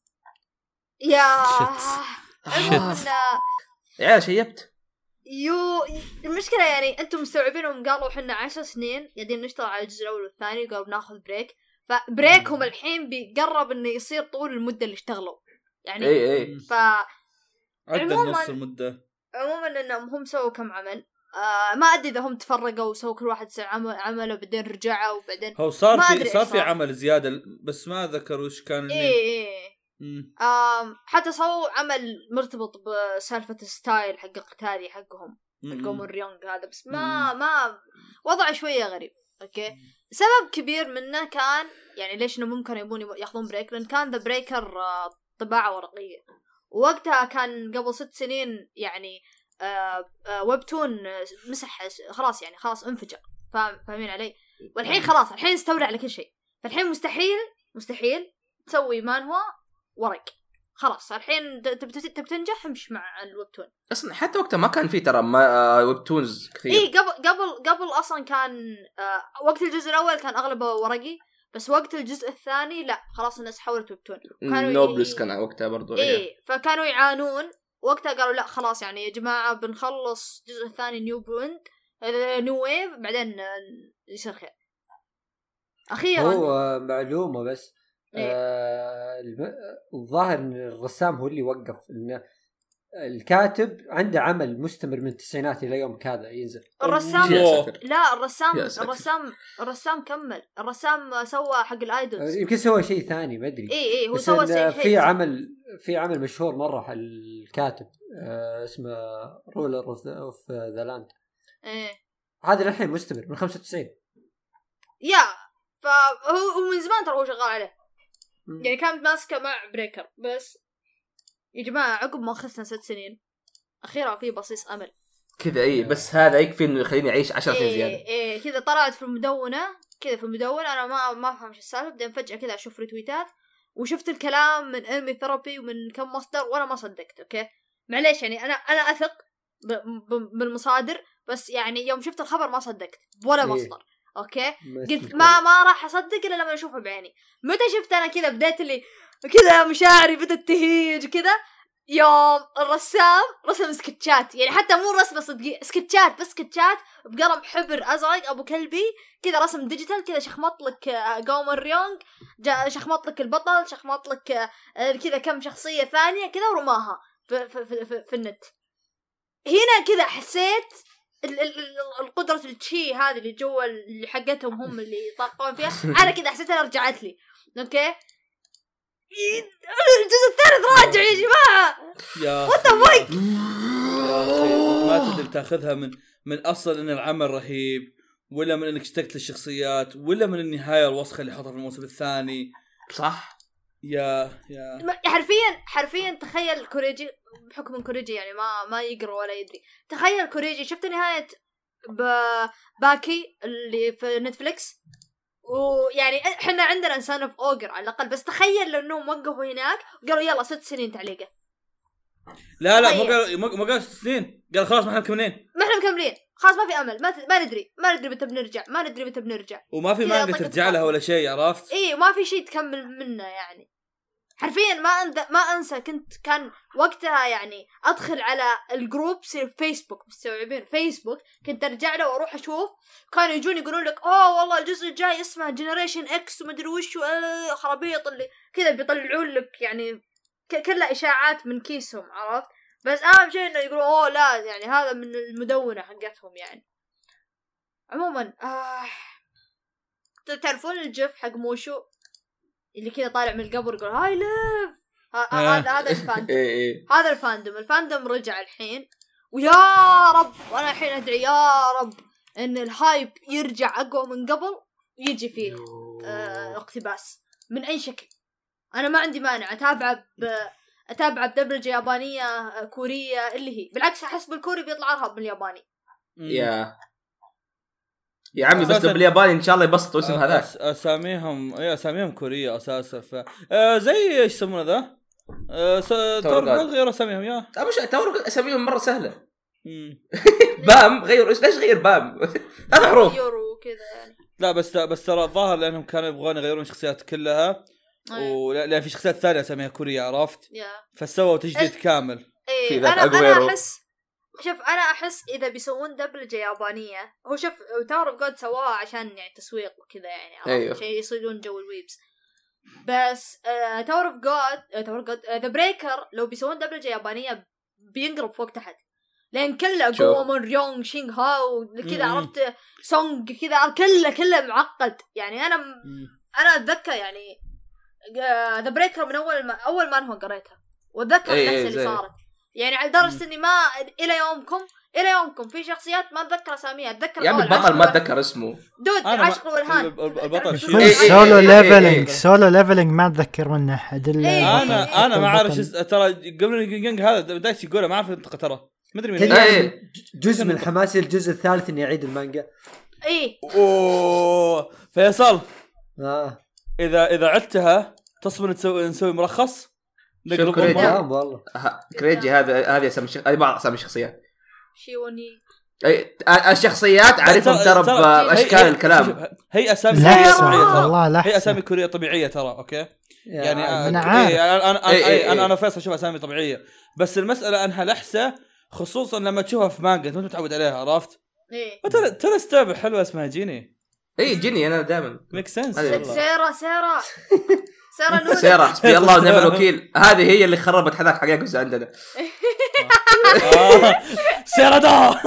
يا المهم يا شيبت يو المشكله يعني انتم مستوعبينهم قالوا احنا عشر سنين قاعدين نشتغل على الجزء الاول والثاني، قالوا بناخذ بريك، فبريكهم الحين بيقرب انه يصير طول المده اللي اشتغلوا يعني. اي اي ف عدى نص المده. عموما انهم هم سووا كم عمل، آه ما ادري اذا هم تفرقوا وسووا كل واحد سوى عمل عمله وبعدين رجعوا وبعدين هو صار في صار في عمل زياده بس ما ذكروا ايش كان. اي اي آم حتى سووا عمل مرتبط بسالفة ستايل حق القتالي حقهم حقهم الريونغ هذا، بس ما ما وضع شوية غريب. اوكي سبب كبير منه كان يعني ليش انه ممكن يبون ياخذون بريك، لان كان ذا بريكر طباعة ورقية، ووقتها كان قبل ست سنين يعني ويبتون مسح خلاص يعني خلاص انفجر، فاهمين علي؟ والحين خلاص الحين استولى على كل شيء، فالحين مستحيل مستحيل تسوي مانهوا ورق. خلاص الحين تبي تنجح امش مع الويبتون. اصلا حتى وقتها ما كان في ترى ما ويبتونز كثير. اي قبل قبل قبل اصلا كان آه وقت الجزء الاول كان اغلبه ورقي، بس وقت الجزء الثاني لا خلاص الناس حولت ويبتون. كانوا نوبلس ي... كان وقتها برضو اي فكانوا يعانون وقتها، قالوا لا خلاص يعني يا جماعه بنخلص الجزء الثاني نيو بويند نيو ويف بعدين يصير خير. اخيرا هو معلومه بس إيه؟ آه الظاهر ان الرسام هو اللي وقف انه الكاتب عنده عمل مستمر من التسعينات الى يوم كذا ينزل. الرسام لا الرسام الرسام الرسام كمل الرسام سوى حق الايدولز يمكن سوى شيء ثاني ما ادري. اي اي هو سوى شيء في عمل في عمل مشهور مره الكاتب آه اسمه رولر اوف ذا لاند ايه هذا الحين مستمر من خمسة وتسعين يا فهو من زمان ترى هو شغال عليه م. يعني كان ماسكه مع بريكر بس يا جماعه عقب ما خلصنا ست سنين اخيرا في بصيص امل كذا. اي بس هذا يكفي انه يخليني اعيش عشر سنين إيه زياده. ايه كذا طلعت في المدونه كذا في المدونه انا ما ما افهم ايش السالفه بعدين فجاه كذا اشوف ريتويتات وشفت الكلام من انمي ثيرابي ومن كم مصدر وانا ما صدقت. اوكي معليش يعني انا انا اثق بالمصادر بس يعني يوم شفت الخبر ما صدقت ولا مصدر. اوكي قلت ما ما راح اصدق الا لما اشوفه بعيني. متى شفت انا كذا بديت اللي كذا مشاعري بدت تهيج كذا يوم الرسام رسم سكتشات يعني حتى مو رسمه صدقي سكتشات بس سكتشات بقلم حبر ازرق ابو كلبي كذا رسم ديجيتال كذا شخمط لك جومر ريونغ شخمط لك البطل شخمط لك كذا كم شخصيه ثانيه كذا ورماها في, في, في, في, في النت. هنا كذا حسيت القدرة التشي هذه اللي جوا اللي حقتهم هم اللي يطاقون فيها أنا كذا حسيتها رجعت لي. أوكي الجزء الثالث راجع يا جماعة يا وات ذا فاك يا أخي ما تقدر تاخذها من من أصل إن العمل رهيب ولا من إنك اشتقت للشخصيات ولا من النهاية الوسخة اللي حطها في الموسم الثاني. صح يا يا حرفيا حرفيا تخيل كوريجي بحكم من كوريجي يعني ما ما يقرأ ولا يدري. تخيل كوريجي شفت نهاية باكي اللي في نتفليكس ويعني احنا عندنا انسان في اوجر على الاقل بس تخيل لو انهم وقفوا هناك وقالوا يلا ست سنين تعليقه. لا لا مو قالوا مو قالوا ست سنين قال خلاص ما احنا مكملين ما احنا مكملين خلاص ما في امل ما ت... ما ندري ما ندري متى بنرجع ما ندري متى بنرجع وما في مانجا ترجع لها ولا شيء عرفت. ايه وما في شيء تكمل منه يعني حرفيا ما أنت... ما انسى كنت كان وقتها يعني ادخل على الجروب في فيسبوك مستوعبين فيسبوك كنت ارجع له واروح اشوف كانوا يجون يقولون لك اوه والله الجزء الجاي اسمه جنريشن اكس ومدري وش خرابيط اللي كذا بيطلعون لك يعني ك... كلها اشاعات من كيسهم عرفت. بس اهم شيء انه يقولوا اوه لا يعني هذا من المدونة حقتهم يعني. عموما آه... تعرفون الجف حق موشو اللي كذا طالع من القبر يقول هاي ليف هذا هذا الفاندوم هذا الفاندوم الفاندوم رجع الحين ويا رب وانا الحين ادعي يا رب ان الهايب يرجع اقوى من قبل ويجي فيه آه اقتباس من اي شكل. انا ما عندي مانع اتابع ب اتابع بدبلجه يابانيه كوريه اللي هي بالعكس احس بالكوري بيطلع ارهب من الياباني. يا يا عمي بس بالياباني ان شاء الله يبسطوا اسم هذاك اساميهم اي اساميهم كوريه اساسا ف آه زي ايش يسمونه ذا آه س... تور غير اساميهم يا مش تور اساميهم مره سهله بام غير ايش ليش غير بام هذا حروف يورو كذا يعني. لا بس بس ترى الظاهر لانهم كانوا يبغون يغيرون شخصيات كلها ولان في شخصيات ثانيه اساميها كوريه عرفت فسووا تجديد كامل. ايه انا انا احس شوف انا احس اذا بيسوون دبلجه يابانيه هو شوف تاور اوف جود سواه عشان يعني تسويق وكذا يعني أيوه. عشان يصيدون جو الويبس بس تاور اوف جود تاور اوف جود ذا بريكر لو بيسوون دبلجه يابانيه بينقرب فوق تحت لان كله جومون ريونغ شينغ هاو كذا عرفت سونج كذا كله كله معقد يعني. انا م... انا اتذكر يعني ذا بريكر من اول ما اول ما انا قريتها واتذكر الناس اللي صارت يعني على درجة اني ما الى يومكم الى يومكم في شخصيات ما اتذكر اساميها اتذكر يعني البطل ما اتذكر اسمه دود عشق والهان البطل سولو ليفلينج سولو ليفلينج ما اتذكر منه احد الا انا انا ما اعرف ترى قبل الجنج هذا بداية يقوله ما اعرف انت ترى ما ادري من ايه جزء من حماسي الجزء الثالث اني اعيد المانجا. ايه اوه فيصل اه اذا اذا عدتها تصبر نسوي نسوي ملخص نقلب والله كريجي هذا هذه اسم الشخ... هذه بعض اسامي الشخصيات شيوني اي الشخصيات عارفهم ترى باشكال الكلام هي اسامي طبيعيه ترى هي اسامي كوريه طبيعيه ترى اوكي يعني انا انا انا انا انا فيصل اشوف اسامي طبيعيه بس المساله انها لحسه خصوصا لما تشوفها في مانجا انت متعود عليها عرفت ايه ترى ترى استابع حلوه اسمها جيني اي جيني انا دائما ميك سنس سيرا سيرا سيرا نور سيرا حسبي الله ونعم الوكيل هذه هي اللي خربت حذاك حقك عندنا سيرادا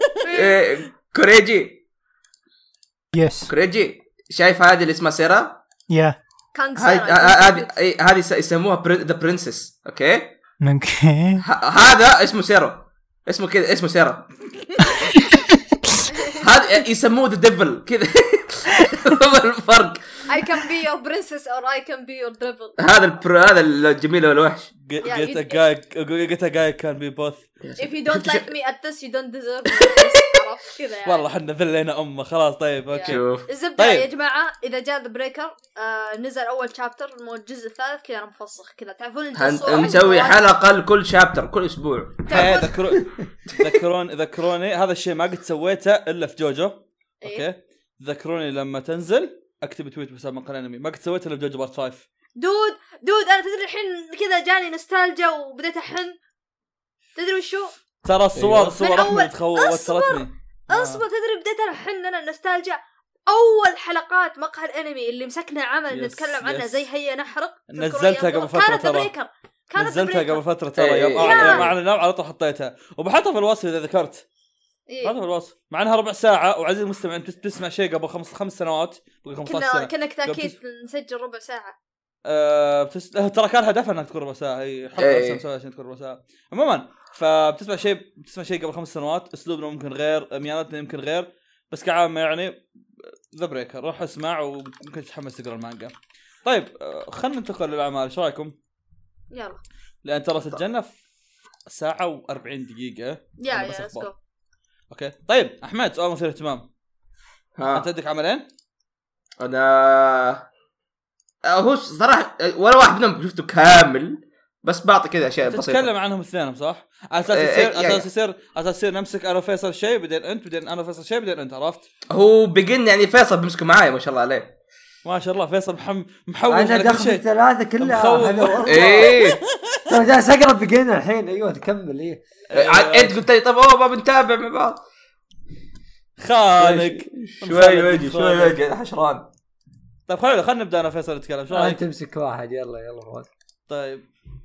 كوريجي يس كوريجي شايف هذه اللي اسمها سيرا يا كانغ هذه هذه يسموها ذا برنسس اوكي اوكي هذا اسمه سيرا اسمه كذا اسمه سيرا هذا يسموه ذا ديفل كذا هو الفرق I can be your princess or I can be your devil. هذا البر... هذا الجميل والوحش. Get a guy, get a guy can be both. If you don't like me at this, you don't deserve me. عرفت كذا يعني. والله حنا ذلينا أمه خلاص. طيب أوكي. الزبدة طيب. يا جماعة إذا جاء ذا بريكر آه نزل أول شابتر مو الجزء الثالث كذا أنا مفسخ كذا تعرفون الجزء. نسوي حلقة لكل شابتر كل أسبوع. ذكرون ذكرون ذكروني هذا الشيء ما قد سويته إلا في جوجو. أوكي. ذكروني لما تنزل. اكتب تويت بسبب مقال انمي ما كنت سويته الا بجوجو بارت خمسة. دود دود انا تدري الحين كذا جاني نوستالجيا وبديت احن. تدري وشو ترى الصور صور احمد تخوفت وترتني. اصبر تدري بديت احن انا نوستالجيا اول حلقات مقهى الانمي اللي مسكنا عمل يس نتكلم عنه زي هيا نحرق. نزلتها قبل فتره ترى نزلتها قبل فتره ترى يوم اعلنوا على طول حطيتها وبحطها في الوصف اذا ذكرت. إيه؟ هذا في الوصف مع انها ربع ساعه وعزيز المستمع انت تسمع شيء قبل خمس خمس سنوات قبل خمسطعش سنه كنا تاكيد نسجل ربع ساعه. أه بتس... ترى كان هدفها انها تكون ربع ساعه هي حلقه نسويها عشان تكون ربع ساعه. عموما فبتسمع شيء بتسمع شيء قبل خمس سنوات اسلوبنا ممكن غير مياناتنا يمكن غير بس كعامه يعني ذا بريكر روح اسمع وممكن تتحمس تقرا المانجا. طيب خلينا ننتقل للاعمال ايش رايكم؟ يلا لان ترى سجلنا في ساعه وأربعين دقيقه. يا يا ليتس جو. اوكي طيب احمد سؤال مثير اهتمام. ها انت عندك عملين؟ انا هو صراحه ولا واحد منهم شفته كامل بس بعطي كذا اشياء بسيطه تتكلم عنهم اثنين صح؟ على اساس يصير اساس يصير اساس يصير نمسك انا وفيصل شيء بعدين انت بعدين انا وفيصل شيء بعدين انت عرفت؟ هو بيجن يعني فيصل بيمسكه معايا ما شاء الله عليه. ما شاء الله فيصل محم محوش على كل شيء ثلاثه كلها. ايه ترى جالس اقرب بقينا الحين. ايوه تكمل. ايه انت قلت لي طب اوه ما بنتابع مع بعض خانق شوي ويجي شوي ويجي حشران. طيب خلينا خلينا نبدا انا فيصل نتكلم شو رايك؟ انت تمسك واحد يلا يلا فواز. طيب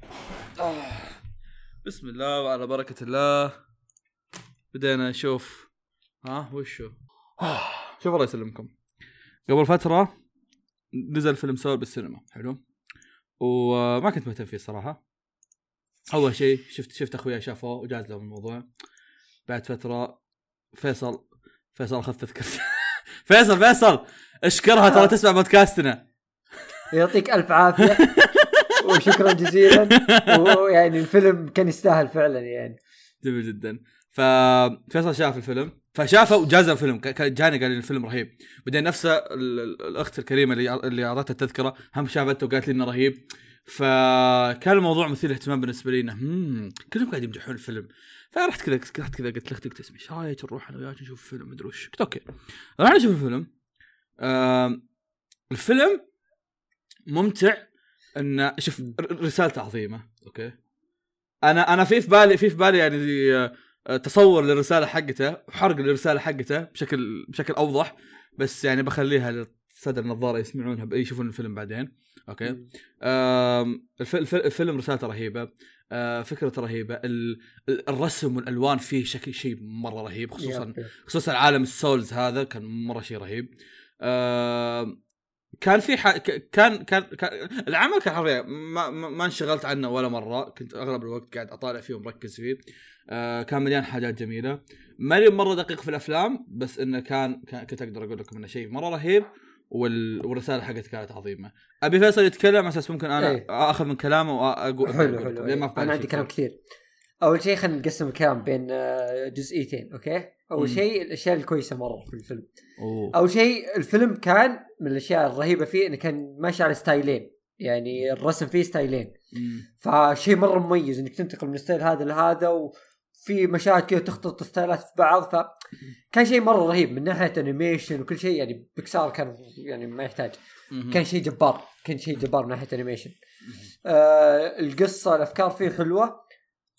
بسم الله وعلى بركه الله بدينا نشوف ها وشو شوف الله يسلمكم. قبل فتره نزل فيلم سول بالسينما حلو وما كنت مهتم فيه صراحه. اول شيء شفت شفت اخويا شافوه وجاز لهم الموضوع. بعد فتره فيصل فيصل اخذ تذكرة فيصل فيصل اشكرها ترى تسمع بودكاستنا. يعطيك الف عافيه وشكرا جزيلا. ويعني الفيلم كان يستاهل فعلا يعني جميل جدا. ففيصل شاف الفيلم فشافه وجاز الفيلم كان جاني قال لي الفيلم رهيب. بعدين نفسه الاخت الكريمه اللي اللي اعطتها التذكره هم شافته وقالت لي انه رهيب. فكان الموضوع مثير اهتمام بالنسبه لي. امم كلهم قاعدين يمدحون الفيلم. فرحت كذا رحت كذا قلت لاختي قلت اسمي ايش رايك نروح انا وياك نشوف فيلم مدري وش. قلت اوكي رحنا نشوف الفيلم. آه الفيلم ممتع ان شوف رسالته عظيمه. اوكي انا انا في في بالي في في بالي يعني تصور للرساله حقته وحرق للرساله حقته بشكل بشكل اوضح بس يعني بخليها للساده النظاره يسمعونها يشوفون الفيلم بعدين. اوكي الفيلم رسالته رهيبه. آه فكرة رهيبة. الرسم والألوان فيه شكل شيء مرة رهيب خصوصا خصوصا عالم السولز هذا كان مرة شيء رهيب. آه كان في ح... كان كان كان العمل كان حرفيا ما ما انشغلت عنه ولا مرة. كنت أغلب الوقت قاعد أطالع فيه ومركز فيه. آه كان مليان حاجات جميلة. ماني مرة دقيق في الأفلام بس إنه كان, كان كنت أقدر أقول لكم إنه شيء مرة رهيب وال... والرسالة حقتها كانت عظيمة. أبي فيصل يتكلم على أساس ممكن أنا ايه. أخذ من كلامه وأقول حلو حلو ايه. أنا عندي كلام كثير. أول شيء خلينا نقسم الكلام بين جزئيتين. أوكي أول شيء الأشياء الكويسة مرة في الفيلم. أوه. أول شيء الفيلم كان من الأشياء الرهيبة فيه إنه كان ماشي على ستايلين يعني الرسم فيه ستايلين. مم. فشيء مرة مميز إنك تنتقل من الستايل هذا لهذا وفي مشاهد كذا تخطط ستايلات في بعض. فكان شيء مرة رهيب من ناحية أنيميشن وكل شيء يعني بيكسار كان يعني ما يحتاج. مم. كان شيء جبار كان شيء جبار من ناحية أنيميشن. آه القصة الأفكار فيه حلوة.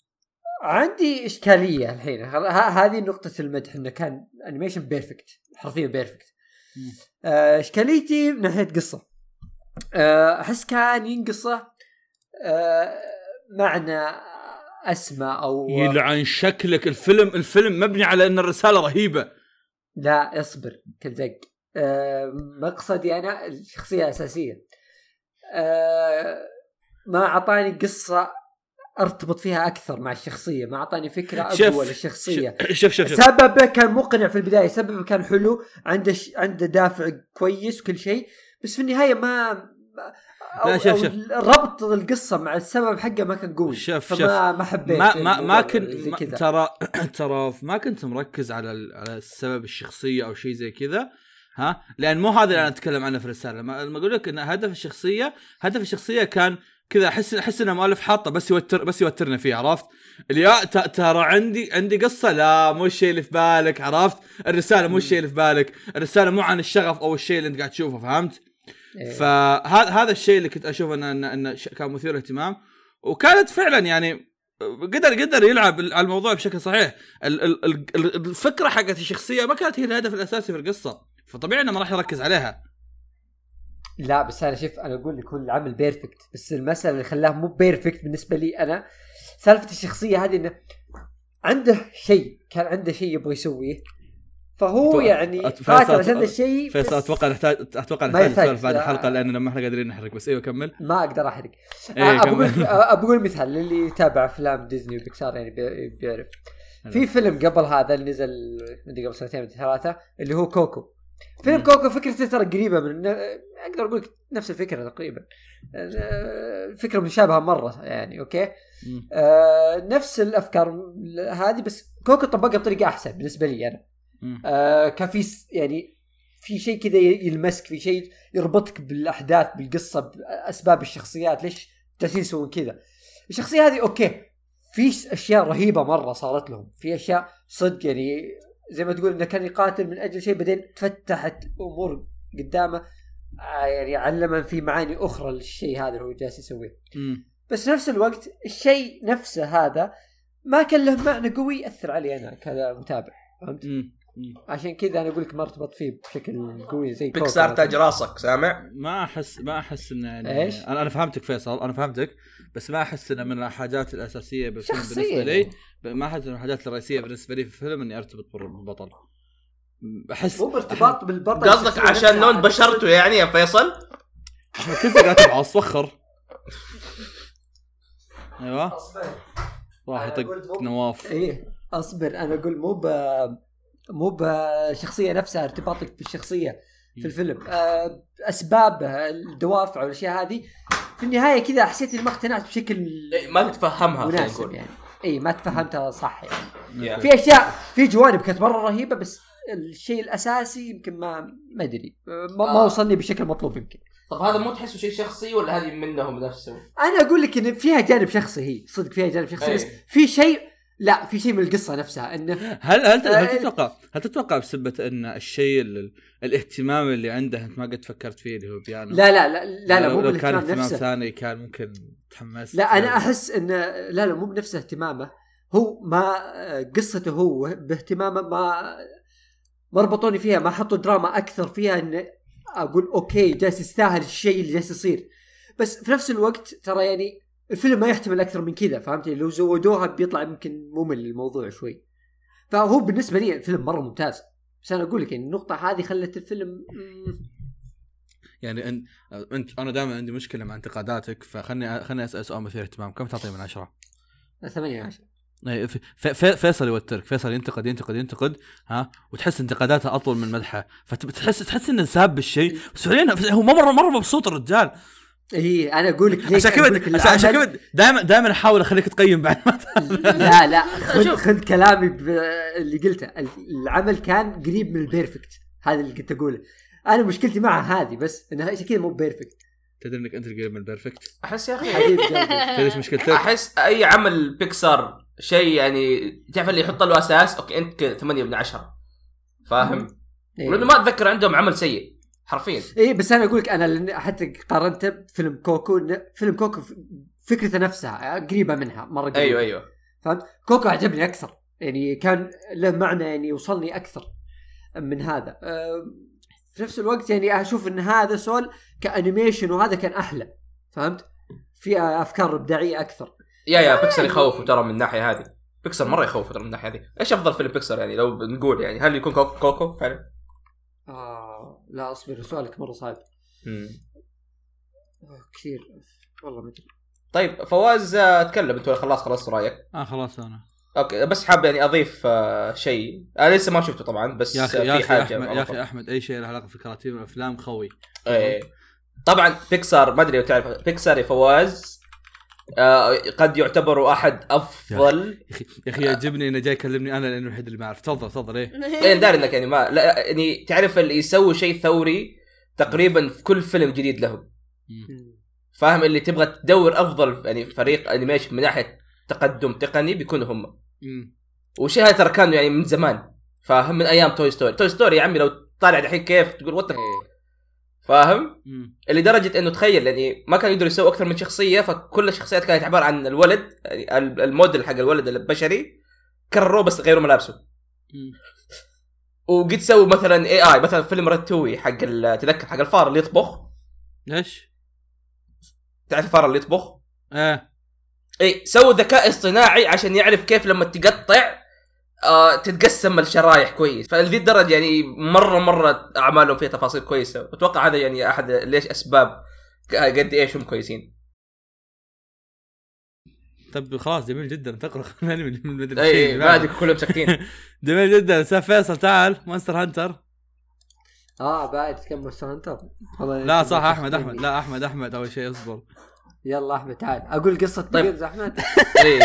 عندي إشكالية الحين هذه نقطة المدح إنه كان أنيميشن بيرفكت حرفيا بيرفكت. آه إشكاليتي من ناحية قصة. آه أحس كان ينقصه آه معنى اسمى او يلعن شكلك. الفيلم الفيلم مبني على ان الرساله رهيبه. لا اصبر كذا. أه مقصدي انا الشخصيه اساسيه أه ما اعطاني قصه ارتبط فيها اكثر مع الشخصيه، ما اعطاني فكره اقوى للشخصيه. شوف شوف شوف سببه كان مقنع في البدايه، سببه كان حلو، عنده ش... عنده دافع كويس وكل شيء، بس في النهايه ما أو... لا شوف شوف ربط القصه مع السبب حقه ما كان قوي. شوف فما شوف ما حبيت ما ما, ما كنت ما... ترى ترى ما كنت مركز على على السبب الشخصيه او شيء زي كذا، ها، لان مو هذا اللي انا اتكلم عنه في الرساله. لما اقول لك ان هدف الشخصيه هدف الشخصيه كان كذا، احس احس انه مؤلف حاطه بس يوتر بس يوترنا فيه، عرفت؟ اللي ترى عندي عندي قصه، لا مو الشيء اللي في بالك، عرفت؟ الرساله مو الشيء اللي في بالك، الرساله مو عن الشغف او الشيء اللي انت قاعد تشوفه، فهمت؟ إيه. فهذا هذا الشيء اللي كنت اشوف انه انه إن كان مثير اهتمام، وكانت فعلا يعني قدر قدر يلعب على الموضوع بشكل صحيح. الفكره حقت الشخصيه ما كانت هي الهدف الاساسي في القصه، فطبيعي انه ما راح يركز عليها. لا بس انا شوف، انا اقول لك هو العمل بيرفكت، بس المسألة اللي خلاه مو بيرفكت بالنسبه لي انا سالفه الشخصيه هذه، انه عنده شيء، كان عنده شيء يبغى يسويه، فهو يعني قاتل عشان الشيء. فيصل اتوقع نحتاج اتوقع نحتاج نسولف بعد الحلقه لاننا ما احنا قادرين نحرق. بس ايوه كمل. ما اقدر احرق. إيه اقول اقول مثال للي يتابع افلام ديزني وبيكسار يعني بيعرف. في فيلم قبل هذا اللي نزل من قبل سنتين من ثلاثه اللي هو كوكو. فيلم كوكو فكرته ترى قريبه من، اقدر اقول نفس الفكره تقريبا، فكره مشابهه مره يعني. اوكي آه نفس الافكار هذه، بس كوكو طبقها بطريقه احسن بالنسبه لي انا. آه كان في يعني في شيء كذا يلمسك، في شيء يربطك بالاحداث بالقصه باسباب الشخصيات، ليش جالسين يسوون كذا. الشخصيه هذه اوكي في اشياء رهيبه مره صارت لهم، في اشياء صدق يعني زي ما تقول انه كان يقاتل من اجل شيء، بعدين تفتحت امور قدامه آه يعني علما في معاني اخرى للشيء هذا اللي هو جالس يسويه. بس نفس الوقت الشيء نفسه هذا ما كان له معنى قوي ياثر علي انا كمتابع، فهمت؟ عشان كذا انا اقول لك ما ارتبط فيه بشكل قوي زي بيكسار. تاج راسك سامع؟ ما احس ما احس ان يعني انا انا فهمتك فيصل، انا فهمتك، بس ما احس ان من الحاجات الاساسيه بالفيلم بالنسبه لي، ما احس ان الحاجات الرئيسيه بالنسبه لي في الفيلم اني ارتبط بالبطل. احس مو ارتباط بالبطل، قصدك عشان لون بشرته يعني يا فيصل؟ كذا قاعد تبعص وخر. ايوه راح يطق نواف. ايه اصبر، انا اقول مو ب مو بشخصيه نفسها، ارتباطك بالشخصيه في الفيلم، اسبابها الدوافع والاشياء هذه في النهايه كذا حسيت اني ما اقتنعت بشكل ما تتفهمها مناسب يعني. اي ما تفهمتها صح يعني. yeah. في اشياء في جوانب كانت مره رهيبه، بس الشيء الاساسي يمكن ما ما ادري ما, آه. ما وصلني بشكل مطلوب يمكن. طب هذا مو تحسه شيء شخصي ولا هذه منهم نفسه؟ انا اقول لك ان فيها جانب شخصي، هي صدق فيها جانب شخصي، بس في شيء لا في شيء من القصه نفسها انه هل هل, هل تتوقع هل تتوقع بسبب ان الشيء الاهتمام اللي عنده انت ما قد فكرت فيه اللي هو بيانو؟ لا لا لا لا, لا مو بالاهتمام نفسه. كان اهتمام ثاني كان ممكن تحمس. لا انا احس ان لا لا مو بنفس اهتمامه هو، ما قصته هو باهتمامه ما مربطوني فيها، ما حطوا دراما اكثر فيها ان اقول اوكي جالس يستاهل الشيء اللي جالس يصير. بس في نفس الوقت ترى يعني الفيلم ما يحتمل اكثر من كذا، فهمتي؟ لو زودوها بيطلع يمكن ممل الموضوع شوي. فهو بالنسبه لي الفيلم مره ممتاز، بس انا اقول لك يعني النقطه هذه خلت الفيلم يعني انت انا دائما عندي مشكله مع انتقاداتك، فخلني خلني اسال سؤال مثير اهتمام. كم تعطيه من عشرة؟ ثمانية عشر. فيصل يوترك، فيصل ينتقد ينتقد ينتقد ها، وتحس انتقاداته اطول من مدحه، فتحس تحس انه ساب بالشيء، بس فعليا هو مره مره مبسوط الرجال. ايه انا اقول لك عشان كذا عشان كذا دائما دائما احاول اخليك تقيم بعد ما لا لا خذ خذ كلامي اللي قلته، العمل كان قريب من البيرفكت، هذا اللي كنت اقوله. انا مشكلتي معه هذه بس انها عشان كذا مو بيرفكت. تدري انك انت قريب من البيرفكت؟ احس يا اخي حبيبي تدري ايش مشكلتك؟ احس اي عمل بيكسار شيء يعني تعرف اللي يحط له اساس اوكي انت ثمانية من عشرة، فاهم؟ إيه. ولانه ما اتذكر عندهم عمل سيء حرفيا. ايه بس انا اقول لك انا حتى قارنته بفيلم كوكو، فيلم كوكو فكرته نفسها قريبه منها مره قريبة. ايوه ايوه فهمت؟ كوكو عجبني اكثر يعني، كان له معنى يعني وصلني اكثر من هذا. أه في نفس الوقت يعني اشوف ان هذا سول كانيميشن وهذا كان احلى، فهمت؟ في افكار ابداعيه اكثر. يا يا بيكسر يخوف ترى من الناحيه هذه. بيكسر مره يخوف ترى من الناحيه هذه. ايش افضل فيلم بيكسر يعني لو بنقول يعني هل يكون كوكو, كوكو فعلا؟ آه لا اصبر سؤالك مره صعب. امم كثير والله ما ادري. طيب فواز اتكلم انت خلاص خلصت رايك؟ اه خلاص انا اوكي بس حاب يعني اضيف آه شيء انا لسه ما شفته طبعا بس يا أخي في يا حاجه أحمد يا اخي احمد اي شيء له علاقه في كراتين والافلام خوي. ايه طبعا بيكسار ما ادري لو تعرف بيكسار يا فواز آه قد يعتبروا احد افضل. يا اخي يا اخي يعجبني انه جاي يكلمني انا لانه الوحيد اللي ما اعرف. تفضل تفضل. ايه ايه داري انك يعني ما لا يعني تعرف اللي يسوي شيء ثوري تقريبا في كل فيلم جديد لهم. فاهم اللي تبغى تدور افضل يعني فريق انيميشن من ناحيه تقدم تقني بيكونوا هم. وشيء هذا ترى كانوا يعني من زمان فاهم من ايام توي ستوري. توي ستوري يا عمي لو طالع الحين كيف تقول وات فاهم اللي درجه انه تخيل يعني ما كانوا يقدروا يسووا اكثر من شخصيه فكل الشخصيات كانت عباره عن الولد يعني الموديل حق الولد البشري كرروه بس غيروا ملابسه. وقد سووا مثلا اي اي مثلا فيلم راتوي حق تذكر حق الفار اللي يطبخ. ايش تعرف الفار اللي يطبخ؟ ايه اي سووا ذكاء اصطناعي عشان يعرف كيف لما تقطع آه تتقسم الشرايح كويس. فلذي الدرجه يعني مره مره اعمالهم فيها تفاصيل كويسه. اتوقع هذا يعني احد ليش اسباب قد ايش هم كويسين. طب خلاص جميل جدا تقرا خلاني من المدرسين. اي ما ادري كلهم ساكتين. جميل جدا. استاذ فيصل تعال مونستر هانتر. اه بعد كم مونستر هانتر. لا صح احمد احمد لا احمد احمد اول شيء اصبر. يلا احمد تعال اقول قصه طيب احمد. اي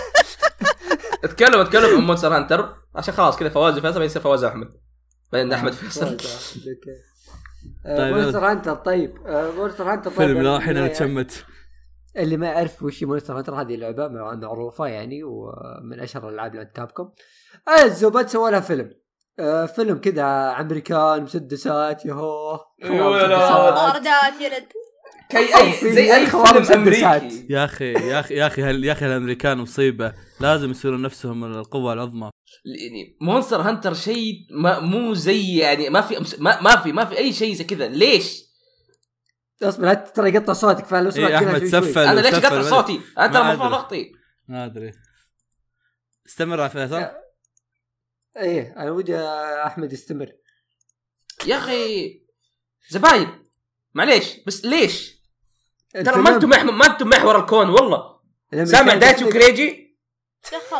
اتكلم اتكلم عن مونستر هانتر عشان خلاص كذا فواز فيصل يصير فواز احمد بعدين احمد فيصل. مونستر هانتر. طيب مونستر هانتر فيلم لا الحين انا تشمت. اللي ما يعرف وش مونستر هانتر هذه لعبه معروفه يعني ومن اشهر الالعاب اللي عند كابكوم. الزبد سووا لها فيلم فيلم كذا امريكان مسدسات يهو طاردات يلد كي اي زي اي فيلم امريكي. يا اخي يا اخي يا اخي يا اخي الامريكان مصيبه لازم يصيروا نفسهم من القوه العظمى. يعني مونستر هانتر شيء ما مو زي يعني ما في ما, ما في ما في اي شيء زي كذا. ليش اصبر ترى يقطع صوتك فلو سمعت إيه احمد سفل. انا ليش قطع صوتي انت المفروض اغطي ما ادري. استمر يا فيصل. ايه انا ودي احمد يستمر يا اخي زباين معليش بس ليش ترى ما انتم محور ما انتم محور الكون والله. سامع دايتشي وكريجي دخل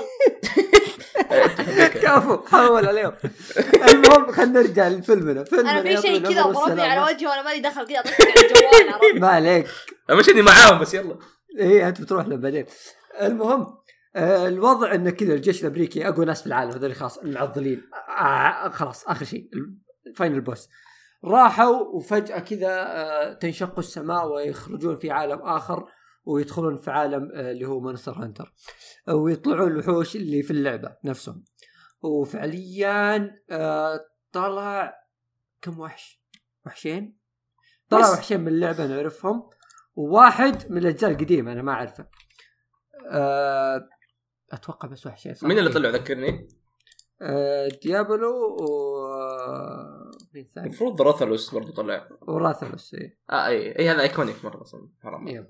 كفو حول عليهم. المهم خلينا نرجع لفيلمنا. انا في شيء كذا ضربني على وجهي وانا مالي دخل كذا اطلق على الجوال عرفت. ما عليك مش اني معاهم بس يلا. ايه انت بتروح لهم بعدين. المهم آه الوضع انه كذا الجيش الامريكي اقوى ناس في العالم هذول خلاص المعضلين آه خلاص اخر شيء الفاينل بوس راحوا وفجأة كذا آه تنشق السماء ويخرجون في عالم آخر ويدخلون في عالم آه اللي هو مونستر هانتر ويطلعون الوحوش اللي في اللعبة نفسهم. وفعليا آه طلع كم وحش وحشين طلع وحشين من اللعبة نعرفهم وواحد من الأجزاء القديمة أنا ما أعرفه آه أتوقع بس وحشين. مين اللي طلع ذكرني؟ آه ديابلو و المفروض راثلوس برضو طلع وراثلوس اي اه اي اي هذا ايكونيك مره اصلا حرام. إيه.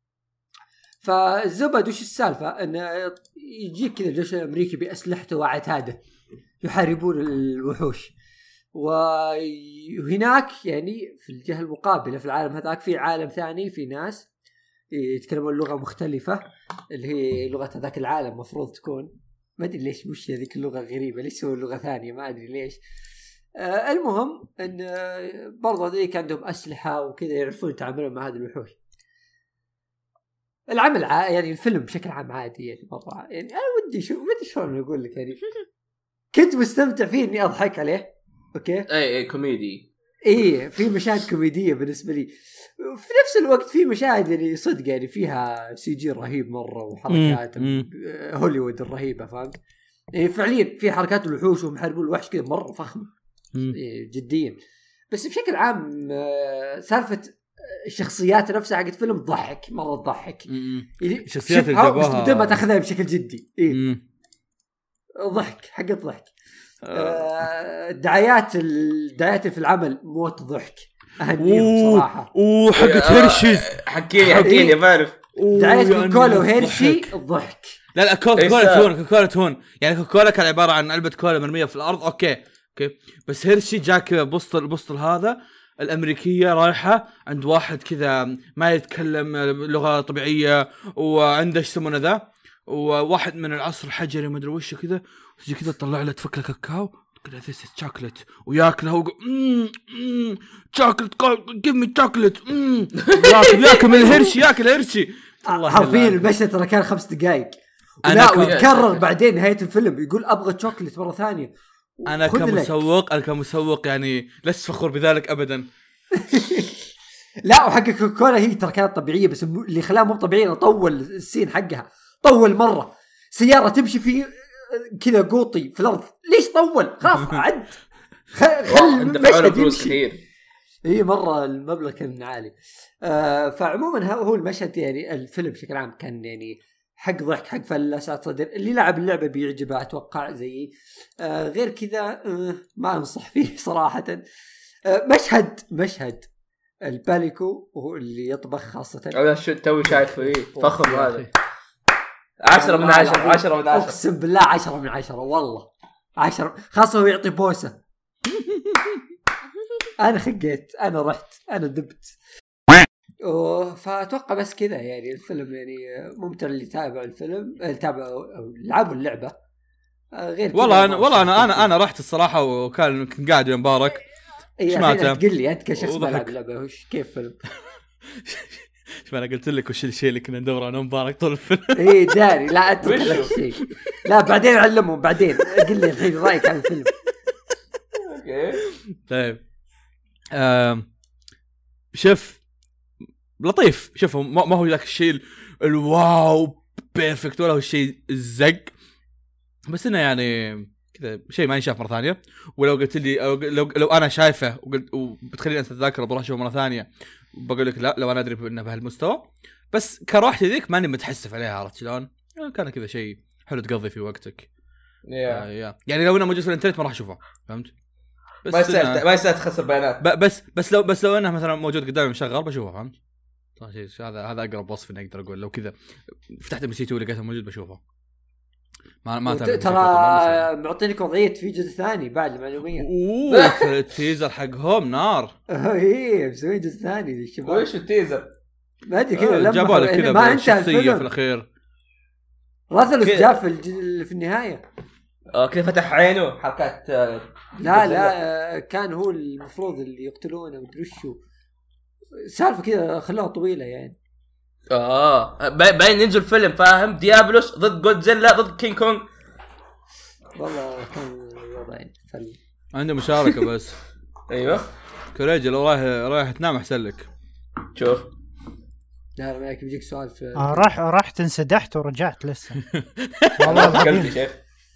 فالزبد وش السالفه انه يجيك كذا الجيش الامريكي باسلحته وعتاده يحاربون الوحوش وهناك يعني في الجهه المقابله في العالم هذاك في عالم ثاني في ناس يتكلمون لغه مختلفه اللي هي لغه هذاك العالم مفروض تكون ما ادري ليش مش هذيك اللغه غريبه ليش هو لغه ثانيه ما ادري ليش. آه المهم ان آه برضو ذيك عندهم اسلحه وكذا يعرفون يتعاملون مع هذه الوحوش. العمل ع... يعني الفيلم بشكل عام عادي يعني مره يعني انا ودي شو ودي شلون اقول لك يعني كنت مستمتع فيه اني اضحك عليه. اوكي اي اي كوميدي ايه في مشاهد كوميديه بالنسبه لي في نفس الوقت في مشاهد يعني صدق يعني فيها سي جي رهيب مره وحركات هوليوود الرهيبه فهمت يعني فعليا في حركات الوحوش ومحاربون الوحش كذا مره فخمه إيه جديا. بس بشكل عام سالفه الشخصيات نفسها حقت فيلم ضحك مره تضحك يعني شخصيات الجبهه بدون ما تاخذها بشكل جدي ايه ضحك حق ضحك. الدعايات الدعايات في العمل موت ضحك اهنيهم صراحه. اوه حقت هيرشيز حكيني حكيني بعرف دعاية كوكولا وهيرشي الضحك. لا لا كوكولا تون كوكولا تون يعني كوكولا كان عباره عن علبه كولا مرميه في الارض اوكي اوكي بس هيرشي جاك بوسطل بوسطل هذا الامريكيه رايحه عند واحد كذا ما يتكلم لغه طبيعيه وعنده ايش يسمونه ذا وواحد من العصر الحجري ما ادري وش كذا تجي كذا تطلع له تفك له كاكاو كذا ذيس شوكليت وياكله هو امم شوكليت جيف مي شوكليت امم ياكل ياكل من الهرشي ياكل هرشي حرفيا المشهد ترى كان خمس دقائق لا ويتكرر بعدين نهايه الفيلم يقول ابغى شوكليت مره ثانيه. انا كمسوق انا كمسوق يعني لست فخور بذلك ابدا. لا وحق كوكولا هي ترى كانت طبيعيه بس اللي خلاها مو طبيعيه طول السين حقها طول مره سياره تمشي في كذا قوطي في الارض ليش طول خلاص عد خل المشهد يمشي. اي مره المبلغ كان عالي. آه فعموما هو المشهد يعني الفيلم بشكل عام كان يعني حق ضحك حق فلسات صدر اللي لعب اللعبه بيعجبه اتوقع زي آه غير كذا آه ما انصح فيه صراحه. آه مشهد مشهد الباليكو وهو اللي يطبخ خاصه انا شو توي شايفه ايه فخم هذا عشرة من عشرة عشرة من عشرة اقسم بالله عشرة من عشرة والله عشرة خاصه هو يعطي بوسه. انا خقيت انا رحت انا دبت. فاتوقع بس كذا يعني الفيلم يعني ممتع اللي تابع الفيلم اللي تابع لعبوا اللعبه غير والله انا والله انا انا انا رحت الصراحه وكان كان قاعد مبارك ايش معناته تقول لي انت كشخص بلعب اللعبه وش كيف فيلم شوف انا قلت لك وش الشيء اللي كنا ندور انا مبارك طول الفيلم. اي داري لا اترك لك شيء لا بعدين علمهم بعدين قل لي الحين رايك عن الفيلم. اوكي طيب امم شوف لطيف شوفوا ما هو ذاك الشيء الواو بيرفكت ولا هو الشيء الزق بس انه يعني كذا شيء ما ينشاف مره ثانيه. ولو قلت لي لو لو انا شايفه وقلت وبتخليني انسى الذاكره بروح اشوفه مره ثانيه بقول لك لا لو انا ادري انه بهالمستوى بس كروحتي ذيك ماني متحسف عليها عرفت شلون كان كذا شيء حلو تقضي في وقتك. yeah. آه يعني لو انه موجود في الانترنت ما راح اشوفه فهمت بس ما يستاهل ما يستاهل تخسر بيانات بس بس لو بس لو انه مثلا موجود قدامي مشغل بشوفه فهمت. هذا هذا اقرب وصف اني اقدر اقول لو كذا فتحت ام سي تو لقيته موجود بشوفه ما ما ترى معطينك وضعيه في جزء ثاني بعد المعلوميه. اوه التيزر حقهم نار. ايه مسوي جزء ثاني للشباب. وش التيزر ما ادري كذا لما جابوا لك كذا ما انتهى الفيلم في الاخير راسل جاء في في النهايه اه كذا فتح عينه حركات. لا لا كان هو المفروض اللي يقتلونه مدري شو سالفه كذا خلوها طويله يعني. اه باين ينزل فيلم فاهم ديابلوس ضد جودزيلا ضد كينج كونغ. والله كان وضعين فل عنده مشاركه بس. ايوه كوريجي لو رايح رايح تنام احسن لك. شوف لا ما بيجيك سؤال في آه راح رحت انسدحت ورجعت لسه. والله قلبي شيخ.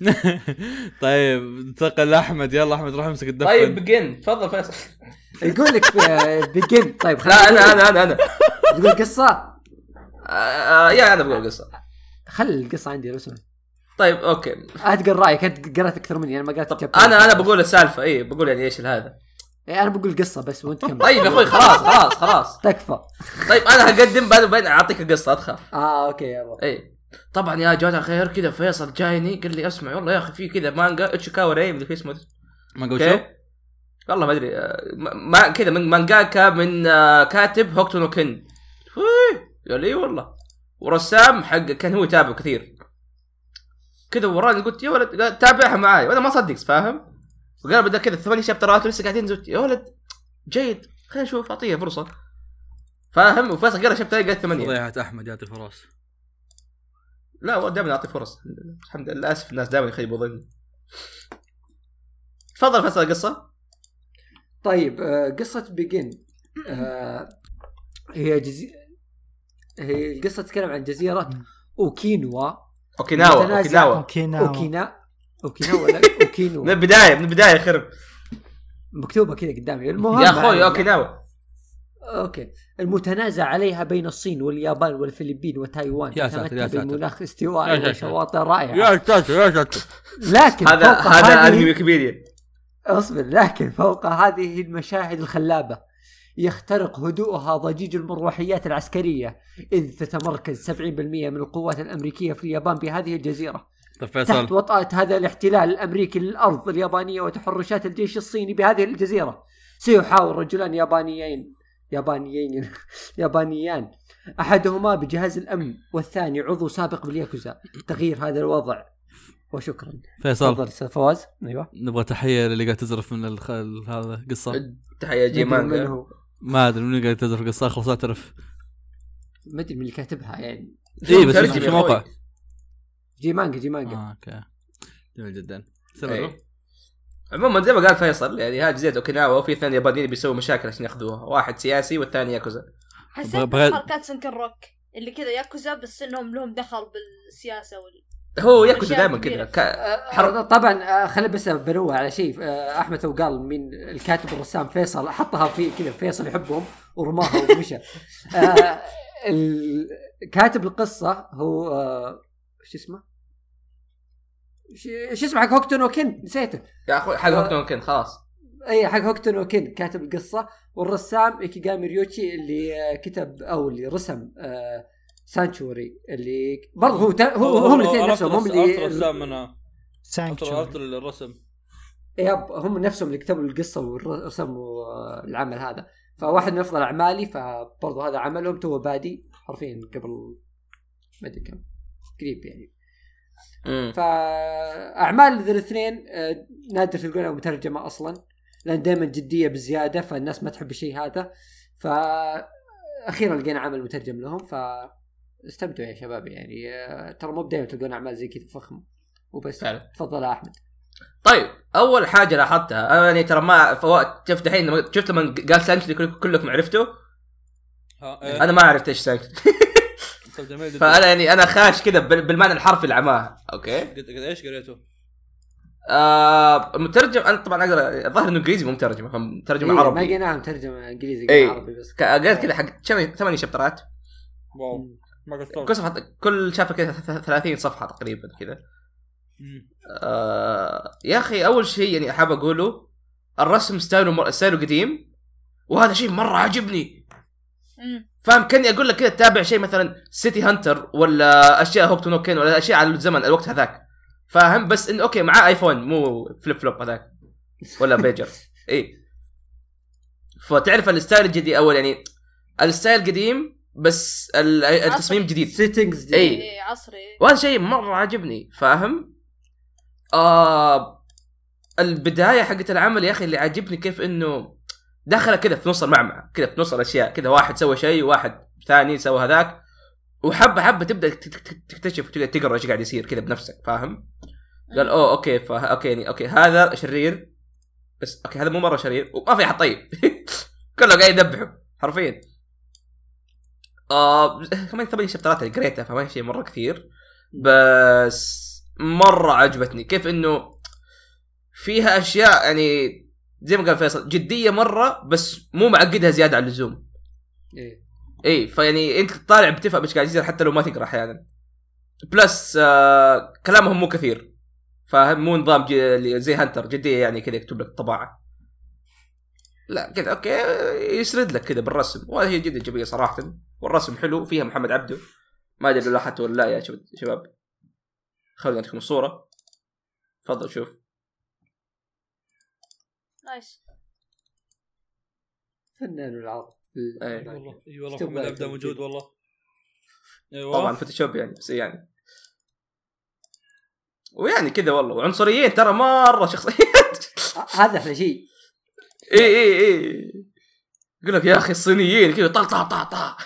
طيب انتقل لاحمد يلا احمد روح امسك الدفن. طيب بجن تفضل فيصل. يقول لك بجن. طيب لا انا انا انا انا تقول قصه آه يا انا بقول قصه خلي القصه عندي لو سمحت. طيب اوكي اتقل رايك انت قرأت اكثر مني انا ما قرأت. انا انا بقول السالفه اي بقول يعني ايش هذا ايه انا بقول قصه بس وانت كمل. طيب يا اخوي خلاص خلاص خلاص تكفى. طيب انا هقدم بعد بعدين اعطيك القصه ادخل. اه اوكي يلا. اي طبعا يا جماعه الخير كذا فيصل جايني قال لي اسمع والله يا اخي في كذا مانجا اتشيكاوا ري اللي اسمه مانجا وشو والله ما ادري ما كذا من مانجاكا من كاتب هوكتو نو كن. قال لي والله ورسام حق كان هو يتابع كثير كذا وراني قلت يا ولد تابعها معاي وانا ما صدق فاهم. وقال بدأ كذا ثمانية شابترات ولسه قاعدين زوجتي يا ولد جيد خلينا نشوف اعطيه فرصه فاهم. وفيصل قال شابترين قال ثمانية. ضيعة احمد يعطي فرص. لا هو دائما يعطي فرص الحمد لله. اسف الناس دائما يخيبوا ظني. تفضل فيصل القصه. طيب قصه بيجن آه هي جزي... هي القصه تتكلم عن جزيره اوكينوا اوكيناوا اوكيناوا اوكيناوا اوكينا اوكيناوا ولا اوكينوا من البدايه من البدايه خرب مكتوبه كذا قدامي. المهم يا اخوي اوكيناوا اوكي المتنازع عليها بين الصين واليابان والفلبين وتايوان تتمتع بالمناخ استوائي وشواطئ رائعه. يا ساتر يا ساتر. لكن هذا هذا انمي ويكيبيديا. اصبر. لكن فوق هذه المشاهد الخلابه يخترق هدوءها ضجيج المروحيات العسكرية، إذ تتمركز سبعين بالمئة من القوات الأمريكية في اليابان بهذه الجزيرة تحت وطأة هذا الاحتلال الأمريكي للأرض اليابانية وتحرشات الجيش الصيني بهذه الجزيرة. سيحاول رجلان يابانيين يابانيين يابانيان أحدهما بجهاز الأمن والثاني عضو سابق بالياكوزا تغيير هذا الوضع. وشكرا. فيصل فواز. ايوه نبغى تحيه اللي قاعد تزرف من الخ... هذا قصه. تحيه جيمان. ما ادري من قاعد تزرف قصه خلاص اعترف. ما ادري من اللي كاتبها يعني. اي بس في موقع جيمانجا جيمانجا. اه اوكي جميل جدا. سمعوا عموما زي ما قال فيصل يعني هذه جزيره اوكيناوا وفي اثنين يابانيين بيسووا مشاكل عشان ياخذوها، واحد سياسي والثاني ياكوزا. حسيت بغ... حركات سنكن روك اللي كذا ياكوزا بس انهم لهم دخل بالسياسه وال... هو ياكوزا دائما كذا ك... حر... طبعا خلي بس بنوه على شيء. احمد تو قال من الكاتب الرسام فيصل حطها في كذا فيصل يحبهم ورماها ومشى. الكاتب القصه هو ايش اسمه ايش اسمه حق هوكتو نو كين نسيته يا اخوي حق هوكتو نو كين خلاص. اي حق هوكتو نو كين كاتب القصه، والرسام ايكيغامي ريوتشي اللي كتب او اللي رسم آه سانشوري اللي برضه هو تا... هو هم الاثنين نفسهم هم اللي رسام منها سانشوري الرسم. ياب هم نفسهم اللي كتبوا القصه ورسموا العمل هذا، فواحد من افضل اعمالي، فبرضه هذا عملهم تو بادي حرفيا قبل ما ادري كم قريب يعني. فاعمال ذي الاثنين نادر تلقونها مترجمه اصلا لان دائما جديه بزياده فالناس ما تحب الشيء هذا، فاخيرا لقينا عمل مترجم لهم فاستمتعوا يا شباب يعني. ترى مو دائما تلقون اعمال زي كذا فخمه وبس. تفضل يا احمد. طيب اول حاجه لاحظتها انا يعني ترى ما فوات شفت الحين شفت لما قال سانكتري كلكم عرفتوا إيه. انا ما عرفت ايش سانكتري فانا يعني انا خاش كذا بالمعنى الحرفي لعماها. اوكي قد ايش قريته؟ آه مترجم انا طبعا اقدر الظاهر انه انجليزي مو مترجم مترجم إيه عربي. ما قلنا مترجم انجليزي إيه. عربي بس قلت كذا حق ثمانية شابترات. واو ما قلت كل صفحه كل شابتر كذا ثلاثين صفحه تقريبا كذا. آه يا اخي اول شيء يعني احب اقوله الرسم ستايله مر... ستايله قديم وهذا شيء مره عجبني. فاهم كاني اقول لك كذا تتابع شيء مثلا سيتي هانتر ولا اشياء هوكتو نو كين ولا اشياء على الزمن الوقت هذاك فاهم، بس انه اوكي معاه ايفون مو فليب فلوب هذاك ولا بيجر. اي فتعرف الستايل الجديد اول يعني الستايل قديم بس التصميم جديد سيتنجز اي عصري وهذا شيء مره عجبني فاهم. آه البدايه حقت العمل يا اخي اللي عجبني كيف انه دخل كذا في نص المعمعة كذا في نص الاشياء كذا واحد سوى شيء وواحد ثاني سوى هذاك وحبه حبه تبدا تكتشف تقرا ايش قاعد يصير كذا بنفسك فاهم. قال اوه اوكي فا اوكي يعني اوكي هذا شرير بس اوكي هذا مو مره شرير وما في احد طيب كله قاعد يذبحه حرفيا. آه كمان ثمانية شابترات اللي قريتها فما شيء مره كثير بس مره عجبتني كيف انه فيها اشياء يعني زي ما قال فيصل جديه مره بس مو معقدها زياده عن اللزوم. ايه ايه فيعني انت طالع بتفهم ايش قاعد يصير حتى لو ما تقرا احيانا. بلس آه كلامهم مو كثير فاهم مو نظام زي هانتر جديه يعني كذا يكتب لك طباعه لا كذا اوكي يسرد لك كذا بالرسم وهذا هي جدا جميله صراحه والرسم حلو فيها محمد عبده ما ادري لو لاحظت ولا لا يا شباب. خلونا نعطيكم الصوره تفضل شوف نايس فنان العرض. اي والله اي والله محمد عبده موجود والله. ايوه طبعا فوتوشوب يعني بس يعني ويعني كذا والله وعنصريين ترى مره شخصيات هذا احلى شيء. اي اي اي يقول لك يا اخي الصينيين كذا طا طا طا طا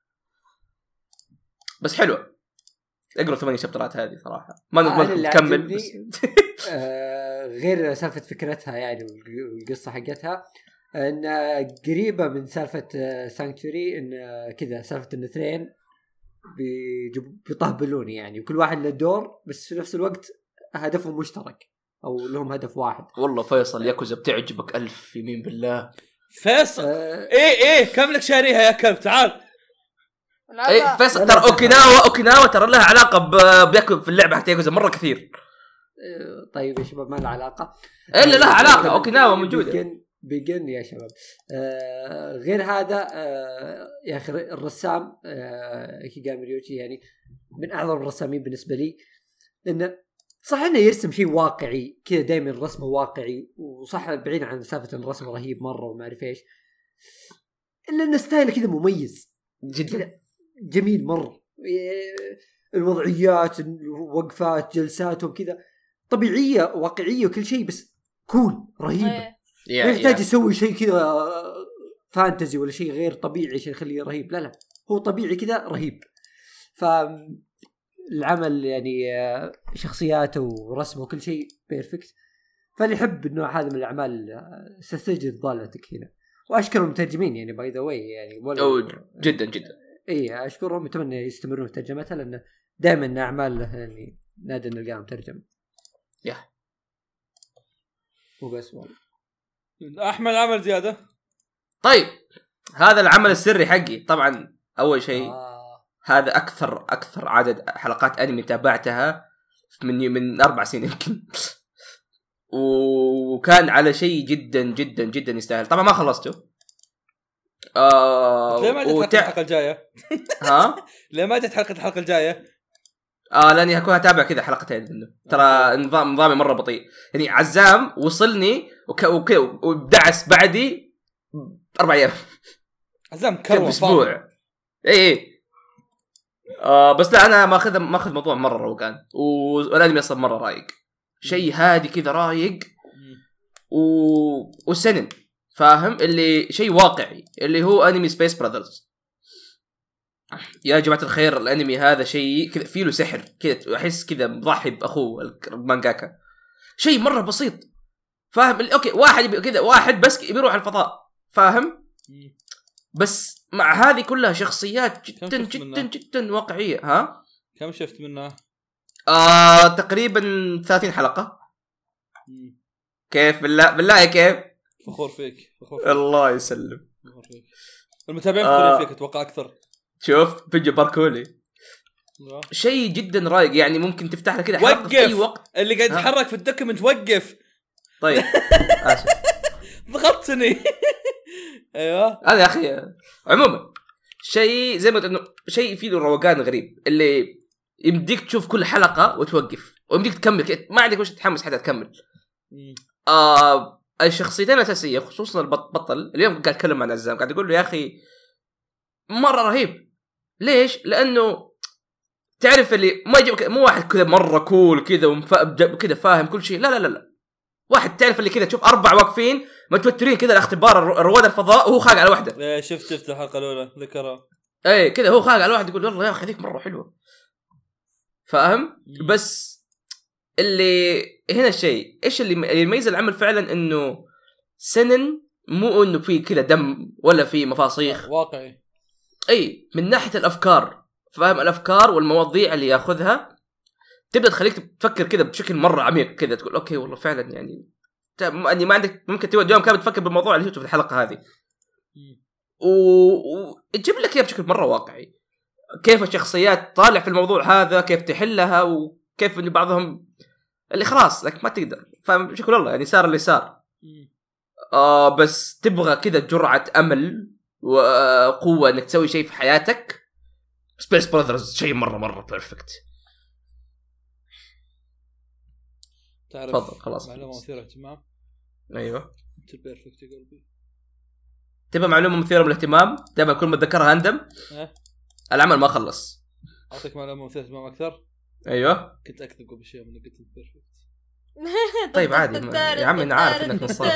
بس حلوه. اقرا ثمانية شابترات هذه صراحه ما نقدر نكمل بس آه غير سالفه فكرتها يعني والقصه حقتها ان قريبه من سالفه سانكتوري ان كذا سالفه ان اثنين بيطهبلون يعني وكل واحد له دور بس في نفس الوقت هدفهم مشترك او لهم هدف واحد. والله فيصل ياكوزا بتعجبك ألف يمين بالله فيصل. آه ايه ايه كم لك شاريها يا كلب تعال. ايه فيصل ترى اوكيناوا اوكيناوا ترى لها علاقه بياكل في اللعبه حتى ياكوزا مره كثير. طيب يا شباب ما لها علاقه الا لها علاقه اوكيناوا موجوده. بيجن يا شباب. آه غير هذا آه يا اخي الرسام آه كيغامي ريوتشي يعني من اعظم الرسامين بالنسبه لي، لانه صح انه يرسم شيء واقعي كذا دائما رسمه واقعي، وصح بعيد عن مسافه الرسم رهيب مره وما اعرف ايش، الا ان ستايله كذا مميز جدا جميل مره. الوضعيات وقفات جلساتهم كذا طبيعيه واقعيه وكل شيء، بس كول رهيبه. ما يحتاج يسوي شيء كذا فانتزي ولا شيء غير طبيعي عشان يخليه رهيب، لا لا هو طبيعي كذا رهيب. فالعمل يعني شخصياته ورسمه وكل شيء بيرفكت، فاللي يحب النوع هذا من الاعمال ستجد ضالتك هنا. واشكر المترجمين يعني باي ذا واي يعني أو جدا جدا اي اشكرهم، اتمنى يستمرون في ترجمتها لانه دائما اعمال يعني نادر نلقاها مترجم. يا وبس والله. احمد عمل زياده. طيب هذا العمل السري حقي طبعا. اول شيء آه. هذا اكثر اكثر عدد حلقات انمي تابعتها من من اربع سنين يمكن. وكان على شيء جدا جدا جدا يستاهل. طبعا ما خلصته. آه ليه ما جت وتع... الحلقه الجايه؟ ها ليه ما جت حلقه الحلقه الجايه؟ اه لاني هكون اتابع كذا حلقتين منه. ترى نظام نظامي مره بطيء يعني. عزام وصلني وك... وك... ودعس بعدي اربع ايام. عزام كروه اسبوع. اي اي آه بس لا انا ماخذ ماخذ موضوع مره روقان، والانمي اصلا مره رايق، شيء هادي كذا رايق و... وسنن فاهم اللي شيء واقعي اللي هو انمي سبيس براذرز. يا جماعه الخير الانمي هذا شيء كذا فيه له سحر كذا، احس كذا مضحي باخوه المانجاكا. شيء مره بسيط فاهم. اوكي واحد كذا واحد بس بيروح الفضاء فاهم، بس مع هذه كلها شخصيات جدا جدا جدا واقعيه. ها كم شفت منها؟ آه تقريبا ثلاثين حلقه. مم. كيف بالله بالله كيف؟ فخور فيك. فخور فيك. الله يسلم. فخور فيك. المتابعين فخورين آه. فيك اتوقع اكثر. شوف بيجي باركولي شيء جدا رايق يعني. ممكن تفتح له كذا حلقه في اي وقت. اللي قاعد يتحرك في الدوكيمنت وقف. طيب اسف ضغطتني. ايوه هذا يا اخي. عموما شيء زي ما انه شيء فيه روقان غريب اللي يمديك تشوف كل حلقه وتوقف، ويمديك تكمل كده. ما عندك وش تتحمس حتى تكمل. آه الشخصيتين الاساسيه خصوصا البطل اليوم قاعد اتكلم مع عزام قاعد يقول له يا اخي مره رهيب. ليش؟ لانه تعرف اللي ما يجيب مو واحد كذا مره كول كذا وكذا فاهم كل شيء. لا لا لا لا واحد تعرف اللي كذا تشوف اربع واقفين متوترين كذا الاختبار رواد الفضاء وهو خاق على واحده. ايه شفت شفت الحلقه الاولى ذكرها. ايه كذا هو خاق على واحد يقول والله يا اخي ذيك مره حلوه فاهم. بس اللي هنا الشيء ايش اللي يميز العمل فعلا انه سنن مو انه فيه كذا دم ولا فيه مفاصيخ، واقعي. اي من ناحيه الافكار فاهم. الافكار والمواضيع اللي ياخذها تبدا تخليك تفكر كذا بشكل مره عميق كذا، تقول اوكي والله فعلا يعني اني ما عندك ممكن تقعد يوم كامل تفكر بالموضوع اللي شفته في الحلقه هذه وتجيب لك اياه بشكل مره واقعي. كيف الشخصيات طالع في الموضوع هذا، كيف تحلها، وكيف ان بعضهم اللي خلاص لك ما تقدر فاهم شكل الله يعني صار اللي صار. آه بس تبغى كذا جرعه امل وقوه انك تسوي شيء في حياتك. سبيس براذرز شيء مره مره بيرفكت. تعرف تفضل خلاص معلومه مثيره للاهتمام. ايوه انت بيرفكت يا قلبي. تبغى معلومه مثيره للاهتمام؟ تبغى كل ما اتذكرها اندم. أه؟ العمل ما خلص. اعطيك معلومه مثيره للاهتمام اكثر. ايوه كنت اكذب قبل شوي من قلت بيرفكت. طيب عادي يا عمي انا عارف انك نصاب.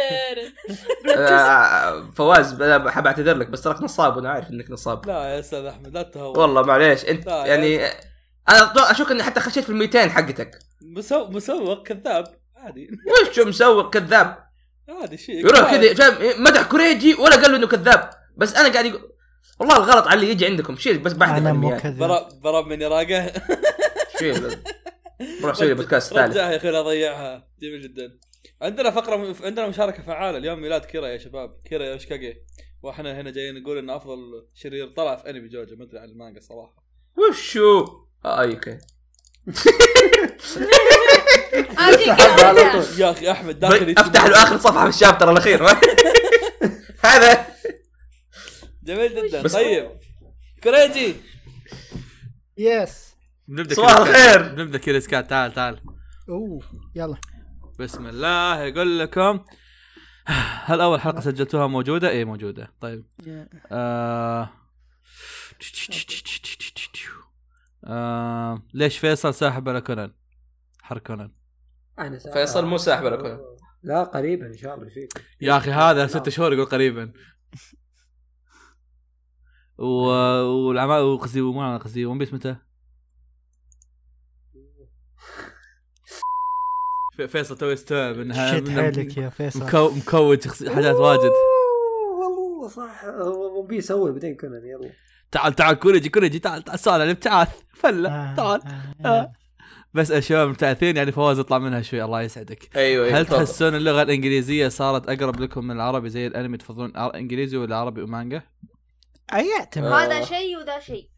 فواز انا حاب اعتذر لك بس تراك نصاب وانا عارف انك نصاب. لا يا استاذ احمد لا تهور والله معليش انت يعني انا اشوف اني حتى خشيت في الميتين حقتك. مسوق مسوق كذاب عادي. وش مسوق كذاب عادي شيء يروح كذا فاهم مدح كوريجي ولا قال له انه كذاب. بس انا قاعد يقول والله الغلط على اللي يجي عندكم شيء بس بعد ضرب ضرب من يراقه شيء روح سوي بودكاست ثالث. رجعها يا اخي لا ضيعها. جميل جدا. عندنا فقره م... عندنا مشاركه فعاله اليوم ميلاد كيرا يا شباب. كيرا يوشكاغي واحنا هنا جايين نقول ان افضل شرير طلع في انمي جوجو. ما ادري عن المانجا صراحه. وشو اه اوكي يا اخي احمد داخل افتح له اخر صفحه في الشابتر الاخير هذا جميل جدا. طيب كريجي يس بنبدا صباح الخير. بنبدا كيرسكات. تعال تعال اوه يلا بسم الله. يقول لكم هل اول حلقه سجلتوها موجوده؟ ايه موجوده. طيب آه... آه... ليش فيصل ساحب على كونان؟ حرق كونان. فيصل مو ساحب على كونان. لا قريبا ان شاء الله فيك يا اخي هذا ست شهور يقول قريبا. و والعمال وقصدي وما قصدي ون بيس متى؟ فيصل توي استوعب انها شد حيلك يا فيصل مكو... مكوج حاجات واجد. والله صح ون بيس اول بعدين كونان. يلا تعال تعال كوريجي كوريجي تعال تعال سؤال الابتعاث فله آه تعال آه آه. بس الشباب مبتعثين يعني فواز يطلع منها شوي. الله يسعدك. ايوه, أيوة هل تحسون اللغه الانجليزيه صارت اقرب لكم من العربي زي الانمي؟ تفضلون انجليزي ولا عربي ومانجا؟ ايعتمد هذا شيء وذا شيء.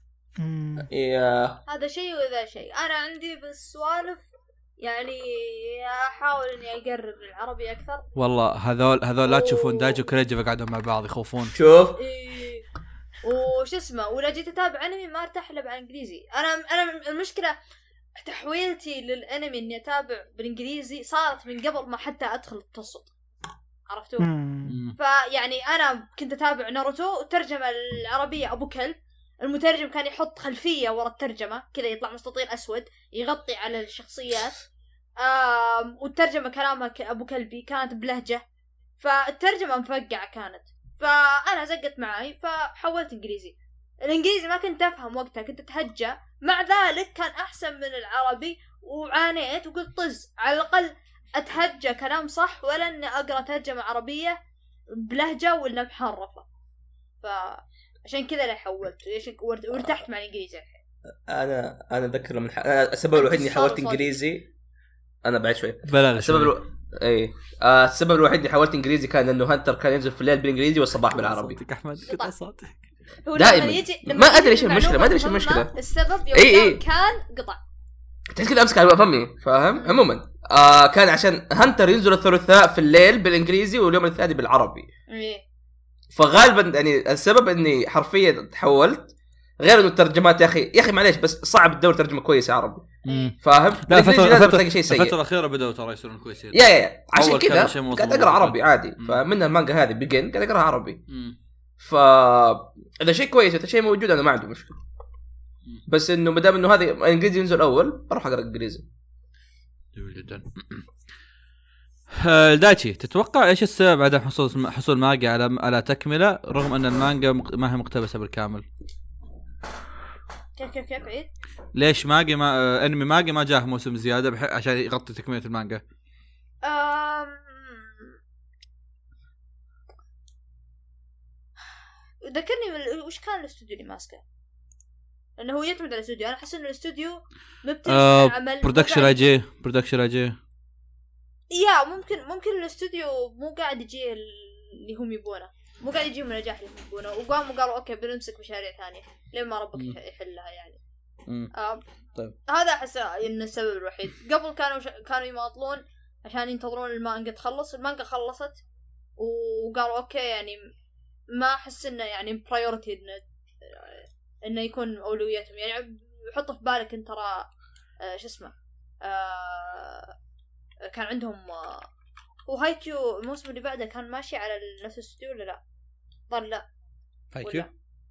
يا هذا شيء وذا شيء. انا عندي بالسوالف يعني احاول اني اقرب العربي اكثر. والله هذول هذول لا تشوفون دايجو وكريجي قاعدين مع بعض يخوفون. شوف إيه. وش اسمه ولا جيت اتابع انمي ما ارتاح الا بالانجليزي. انا انا المشكله تحويلتي للانمي اني اتابع بالانجليزي صارت من قبل ما حتى ادخل التوسط. عرفتوا؟ فيعني انا كنت اتابع ناروتو الترجمه العربيه ابو كلب. المترجم كان يحط خلفيه ورا الترجمه كذا يطلع مستطيل اسود يغطي على الشخصيات. آم والترجمه كلامها ابو كلبي كانت بلهجه فالترجمه مفقعه كانت. فانا زقت معي فحولت انجليزي. الانجليزي ما كنت افهم وقتها كنت اتهجى. مع ذلك كان احسن من العربي وعانيت وقلت طز على الاقل اتهجى كلام صح ولا اني اقرا ترجمه عربيه بلهجه ولا محرفه. فعشان كذا لا حولت وارتحت مع الانجليزي الحين. انا انا اتذكر من ح... السبب الوحيد اني حولت انجليزي انا بعد شوي بلغ السبب الو... اي آه السبب الوحيد اللي حولت انجليزي كان انه هانتر كان ينزل في الليل بالانجليزي والصباح بالعربي. صوتك احمد قطع صوتك دائما ما ادري ايش المشكله ما ادري ايش المشكله السبب يوم إيه إيه. كان قطع تحس كذا امسك على فمي فاهم. عموما آه كان عشان هانتر ينزل الثلاثاء في الليل بالانجليزي واليوم الثاني بالعربي. ايه فغالبا يعني السبب اني حرفيا تحولت غير انه الترجمات يا اخي يا اخي معليش بس صعب تدور ترجمه كويسه عربي فاهم. لا فتره شيء سيء. الفتره الاخيره بداوا ترى يصيرون كويسين يا يا عشان كذا قاعد اقرا عربي عادي. فمنها المانجا هذه بيجن قاعد اقراها عربي. ف اذا شيء كويس اذا شيء موجود انا ما عندي مشكله. بس انه ما دام انه هذه الانجليزي ينزل اول بروح اقرا انجليزي. جميل جدا. دايتشي تتوقع ايش السبب عدم حصول حصول مانجا على على تكمله رغم ان المانجا ما هي مقتبسه بالكامل؟ كيف كيف كيف عيد؟ ليش ماجي ما انمي ماجي ما جاه موسم زياده بح... عشان يغطي تكمله المانجا؟ امم ذكرني من وش كان الاستوديو اللي ماسكه لانه هو يعتمد على الاستوديو. انا احس ان الاستوديو مبتدئ آه عمل برودكشن اي جي برودكشن اي جي يا ممكن ممكن الاستوديو مو قاعد يجي اللي هم يبونه مو قاعد يجيهم النجاح اللي هم يبونه وقاموا قالوا اوكي بنمسك مشاريع ثانيه لين ما ربك يحلها يعني. آه. طيب هذا احس ان السبب الوحيد. قبل كانوا ش... كانوا يماطلون عشان ينتظرون المانجا تخلص. المانجا خلصت وقالوا اوكي يعني ما احس انه يعني برايورتي انه انه يكون اولوياتهم. يعني حط في بالك انت ترى آه شو اسمه آه كان عندهم آه وهايكيو الموسم اللي بعده كان ماشي على نفس الاستوديو ولا لا؟ ظل لا هايكيو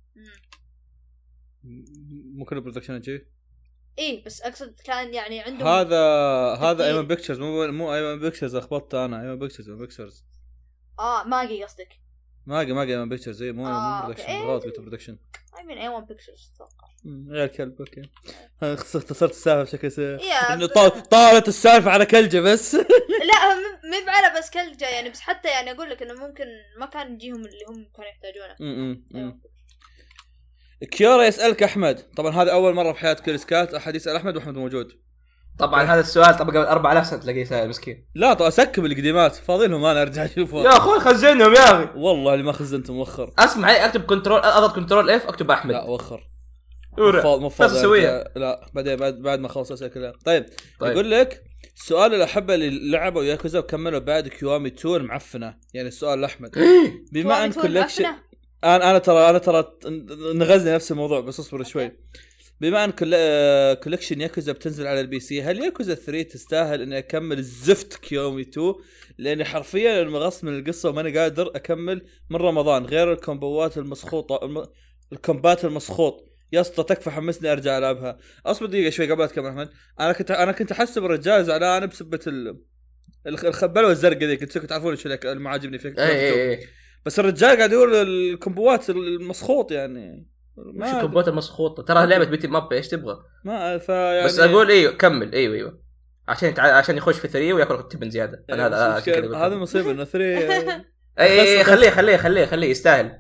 ممكن برودكشن جي ايه بس اقصد كان يعني عندهم هذا هذا ايمن بيكتشرز مو مو ايمن بيكتشرز اخبطت انا ايمن بيكتشرز ايمن بيكتشرز اه ماجي قصدك ماجي ماجي ايمن بيكتشرز زي مو آه مو برودكشن غلط قلت برودكشن اي مين ايمن بيكتشرز اتوقع يا الكلب اوكي اختصرت السالفه بشكل سهل انه طالت السالفه على كلجه بس لا مو بعلى بس كلجه يعني بس حتى يعني اقول لك انه ممكن ما كان يجيهم اللي هم كانوا يحتاجونه. امم كيورا يسألك أحمد طبعا هذا أول مرة في حياة كريسكات أحد يسأل أحمد وأحمد موجود. طبعا هذا السؤال طبعا قبل أربعة آلاف سنة تلاقيه سائل مسكين. لا طبعا أسكب القديمات فاضيلهم أنا أرجع أشوفها يا أخوي خزنهم يا أخي. والله اللي ما خزنتهم وخر. أسمع أكتب كنترول أضغط كنترول إف أكتب أحمد. لا وخر مفضل سويه لا بعدين بعد بعد ما خلص اسئله كلها. طيب. طيب يقول لك السؤال اللي احبه اللي لعبوا ياكوزا وكملوا بعد كيوامي تو المعفنه، يعني السؤال لاحمد بما ان كولكشن انا انا ترى انا ترى نغزني نفس الموضوع بس اصبر شوي. بما ان كولكشن ياكوزا بتنزل على البي سي، هل ياكوزا ثلاثة تستاهل اني اكمل الزفت كيومي تو؟ لاني حرفيا المغص من القصه وماني قادر اكمل من رمضان غير الكومبوات المسخوطه الم... الكومبات المسخوط يا اسطى تكفى حمسني ارجع العبها. اصبر دقيقه شوي قبل اتكلم احمد. انا كنت انا كنت احسب الرجال زعلان بسبه ال... الخبله والزرقاء ذيك كنت تعرفون ايش المعاجبني فيك. بس الرجال قاعد يقول الكومبوات المسخوط يعني مش الكومبوات المسخوطه ترى لعبه بيتي ماب ايش تبغى ما فيعني بس اقول ايوه كمل ايوه ايوه عشان تع... عشان يخش في ثري وياكل تبن زياده. يعني هذا هذا مصيبه انه ثري اي خليه خليه خليه خليه يستاهل.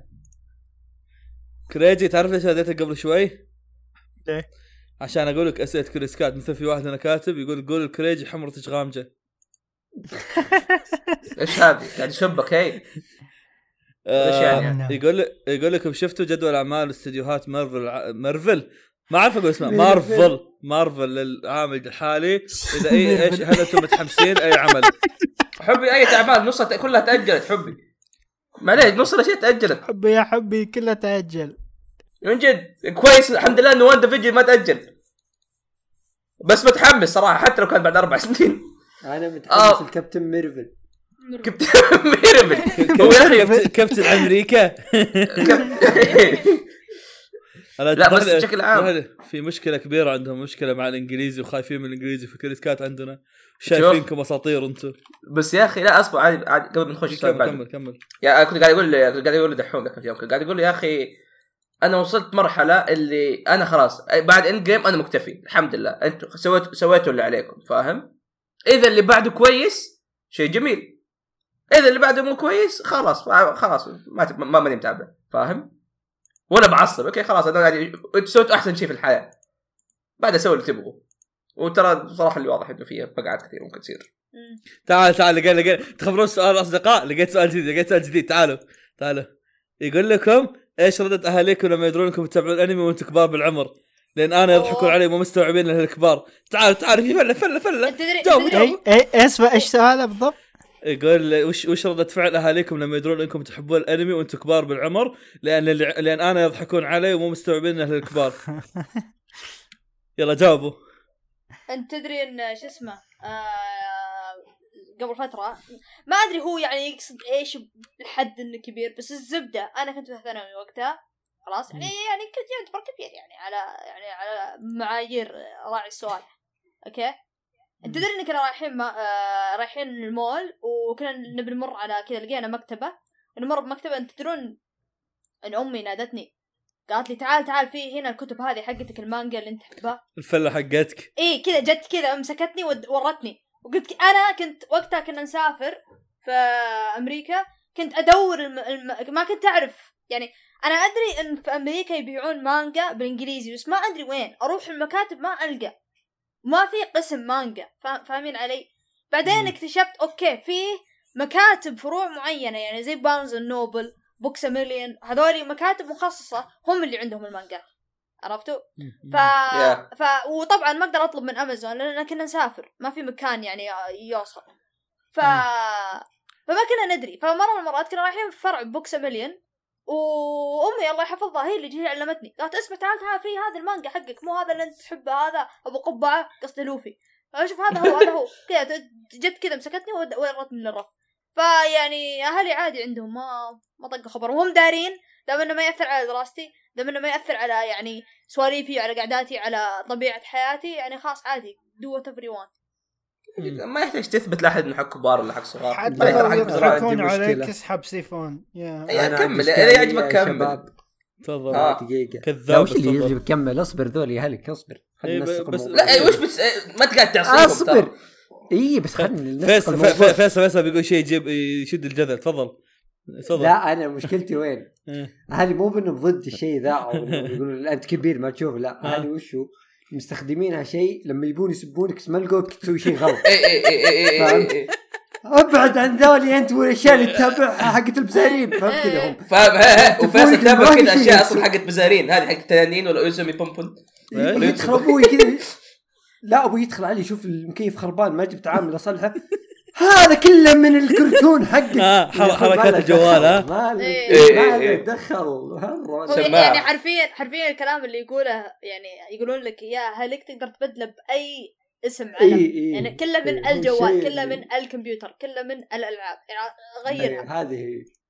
كريجي تعرف ليش هديته قبل شوي؟ ليه؟ عشان اقول لك اسئله كريسكات مثل في واحد انا كاتب يقول قول الكريجي حمرتك غامجه. ايش هذه قاعد يشبك هي ايش يعني؟ يقول يقول لكم شفتوا جدول اعمال استديوهات مارفل مارفل ما اعرف اقول اسمها مارفل مارفل للعام الحالي اذا اي ايش هل انتم متحمسين اي عمل؟ حبي اي اعمال نصها كلها تاجلت حبي معليش نص الاشياء تاجلت حبي يا حبي كلها تاجل من جد كويس الحمد لله انه وان فيجن ما تاجل بس متحمس صراحه حتى لو كان بعد اربع سنين. انا متحمس الكابتن ميرفل كابتن ميرفل هو يا اخي كابتن امريكا. لا بس بشكل عام في مشكله كبيره عندهم مشكله مع الانجليزي وخايفين من الانجليزي في كريسكات عندنا شايفينكم اساطير انتم. بس يا اخي لا اصبر عادي قبل ما نخش كمل كمل كمل. يا كنت قاعد اقول لي قاعد اقول دحوم لك اليوم قاعد يقول لي يا اخي انا وصلت مرحله اللي انا خلاص بعد اند جيم انا مكتفي الحمد لله انتم سويتوا سويتوا اللي عليكم فاهم. اذا اللي بعده كويس شيء جميل اذا اللي بعده مو كويس خلاص خلاص ما ما ماني متابع فاهم ولا بعصب اوكي خلاص انا قاعد سويت احسن شيء في الحياه بعد اسوي اللي تبغوا. وترى بصراحه اللي واضح انه فيها بقعات كثير ممكن تصير. تعال تعال لقيت لقيت تخبرون السؤال اصدقاء لقيت سؤال جديد لقيت سؤال جديد تعالوا تعالوا يقول لكم ايش ردة اهاليكم لما يدرون انكم تتابعون الانمي وانتم كبار بالعمر؟ لان انا يضحكون علي مو مستوعبين الكبار. تعال تعال في فله فله فله جاوب اي اي اسمع ايش سؤاله بالضبط؟ يقول وش وش ردة فعل اهاليكم لما يدرون انكم تحبون الانمي وانتم كبار بالعمر؟ لان لان انا يضحكون علي ومو مستوعبين انه الكبار. يلا جاوبوا. انت تدري ان شو اسمه آه قبل فتره ما ادري هو يعني يقصد ايش لحد انه كبير بس الزبده انا كنت في ثانوي وقتها خلاص يعني يعني كنت يعتبر كبير يعني على يعني على معايير راعي السؤال اوكي. انت تدري ان كنا رايحين ما آه رايحين المول وكنا نبي نمر على كذا لقينا مكتبه نمر بمكتبه. انت تدرون ان امي نادتني قالت لي تعال تعال في هنا الكتب هذه حقتك المانجا اللي انت تحبها الفله حقتك ايه كذا جت كذا مسكتني وورتني وقلت انا كنت وقتها كنا نسافر في امريكا كنت ادور الم... الم... ما كنت اعرف يعني انا ادري ان في امريكا يبيعون مانجا بالانجليزي بس ما ادري وين اروح المكاتب ما القى ما في قسم مانجا فاهمين علي. بعدين اكتشفت اوكي في مكاتب فروع معينه يعني زي بارنز النوبل بوكس مليون هذولي مكاتب مخصصه هم اللي عندهم المانجا عرفتوا. ف... ف وطبعا ما اقدر اطلب من امازون لان كنا نسافر ما في مكان يعني يوصل ف فما كنا ندري. فمره من المرات كنا رايحين في فرع بوكس مليون وامي الله يحفظها هي اللي جهي علمتني قالت اسمع تعال تعال في هذا المانجا حقك مو هذا اللي انت تحبه هذا ابو قبعه قصده لوفي اشوف هذا هو هذا هو كذا جت كذا مسكتني ورتني للرف. فيعني اهلي عادي عندهم ما ما طق خبر وهم دارين دام انه ما ياثر على دراستي دام انه ما ياثر على يعني سواليفي على قعداتي على طبيعه حياتي يعني خاص عادي دو تفري وان ما يحتاج تثبت لاحد انه حق كبار ولا حق صغار حتى لو يضحكون عليك اسحب سيفون يا كمل اذا يعجبك كمل تفضل آه. دقيقه كذاب وش اللي يجي كمل اصبر ذولي اهلك اصبر إيه بس لا وش بس ما تقعد تعصبهم اصبر اي بس خلني فيصل فيصل فيصل بيقول شيء يجيب يشد الجدل تفضل تفضل. لا انا مشكلتي وين اهلي مو بانهم ضد الشيء ذا او يقولوا انت كبير ما تشوف لا اهلي وشو مستخدمينها شيء لما يبون يسبونك اسم لقوك تسوي شيء غلط. اي اي اي اي ابعد عن ذولي انت والاشياء اللي تتابعها حقت البزارين فهمت كذا هم فاهم. وفيصل تابع كذا اشياء اصلا حقت بزارين هذه حقت التنانين ولا يسمي بومبون يدخل ابوي كذا. لا ابوي يدخل علي يشوف المكيف خربان ما جبت عامل اصلحه هذا كله من الكرتون حقك. حركات الجوال ها ما دخل يعني حرفيا حرفيا الكلام اللي يقوله يعني يقولون لك اياه هلك تقدر تبدله باي اسم علم إيه إيه يعني كله من إيه الجوال كله من الكمبيوتر كله من الالعاب يعني غيرها هذه.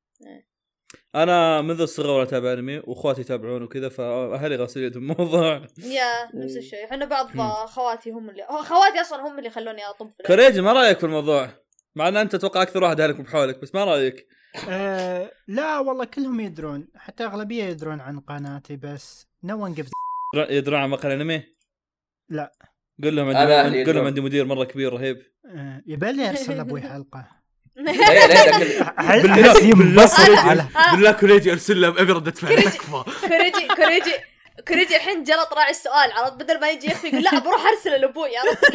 انا منذ الصغر اتابع انمي واخواتي يتابعون وكذا فاهلي غاسلين الموضوع يا نفس الشيء. احنا بعض خواتي هم اللي خواتي اصلا هم اللي خلوني اطب. كوريجي ما رايك في الموضوع مع ان انت تتوقع اكثر واحد اهلك بحولك بس ما رايك؟ أه لا والله كلهم يدرون حتى اغلبيه يدرون عن قناتي بس نو ون جيف يدرون عن مقال انمي. لا قل لهم عندي قل لهم عندي مدير مره كبير رهيب. أه يبالي ارسل ابوي حلقه بالله ينبسط على بالله كوريجي ارسل له ابي ردة فعل تكفى. كوريجي كوريجي كوريجي الحين جلط راعي السؤال عرفت بدل ما يجي يخفي يقول لا بروح ارسل لابوي عرفت.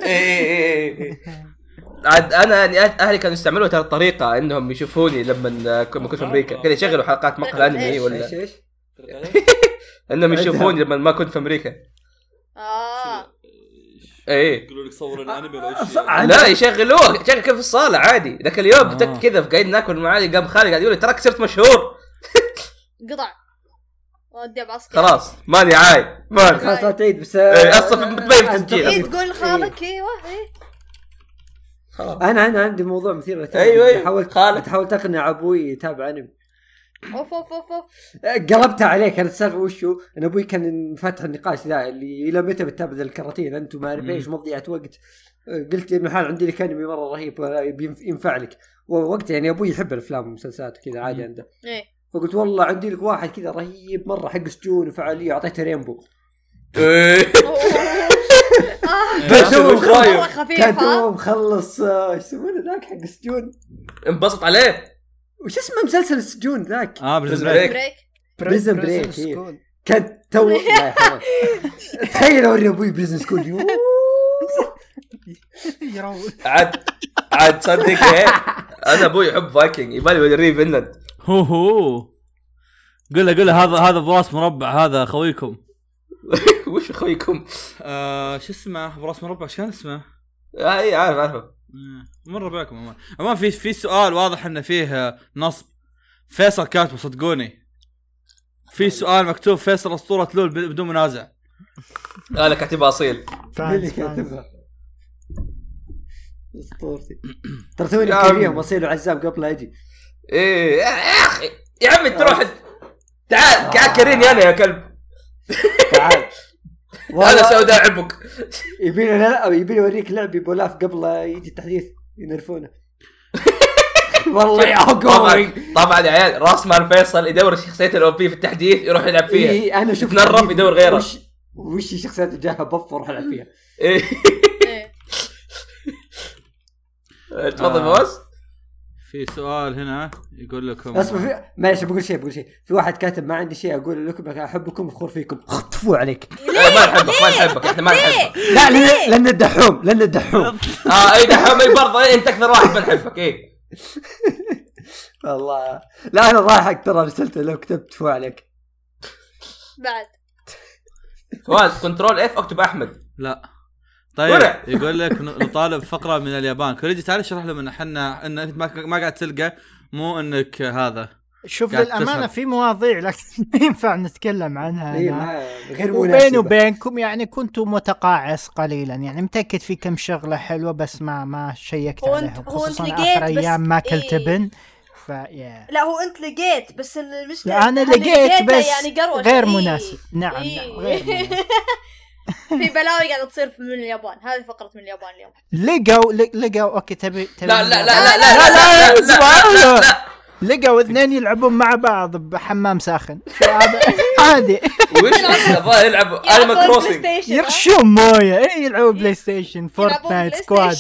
عاد انا يعني اهلي كانوا يستعملوا ترى الطريقه انهم يشوفوني لما كنت في امريكا كذا يشغلوا حلقات مقهى انمي ولا ايش انهم يشوفوني لما ما كنت في امريكا. اه ايه يقولوا لك صور الانمي ولا شيء. لا يشغلوه شغل كيف في الصاله عادي. ذاك اليوم آه. كنت كذا قاعد ناكل معالي قام خالي قاعد يقول لي تراك صرت مشهور. قطع ودي بعسكر خلاص ماني عاي ماني خلاص تعيد بس ايه اصلا متبين تسجيل ايه تقول خالك ايوه ايه خلاص. انا انا عندي موضوع مثير ايوه ايوه حاولت خالك تحاول تقنع ابوي يتابع انمي. اوف اوف اوف اوف قلبتها عليه. كانت السالفه وشو ان ابوي كان فاتح النقاش ذا اللي الى متى بتتابع ذا الكراتين انتم ما اعرف ايش مضيعه وقت. قلت ابن حال عندي لك انمي مره رهيب ينفع لك ووقت يعني ابوي يحب الافلام والمسلسلات كذا عادي عنده. ايه فقلت والله عندي لك واحد كذا رهيب مره حق سجون وفعاليه اعطيته رينبو. كان مخلص ايش يسمونه ذاك حق السجون انبسط عليه. وش اسمه مسلسل السجون ذاك؟ اه بريزن بريك. بريزن بريك كان تو تخيل اوري ابوي بريزن سكول. عاد عاد تصدق ايه انا ابوي يحب فايكنج يبالي يوريه فينلاند. هو هو قل له قل له هذا هذا براس مربع هذا خويكم. وش خويكم؟ آه شو اسمه براس مربع ايش كان اسمه؟ اي عارف عارفه مر بكم عمان. عمان في في سؤال واضح انه فيه نصب. فيصل كاتبه صدقوني في سؤال مكتوب فيصل اسطوره لول بدون منازع. انا كاتبها اصيل. اللي كاتبها اسطورتي. ترى توني كريم وصيله عزام قبل اجي. ايه يا اخي يا عمي تروح تعال تعال كريني انا يا كلب. تعال انا سوداء عبك. يبيني لا يبيني اوريك لعبي بولاف قبل يجي التحديث ينرفونه. والله يا طبعا طبعا يا عيال راس مال فيصل يدور شخصيته الاو بي في التحديث يروح يلعب فيها. إيه انا شفت نرف يدور غيره. وش وش شخصيته جاها بف وروح يلعب فيها. ايه تفضل فوز. في سؤال هنا يقول لكم اسمع في ماشي بقول شيء بقول شيء في واحد كاتب ما عندي شيء اقول لكم احبكم وفخور فيكم. اختفوا عليك. ما نحبك ما نحبك احنا ما نحبك. لا لان الدحوم لان الدحوم اه اي دحوم اي برضه انت اكثر واحد ما نحبك. ايه والله لا انا ضاحك ترى رسلته لو كتبت فو عليك بعد فواز كنترول اف اكتب احمد. لا طيب يقول لك نطالب فقره من اليابان. كوريجي تعال اشرح لهم ان احنا ان انت ما قاعد تلقى مو انك هذا. شوف للامانه في مواضيع لكن ما ينفع نتكلم عنها. اي غير مناسبه. وبين وبينكم يعني كنت متقاعس قليلا يعني متاكد في كم شغله حلوه بس ما ما شيكت عليها خصوصا اخر ايام ما كلت ابن. فيا لا هو انت لقيت بس المشكله لا انا لقيت بس يعني غير إيه. مناسب. نعم إيه. نعم غير مناسب. في بلاوي قاعده تصير من اليابان. هذه فقره من اليابان اليوم. لقوا لقوا اوكي تبي تبي لا لا لا لا لا لا لا لا لقوا اثنين يلعبون مع بعض بحمام ساخن. عادي وش الظاهر يلعبوا انيمال كروسنج يرشون مويه. اي يلعبوا بلاي ستيشن فورتنايت سكواد.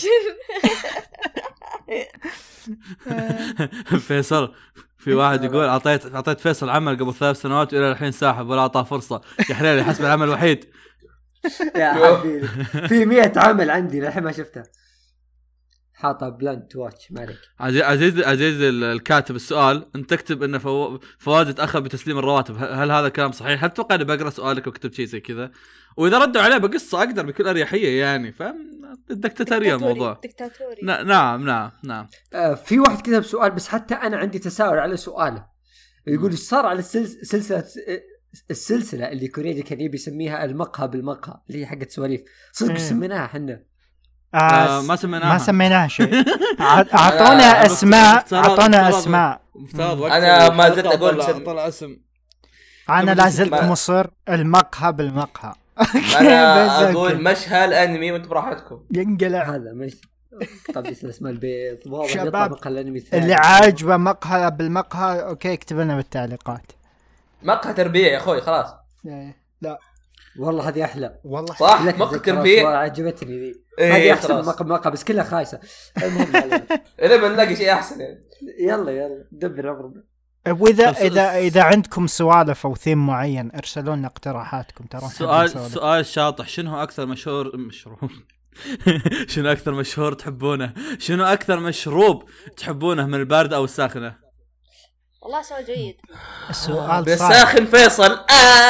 فيصل في واحد يقول اعطيت اعطيت فيصل عمل قبل ثلاث سنوات والى الحين ساحب ولا اعطاه فرصه. يا حلال يحسب العمل الوحيد. يا حبيبي في مية عمل عندي للحين ما شفتها. حاطه بلاند واتش ما عليك. عزيز عزيز عزيز الكاتب السؤال انت تكتب ان فو... فواز تاخر بتسليم الرواتب، هل هذا كلام صحيح؟ هل تتوقع اني بقرا سؤالك وكتبت شيء زي كذا واذا ردوا عليه بقصه اقدر بكل اريحيه يعني فاهم الدكتاتوريه الموضوع دكتاتوري. ن... نعم نعم نعم آه في واحد كتب سؤال بس حتى انا عندي تساؤل على سؤاله يقول ايش صار على السلسله سلسله السلسله اللي كوريجي كان يبي يسميها المقهى بالمقهى اللي هي حقت سواليف صدق سميناها احنا آه ما سميناها ما سميناها شيء اعطونا اسماء اعطونا اسماء انا ما زلت اقول طلع, طلع اسم انا لا زلت مصر المقهى بالمقهى انا اقول مشهى الانمي وانتم براحتكم ينقلع هذا مش طب اسمه البيض شباب اللي عاجبه مقهى بالمقهى اوكي اكتب لنا بالتعليقات. مقهى تربية يا اخوي خلاص. لا والله هذه احلى والله صح مقهى تربية عجبتني ذي إيه هذه احسن مقهى مقهى بس كلها خايسه. المهم اذا بنلاقي شيء احسن يعني. يلا يلا دبر امرنا. واذا اذا اذا عندكم سوالف او ثيم معين ارسلوا لنا اقتراحاتكم ترى. سؤال سؤال شاطح شنو اكثر مشهور مشروب شنو اكثر مشهور تحبونه؟ شنو اكثر مشروب تحبونه من البارد او الساخنه؟ والله سؤال جيد. السؤال بساخن فيصل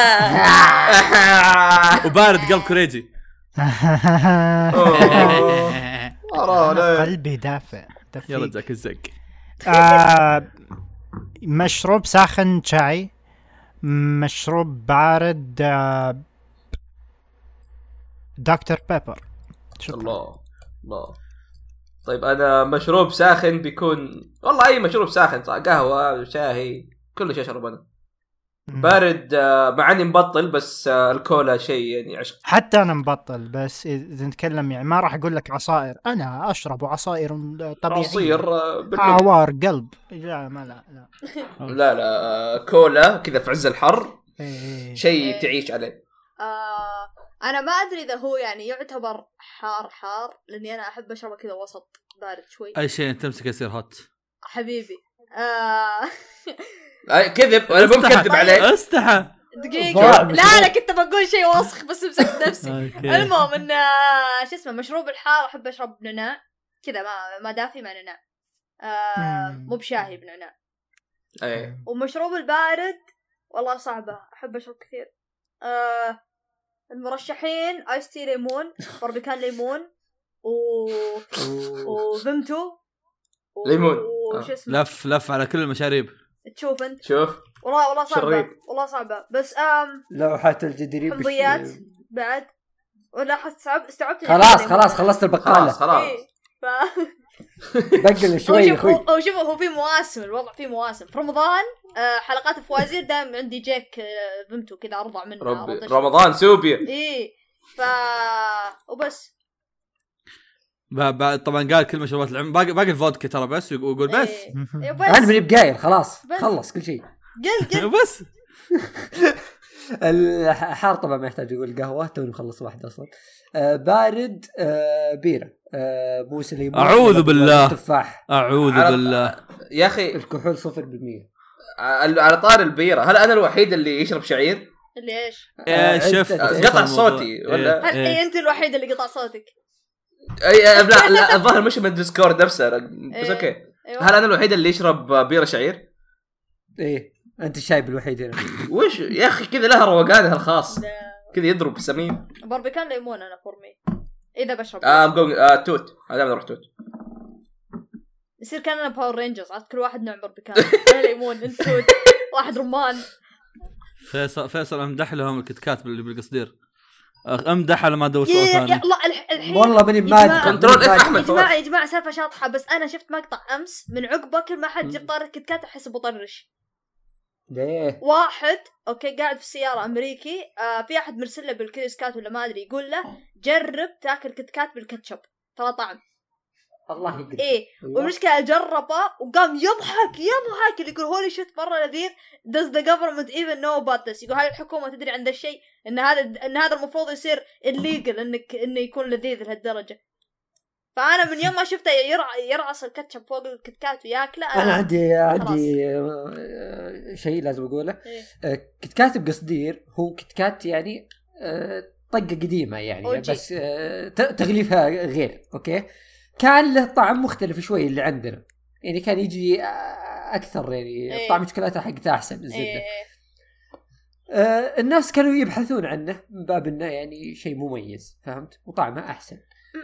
وبارد قلب كوريجي. قلبي دافع. يلا جاك الزق. مشروب ساخن شاي، مشروب بارد دكتور بيبر. الله الله. طيب انا مشروب ساخن بيكون والله اي مشروب ساخن صح قهوه شاهي كل شيء اشرب انا. بارد مع اني مبطل بس الكولا شيء يعني عشق. حتى انا مبطل بس اذا نتكلم يعني ما راح اقول لك عصائر، انا اشرب عصائر طبيعيه عصير عوار قلب. لا ما لا لا لا لا كولا كذا في عز الحر إيه. شيء تعيش عليه. آه انا ما ادري اذا هو يعني يعتبر حار حار لاني انا احب اشربه كذا وسط بارد شوي. اي شيء تمسك يصير هوت حبيبي. آه اي كذب انا بكذب عليه. استحى دقيقه لا لا كنت بقول شيء وسخ بس مسكت نفسي. المهم ان شو اسمه مشروب الحار احب اشرب نعناع كذا ما ما دافي مع نعناع آه مو بشاهي بنعناع. اي ومشروب البارد والله صعبه احب اشرب كثير. آه المرشحين ايس تي ليمون باربيكان ليمون و وفمتو و... ليمون وش اسمه لف لف على كل المشاريب. تشوف انت شوف والله والله صعبه والله صعبه بس ام لوحات الجدري حمضيات بش... بعد ولا حستوعب استوعبت خلاص خلاص خلصت البقاله خلاص خلاص إيه. ف... بقل شوي اخوي هو شوف هو في مواسم الوضع في مواسم في رمضان آه حلقات فوازير دائما عندي جيك آه بنتو كذا ارضع منه ربي رمضان سوبيا ايه ف وبس طبعا قال كل مشروبات العم باقي باقي الفودكا ترى بس ويقول بس إيه. بس انا من بقايل خلاص بس. خلص كل شيء قل قل بس الحار طبعا ما يحتاج يقول قهوه توني مخلص واحده اصلا. آه بارد آه بيره آه بوس ليمون اعوذ بالله تفاح اعوذ بالله يا اخي الكحول صفر بالمية. على طار البيره هل انا الوحيد اللي يشرب شعير؟ اللي ايش آه شفت قطع صوتي ولا هل اي انت الوحيد اللي قطع صوتك؟ اي لا لا الظاهر مش من الديسكورد نفسه بس اوكي. هل انا الوحيد اللي يشرب بيره شعير؟ ايه انت الشايب الوحيد هنا. وش يا اخي كذا لها روقانها الخاص كذا يضرب سمين. باربيكان ليمون انا فورمي اذا بشرب اه جوينج آه توت انا دائما اروح توت. يصير كاننا باور رينجرز عاد كل واحد نوع باربيكان ليمون انت توت واحد رمان. فيصل فيصل امدح لهم الكتكات اللي بالقصدير امدح على ما ادور صوت ثاني. يا الله الحين والله ماني ماد كنترول اف احمد. يا جماعه يا جماعه سالفه شاطحه بس انا شفت مقطع امس من عقبه كل ما حد جاب طارة كتكات احس بطرش. ليه واحد اوكي قاعد في السياره امريكي آه في احد مرسل له بالكيسكات ولا ما ادري يقول له جرب تاكل كتكات بالكاتشب ترى طعم الله يقدر. ايه والمشكله جربه وقام يضحك يضحك اللي يقول هولي شت مره لذيذ. does the government even know about this؟ يقول هاي الحكومه تدري عن ذا الشيء ان هذا ان هذا المفروض يصير illegal انك انه يكون لذيذ لهالدرجه. فانا من يوم ما شفته يرع يرعص الكاتشب فوق الكتكات وياكله أنا, انا عندي عندي شيء لازم اقوله. إيه؟ كتكات بقصدير هو كتكات يعني طقه قديمه يعني بس تغليفها غير اوكي. كان له طعم مختلف شوي اللي عندنا، يعني كان يجي اكثر يعني إيه. طعم الشوكولاته حقته احسن الزبده. إيه. آه الناس كانوا يبحثون عنه من باب انه يعني شيء مميز، فهمت، وطعمه احسن.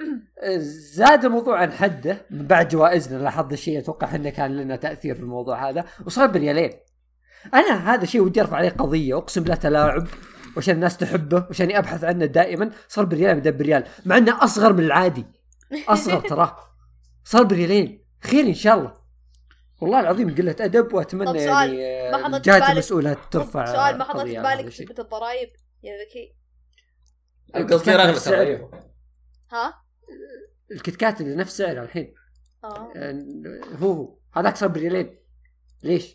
زاد الموضوع عن حده من بعد جوائزنا، لاحظت الشيء اتوقع انه كان لنا تاثير في الموضوع هذا، وصار بريالين. انا هذا شيء ودي ارفع عليه قضيه، اقسم بالله تلاعب، وعشان الناس تحبه وعشان ابحث عنه دائما. صار بريال بدل بريال، مع انه اصغر من العادي، اصغر تراه، صار بريالين. خير ان شاء الله، والله العظيم قلة ادب. واتمنى يعني الجهات المسؤوله ترفع. سؤال، ما حطيت بالك سبة الضرائب يا ذكي؟ القصدي رغبة. ها الكتكات اللي نفس سعر الحين اه هو هذاك صار بريالين، ليش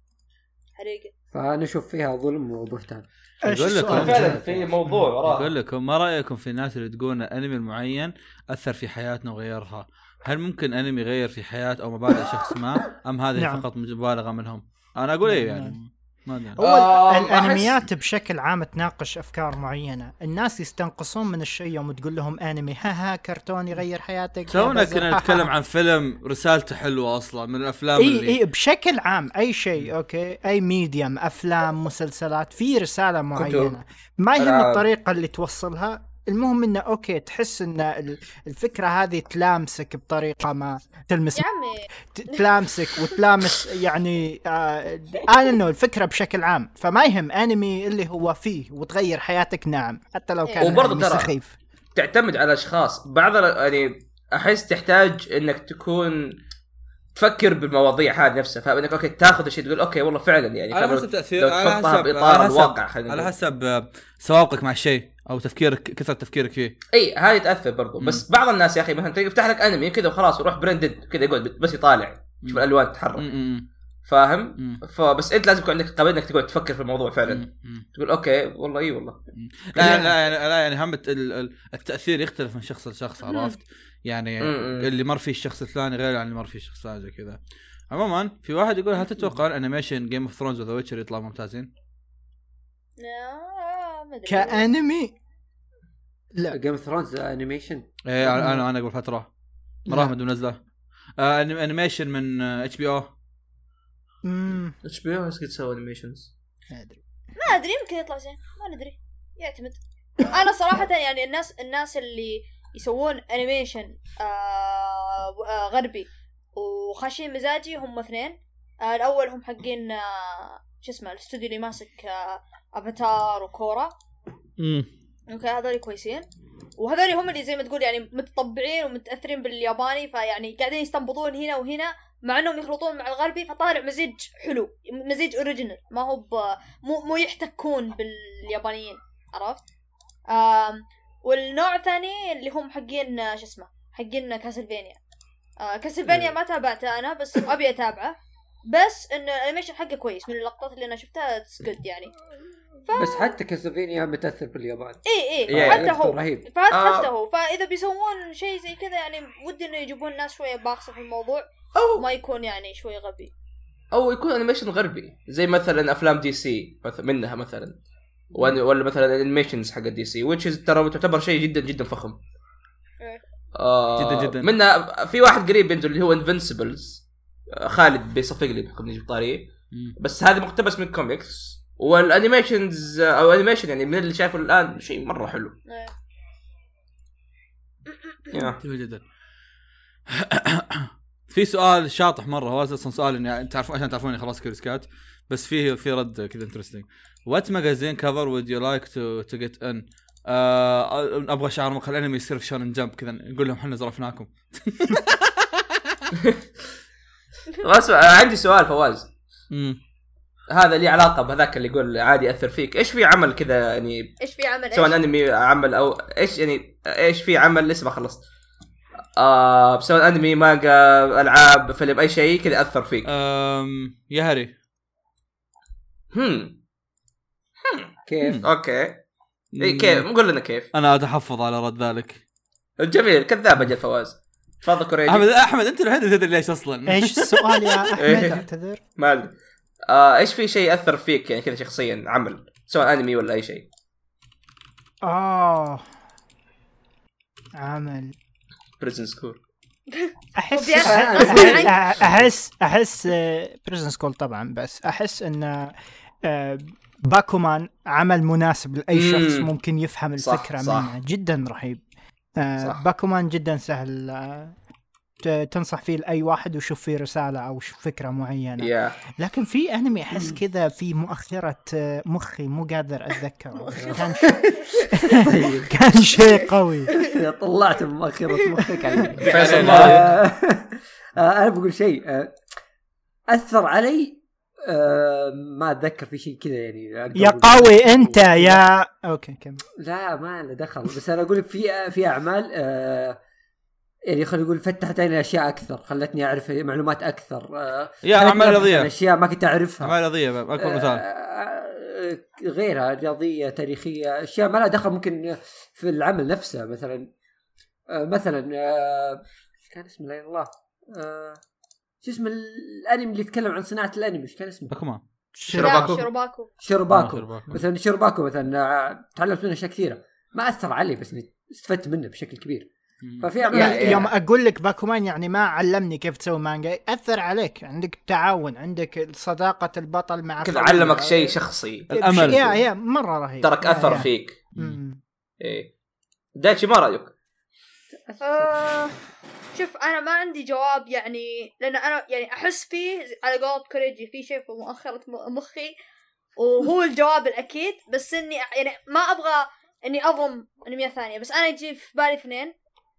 حريقه؟ فانا اشوف فيها ظلم وبهتان. اقول لكم فعلا في موضوع وراه. اقول لكم ما رايكم في الناس اللي تقول انمي معين اثر في حياتنا وغيرها؟ هل ممكن انمي يغير في حياه او مبادئ شخص ما، ام هذه نعم. فقط مبالغه منهم؟ انا اقول ايه يعني ما ادري. آه الانميات بشكل عام تناقش افكار معينه، الناس يستنقصون من الشيء يوم تقول لهم انمي ها ها كرتون يغير حياتك. تونا كنا نتكلم عن فيلم رسالته حلوه اصلا من الافلام إيه اللي اي بشكل عام اي شيء اوكي، اي ميديم، افلام، مسلسلات، في رساله معينه ما يهم الطريقه اللي توصلها، المهم انه اوكي تحس ان الفكره هذه تلامسك بطريقه ما تلمس يا عمي تلامسك وتلامس يعني آه انا انه الفكره بشكل عام. فما يهم انمي اللي هو فيه وتغير حياتك نعم، حتى لو كان وبرضه سخيف. تعتمد على اشخاص، بعض يعني احس تحتاج انك تكون تفكر بالمواضيع هذه نفسها، فانك اوكي تاخذ الشيء تقول اوكي والله فعلا يعني على حسب تاثير، على حسب اطار الواقع، على حسب سواقك مع الشيء او تفكيرك، كثر تفكيرك فيه. اي هذه تاثر برضو. بس بعض الناس يا اخي مثلا يفتح لك انمي كذا وخلاص ويروح برندد كذا يقعد بس يطالع شوف الالوان تتحرك، فاهم؟ فبس انت لازم يكون عندك قابليه انك تقعد تفكر في الموضوع فعلا، تقول اوكي والله اي والله. لا لا لا يعني هم التاثير يختلف من شخص لشخص، عرفت يعني؟ مم. اللي مر فيه الشخص الثاني غير عن اللي مر فيه الشخص الثاني زي كذا. عموما في واحد يقول هل تتوقع الانيميشن جيم اوف ثرونز وذا ويتشر يطلع ممتازين؟ لا ما ادري كانمي. لا جيم اوف ثرونز انيميشن ايه انا انا قبل فتره مراه منزله آه انيميشن من اتش بي او. امم اتش بي او ايش تسوي انيميشنز؟ ما ادري ما ادري يمكن يطلع زين، ما ندري، يعتمد. انا صراحه يعني الناس الناس اللي يسوون انيميشن آه آه غربي وخاشين مزاجي هم اثنين. آه الاول هم حقين آه شو اسمه الاستوديو اللي ماسك آه افاتار وكورا. امم اوكي هذول كويسين، وهذول هم اللي زي ما تقول يعني متطبعين ومتاثرين بالياباني، فيعني قاعدين يستنبطون هنا وهنا مع انهم يخلطون مع الغربي، فطالع مزيج حلو، مزيج اوريجينال، ما هو مو مو يحتكون باليابانيين، عرفت؟ آم والنوع الثاني اللي هم حقين شو اسمه حقين كاسلفينيا. آه كاسلفينيا ما تابعته انا بس ابي اتابعه، بس ان الانيميشن حقه كويس من اللقطات اللي انا شفتها تسكد يعني. ف... بس حتى كاسلفينيا متاثر باليابان. اي اي حتى هو حتى آه. هو فاذا بيسوون شيء زي كذا يعني ودي انه يجيبون ناس شويه باخصه في الموضوع، أو ما يكون يعني شوي غبي، او يكون انيميشن غربي زي مثلا افلام دي سي منها مثلا، ولا مثلا الانيميشنز حق دي سي which ترى تعتبر شيء جدا جدا فخم. آه جدا جدا. منها في واحد قريب ينزل اللي هو انفنسبلز، خالد بيصفق لي بحكم نجيب طاري، بس هذا مقتبس من كوميكس، والانيميشنز او انيميشن يعني من اللي شايفه الان شيء مره حلو. يا جدا. في سؤال شاطح مره، هو اصلا سؤال اني انت تعرفون عشان تعرفوني خلاص كيرسكات، بس فيه في رد كذا انترستينج. وات ماجازين كفر وود يو لايك تو تو جيت ان؟ ابغى شعار مقال انمي يصير في شونن جمب كذا نقول لهم احنا ظرفناكم. بس عندي سؤال فواز. امم هذا لي علاقه بهذاك اللي يقول عادي ياثر فيك. ايش في عمل كذا يعني ايش في عمل سواء انمي عمل او ايش يعني ايش في عمل لسه ما خلصت آه سواء انمي مانجا العاب فيلم اي شيء كذا اثر فيك؟ امم يا هري هم كيف؟ اوكي اي كيف قول لنا كيف. انا اتحفظ على رد ذلك. جميل كذاب اجل فواز. تفضل كوريجي. احمد احمد انت الوحيد اللي تدري ليش اصلا. ايش السؤال يا احمد؟ اعتذر. ما ادري آه ايش في شيء اثر فيك يعني كذا شخصيا عمل سواء انمي ولا اي شيء؟ اه عمل بريزن سكول. احس احس احس, أحس بريزن سكول طبعا، بس احس ان باكومان عمل مناسب لاي شخص ممكن يفهم الفكره صح منه. صح. جدا رهيب. باكومان جدا سهل تنصح فيه لأي واحد وشوف فيه رسالة أو فكرة معينة. yeah. لكن في أنمي أحس كذا في مؤخرة مخي مو قادر أتذكره. كان ش... كان شيء قوي. طلعت مؤخرة مخك علي. أنا بقول شيء أثر علي، ما أتذكر في شيء كذا يعني. يا قوي أنت يا أوكي كم. لا ما له دخل، بس أنا أقول في في أعمال يعني خلينا نقول فتحت علي أشياء أكثر، خلتني أعرف معلومات أكثر. يا أعمال رياضية، أشياء ما كنت أعرفها. أعمال رياضية أكبر مثال. غيرها رياضية تاريخية، أشياء ما لها دخل ممكن في العمل نفسه. مثلا مثلا كان اسمه لا الله شو اسم الأنمي اللي يتكلم عن صناعة الأنمي، إيش كان اسمه؟ باكومان. شيروباكو. شيروباكو. شيروباكو مثلا. شيروباكو مثلا تعلمت منه أشياء كثيرة، ما أثر علي بس استفدت منه بشكل كبير. ففي يعني يوم أقول لك باكومان يعني ما علمني كيف تسوي مانجا، أثر عليك، عندك تعاون، عندك صداقة البطل مع كذا، علمك شيء شخصي، الأمل. يا يا مرة رهيب، ترك أثر فيك. إيه دايتشي ما رأيك؟ أه شوف أنا ما عندي جواب يعني، لأن أنا يعني أحس فيه على قولة كوريجي في شيء في مؤخرة مخي وهو الجواب الأكيد، بس إني يعني ما أبغى إني أظلم أنمية ثانية، بس أنا يجي في بالي اثنين.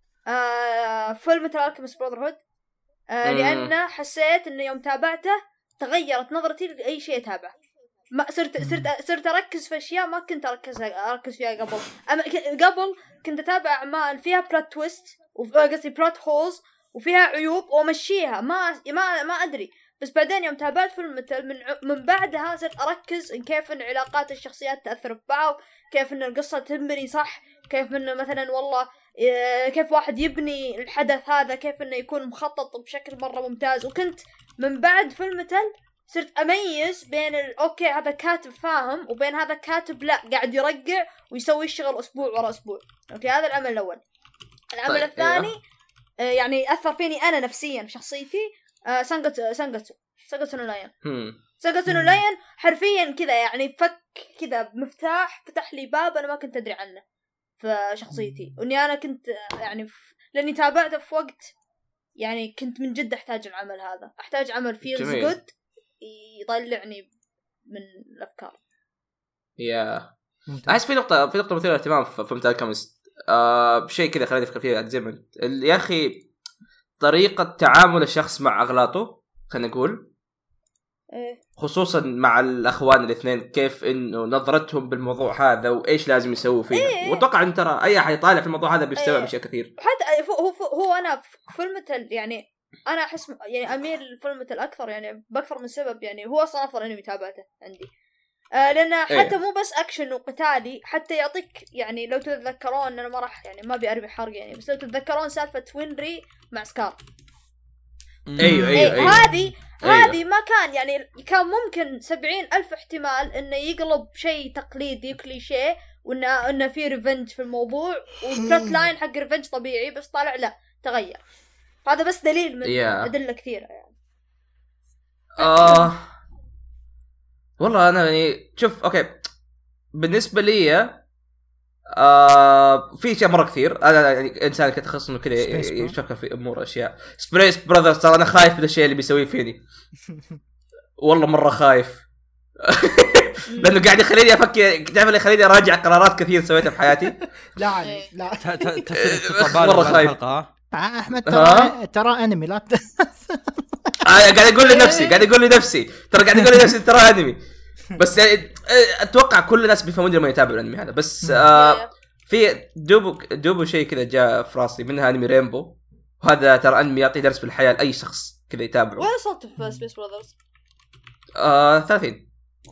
آه فيلم الكيمست براذرهود، آه لأن حسيت إنه يوم تابعته تغيرت نظرتي لأي شيء أتابعه. ما صرت صرت صرت أركز في أشياء ما كنت أركز أركز فيها قبل. أما قبل كنت أتابع أعمال فيها بلوت تويست وقصدي بلوت هولز وفيها عيوب ومشيها ما ما ما أدري، بس بعدين يوم تابعت فيلم من من بعدها صرت أركز إن كيف إن علاقات الشخصيات تأثر في بعض، كيف إن القصة تنبني صح، كيف إنه مثلا والله كيف واحد يبني الحدث هذا، كيف إنه يكون مخطط بشكل مرة ممتاز. وكنت من بعد فيلم تل صرت أميز بين أوكي هذا كاتب فاهم وبين هذا كاتب لا قاعد يرجع ويسوي الشغل أسبوع ورا أسبوع. أوكي هذا العمل الأول. العمل طيب الثاني إيه؟ يعني أثر فيني أنا نفسيا شخصيتي. آه سانجاتسو سانجاتسو سانجاتسو نو لاين. سانجاتسو نو لاين حرفيا كذا يعني فك كذا بمفتاح فتح لي باب أنا ما كنت أدري عنه في شخصيتي، وإني أنا كنت يعني ف... لأني تابعته في وقت يعني كنت من جد أحتاج العمل هذا، أحتاج عمل فيلز جود يطلعني من الأفكار. يا أحس في نقطة في نقطة مثيرة اهتمام في فيلم الكيمست، آه بشيء كذا خليني أفكر فيه زي ما يا أخي طريقة تعامل الشخص مع أغلاطه خلينا نقول، خصوصا مع الأخوان الاثنين، كيف إنه نظرتهم بالموضوع هذا وإيش لازم يسووا فيه. إيه. وأتوقع أن ترى أي أحد يطالع في الموضوع هذا بيستوعب أشياء إيه. كثير. حتى هو هو أنا في فيلم يعني أنا أحس يعني أميل لفيلم الأكثر يعني بأكثر من سبب، يعني هو أصلا أفضل أنمي تابعته عندي. آه لأن حتى إيه. مو بس أكشن وقتالي، حتى يعطيك يعني لو تتذكرون أنا ما راح يعني ما بيأربي حرق يعني، بس لو تتذكرون سالفة وينري مع سكار. أيوة أيوة أيوة هذه هذه أيوة. ما كان يعني كان ممكن سبعين ألف احتمال إنه يقلب شيء تقليدي كليشيه وإنه إنه في ريفنج في الموضوع وبلوت لاين حق ريفنج طبيعي، بس طالع لا تغير. هذا بس دليل من yeah. أدلة كثيرة يعني. آه والله أنا يعني شوف أوكي بالنسبة لي آه في اشياء مره كثير. انا يعني انسان كتخصص انه كذا يفكر في امور اشياء. سبريس براذرز ترى انا خايف من الشيء اللي بيسويه فيني والله مره خايف لانه قاعد يخليني افكر، تعرف اللي يخليني اراجع قرارات كثير سويتها في حياتي. لا لا مره خايف. احمد ترى ترى انمي لا قاعد اقول لنفسي قاعد اقول لنفسي ترى قاعد اقول لنفسي ترى انمي، بس يعني اتوقع كل الناس بيفهمون لما يتابعوا الانمي هذا. بس آه في دوبو دوبو شيء كذا جاء في راسي منها انمي رينبو، وهذا ترى انمي يعطي درس في الحياه لاي شخص كذا يتابعه. وين صوت في سبيس براذرز؟ آه ثلاثين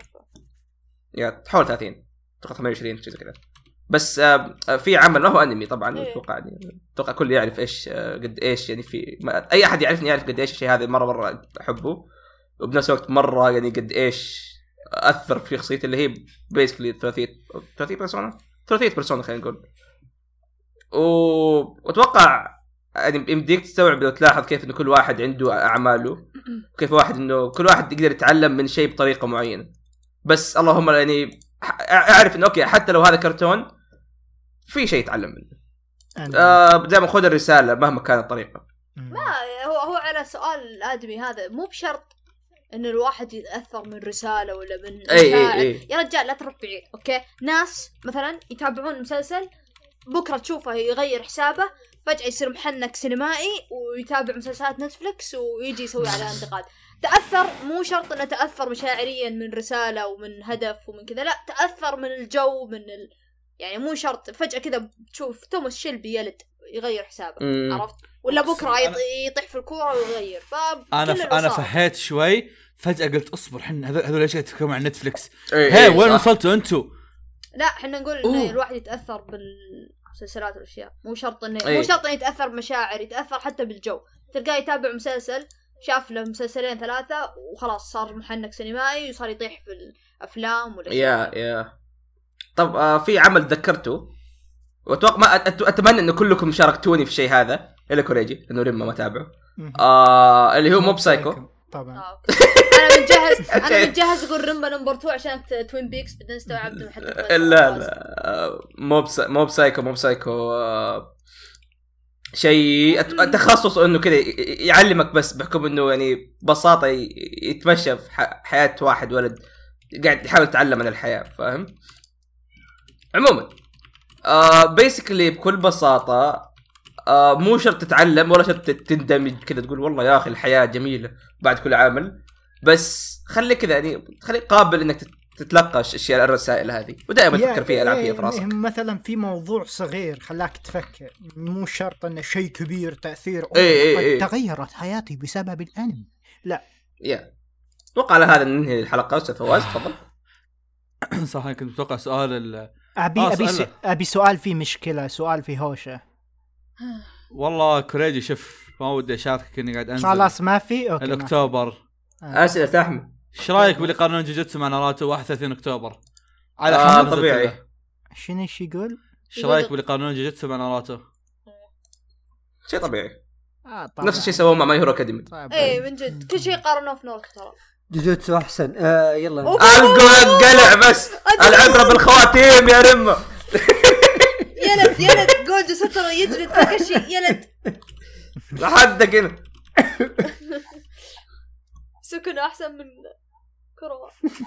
يا تحول ثلاثين تقريبا ثمانية وعشرين شيء كذا. بس آه في عمل ما هو انمي طبعا. اتوقع يعني اتوقع كل يعرف ايش آه قد ايش يعني في اي احد يعرفني يعرف قد ايش الشيء هذا مره مره احبه، وبنفس الوقت مره يعني قد ايش اثر في شخصيتي اللي هي بيسكلي ثلاثيه ثلاثيه بيرسونا ثلاثيه بيرسونا خلينا نقول. واتوقع يعني يمديك تستوعب لو تلاحظ كيف انه كل واحد عنده اعماله وكيف واحد انه كل واحد يقدر يتعلم من شيء بطريقه معينه. بس اللهم يعني اعرف انه اوكي حتى لو هذا كرتون في شيء يتعلم منه. آه زي ما خذ الرساله مهما كانت الطريقه. ما هو هو على سؤال الادمي هذا مو بشرط انه الواحد يتاثر من رساله ولا من مشاعر. يا رجال لا تربعي. اوكي ناس مثلا يتابعون مسلسل بكره تشوفه يغير حسابه فجاه يصير محنك سينمائي ويتابع مسلسلات نتفليكس ويجي يسوي على انتقاد. تاثر مو شرط انه تاثر مشاعريا من رساله ومن هدف ومن كذا، لا تاثر من الجو من ال... يعني مو شرط فجاه كذا تشوف توماس شيلبي يلد يغير حسابه. مم. عرفت ولا بكره يطيح في الكوره ويغير. انا ف... انا فهيت شوي فجاه قلت اصبر حنا هذول هذول ايش يتكلمون عن نتفليكس؟ هي وين وصلتوا انتوا؟ لا احنا نقول ان الواحد يتاثر بالمسلسلات والاشياء، مو شرط انه مو شرط انه يتاثر بمشاعر، يتاثر حتى بالجو. تلقاه يتابع مسلسل شاف له مسلسلين ثلاثه وخلاص صار محنك سينمائي وصار يطيح في الافلام والاشياء. يا يا طب آه في عمل ذكرته واتوقع ما اتمنى انه كلكم شاركتوني في الشيء هذا الا كوريجي انه ريما ما تابعه. آه اللي هو موب سايكو طبعا. آه. انا متجهز انا متجهز اقول ريمبا نمبر تو عشان توين بيكس بدنا نستوعب من حد. لا لا موب موب سايكو موب سايكو آه شيء تخصص انه كذا يعلمك بس بحكم انه يعني ببساطه يتمشى في حياه واحد ولد قاعد يحاول يتعلم عن الحياه فاهم. عموما آه بيسكلي بكل بساطه آه مو شرط تتعلم ولا شرط تندمج كذا تقول والله يا اخي الحياه جميله بعد كل عمل، بس خلي كذا يعني خلي قابل انك تتلقى الاشياء الرسائل هذه ودائما تفكر فيها العب فيها في راسك. مثلا في موضوع صغير خلاك تفكر مو شرط انه شيء كبير تاثير اي اي قد اي. تغيرت حياتي بسبب الانمي. لا يا اتوقع على هذا ننهي الحلقه. استاذ فواز تفضل. صح كنت متوقع سؤال ال ابي آه ابي سؤال. ابي سؤال فيه مشكله، سؤال فيه هوشه. والله كوريجي شوف ما ودي اشاركك اني قاعد انزل خلاص ما في اوكي الاكتوبر. آه. اسئله احمد ايش رايك باللي قانون جوجوتسو مع ناروتو واحد وثلاثين اكتوبر على آه حمل طبيعي؟ شنو ايش يقول؟ ايش رايك باللي قانون جوجوتسو مع ناروتو؟ شيء طبيعي. آه نفس الشيء سووه مع ماي هيرو اكاديمي. اي من جد كل شيء قارنوه في ناروتو ترى. جوجوتسو احسن. آه يلا القوا قلع بس العبره بالخواتيم يا رمه. يلد يلد جوجو ستر يجري تاكشي يلد لحدك هنا. سكن احسن من كرة.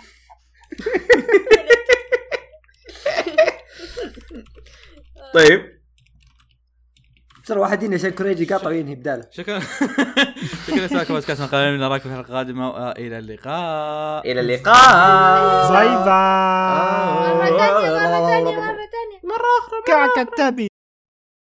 طيب صار واحد ينهي عشان كوريجي قاطع وينهي بداله. شكرا شكرا لكم بودكاست قادم نراكم في الحلقه القادمه. الى اللقاء. الى اللقاء. باي باي. مرة ثانية مرة ثانية مرة ثانية مرة أخرى كعكة تبي.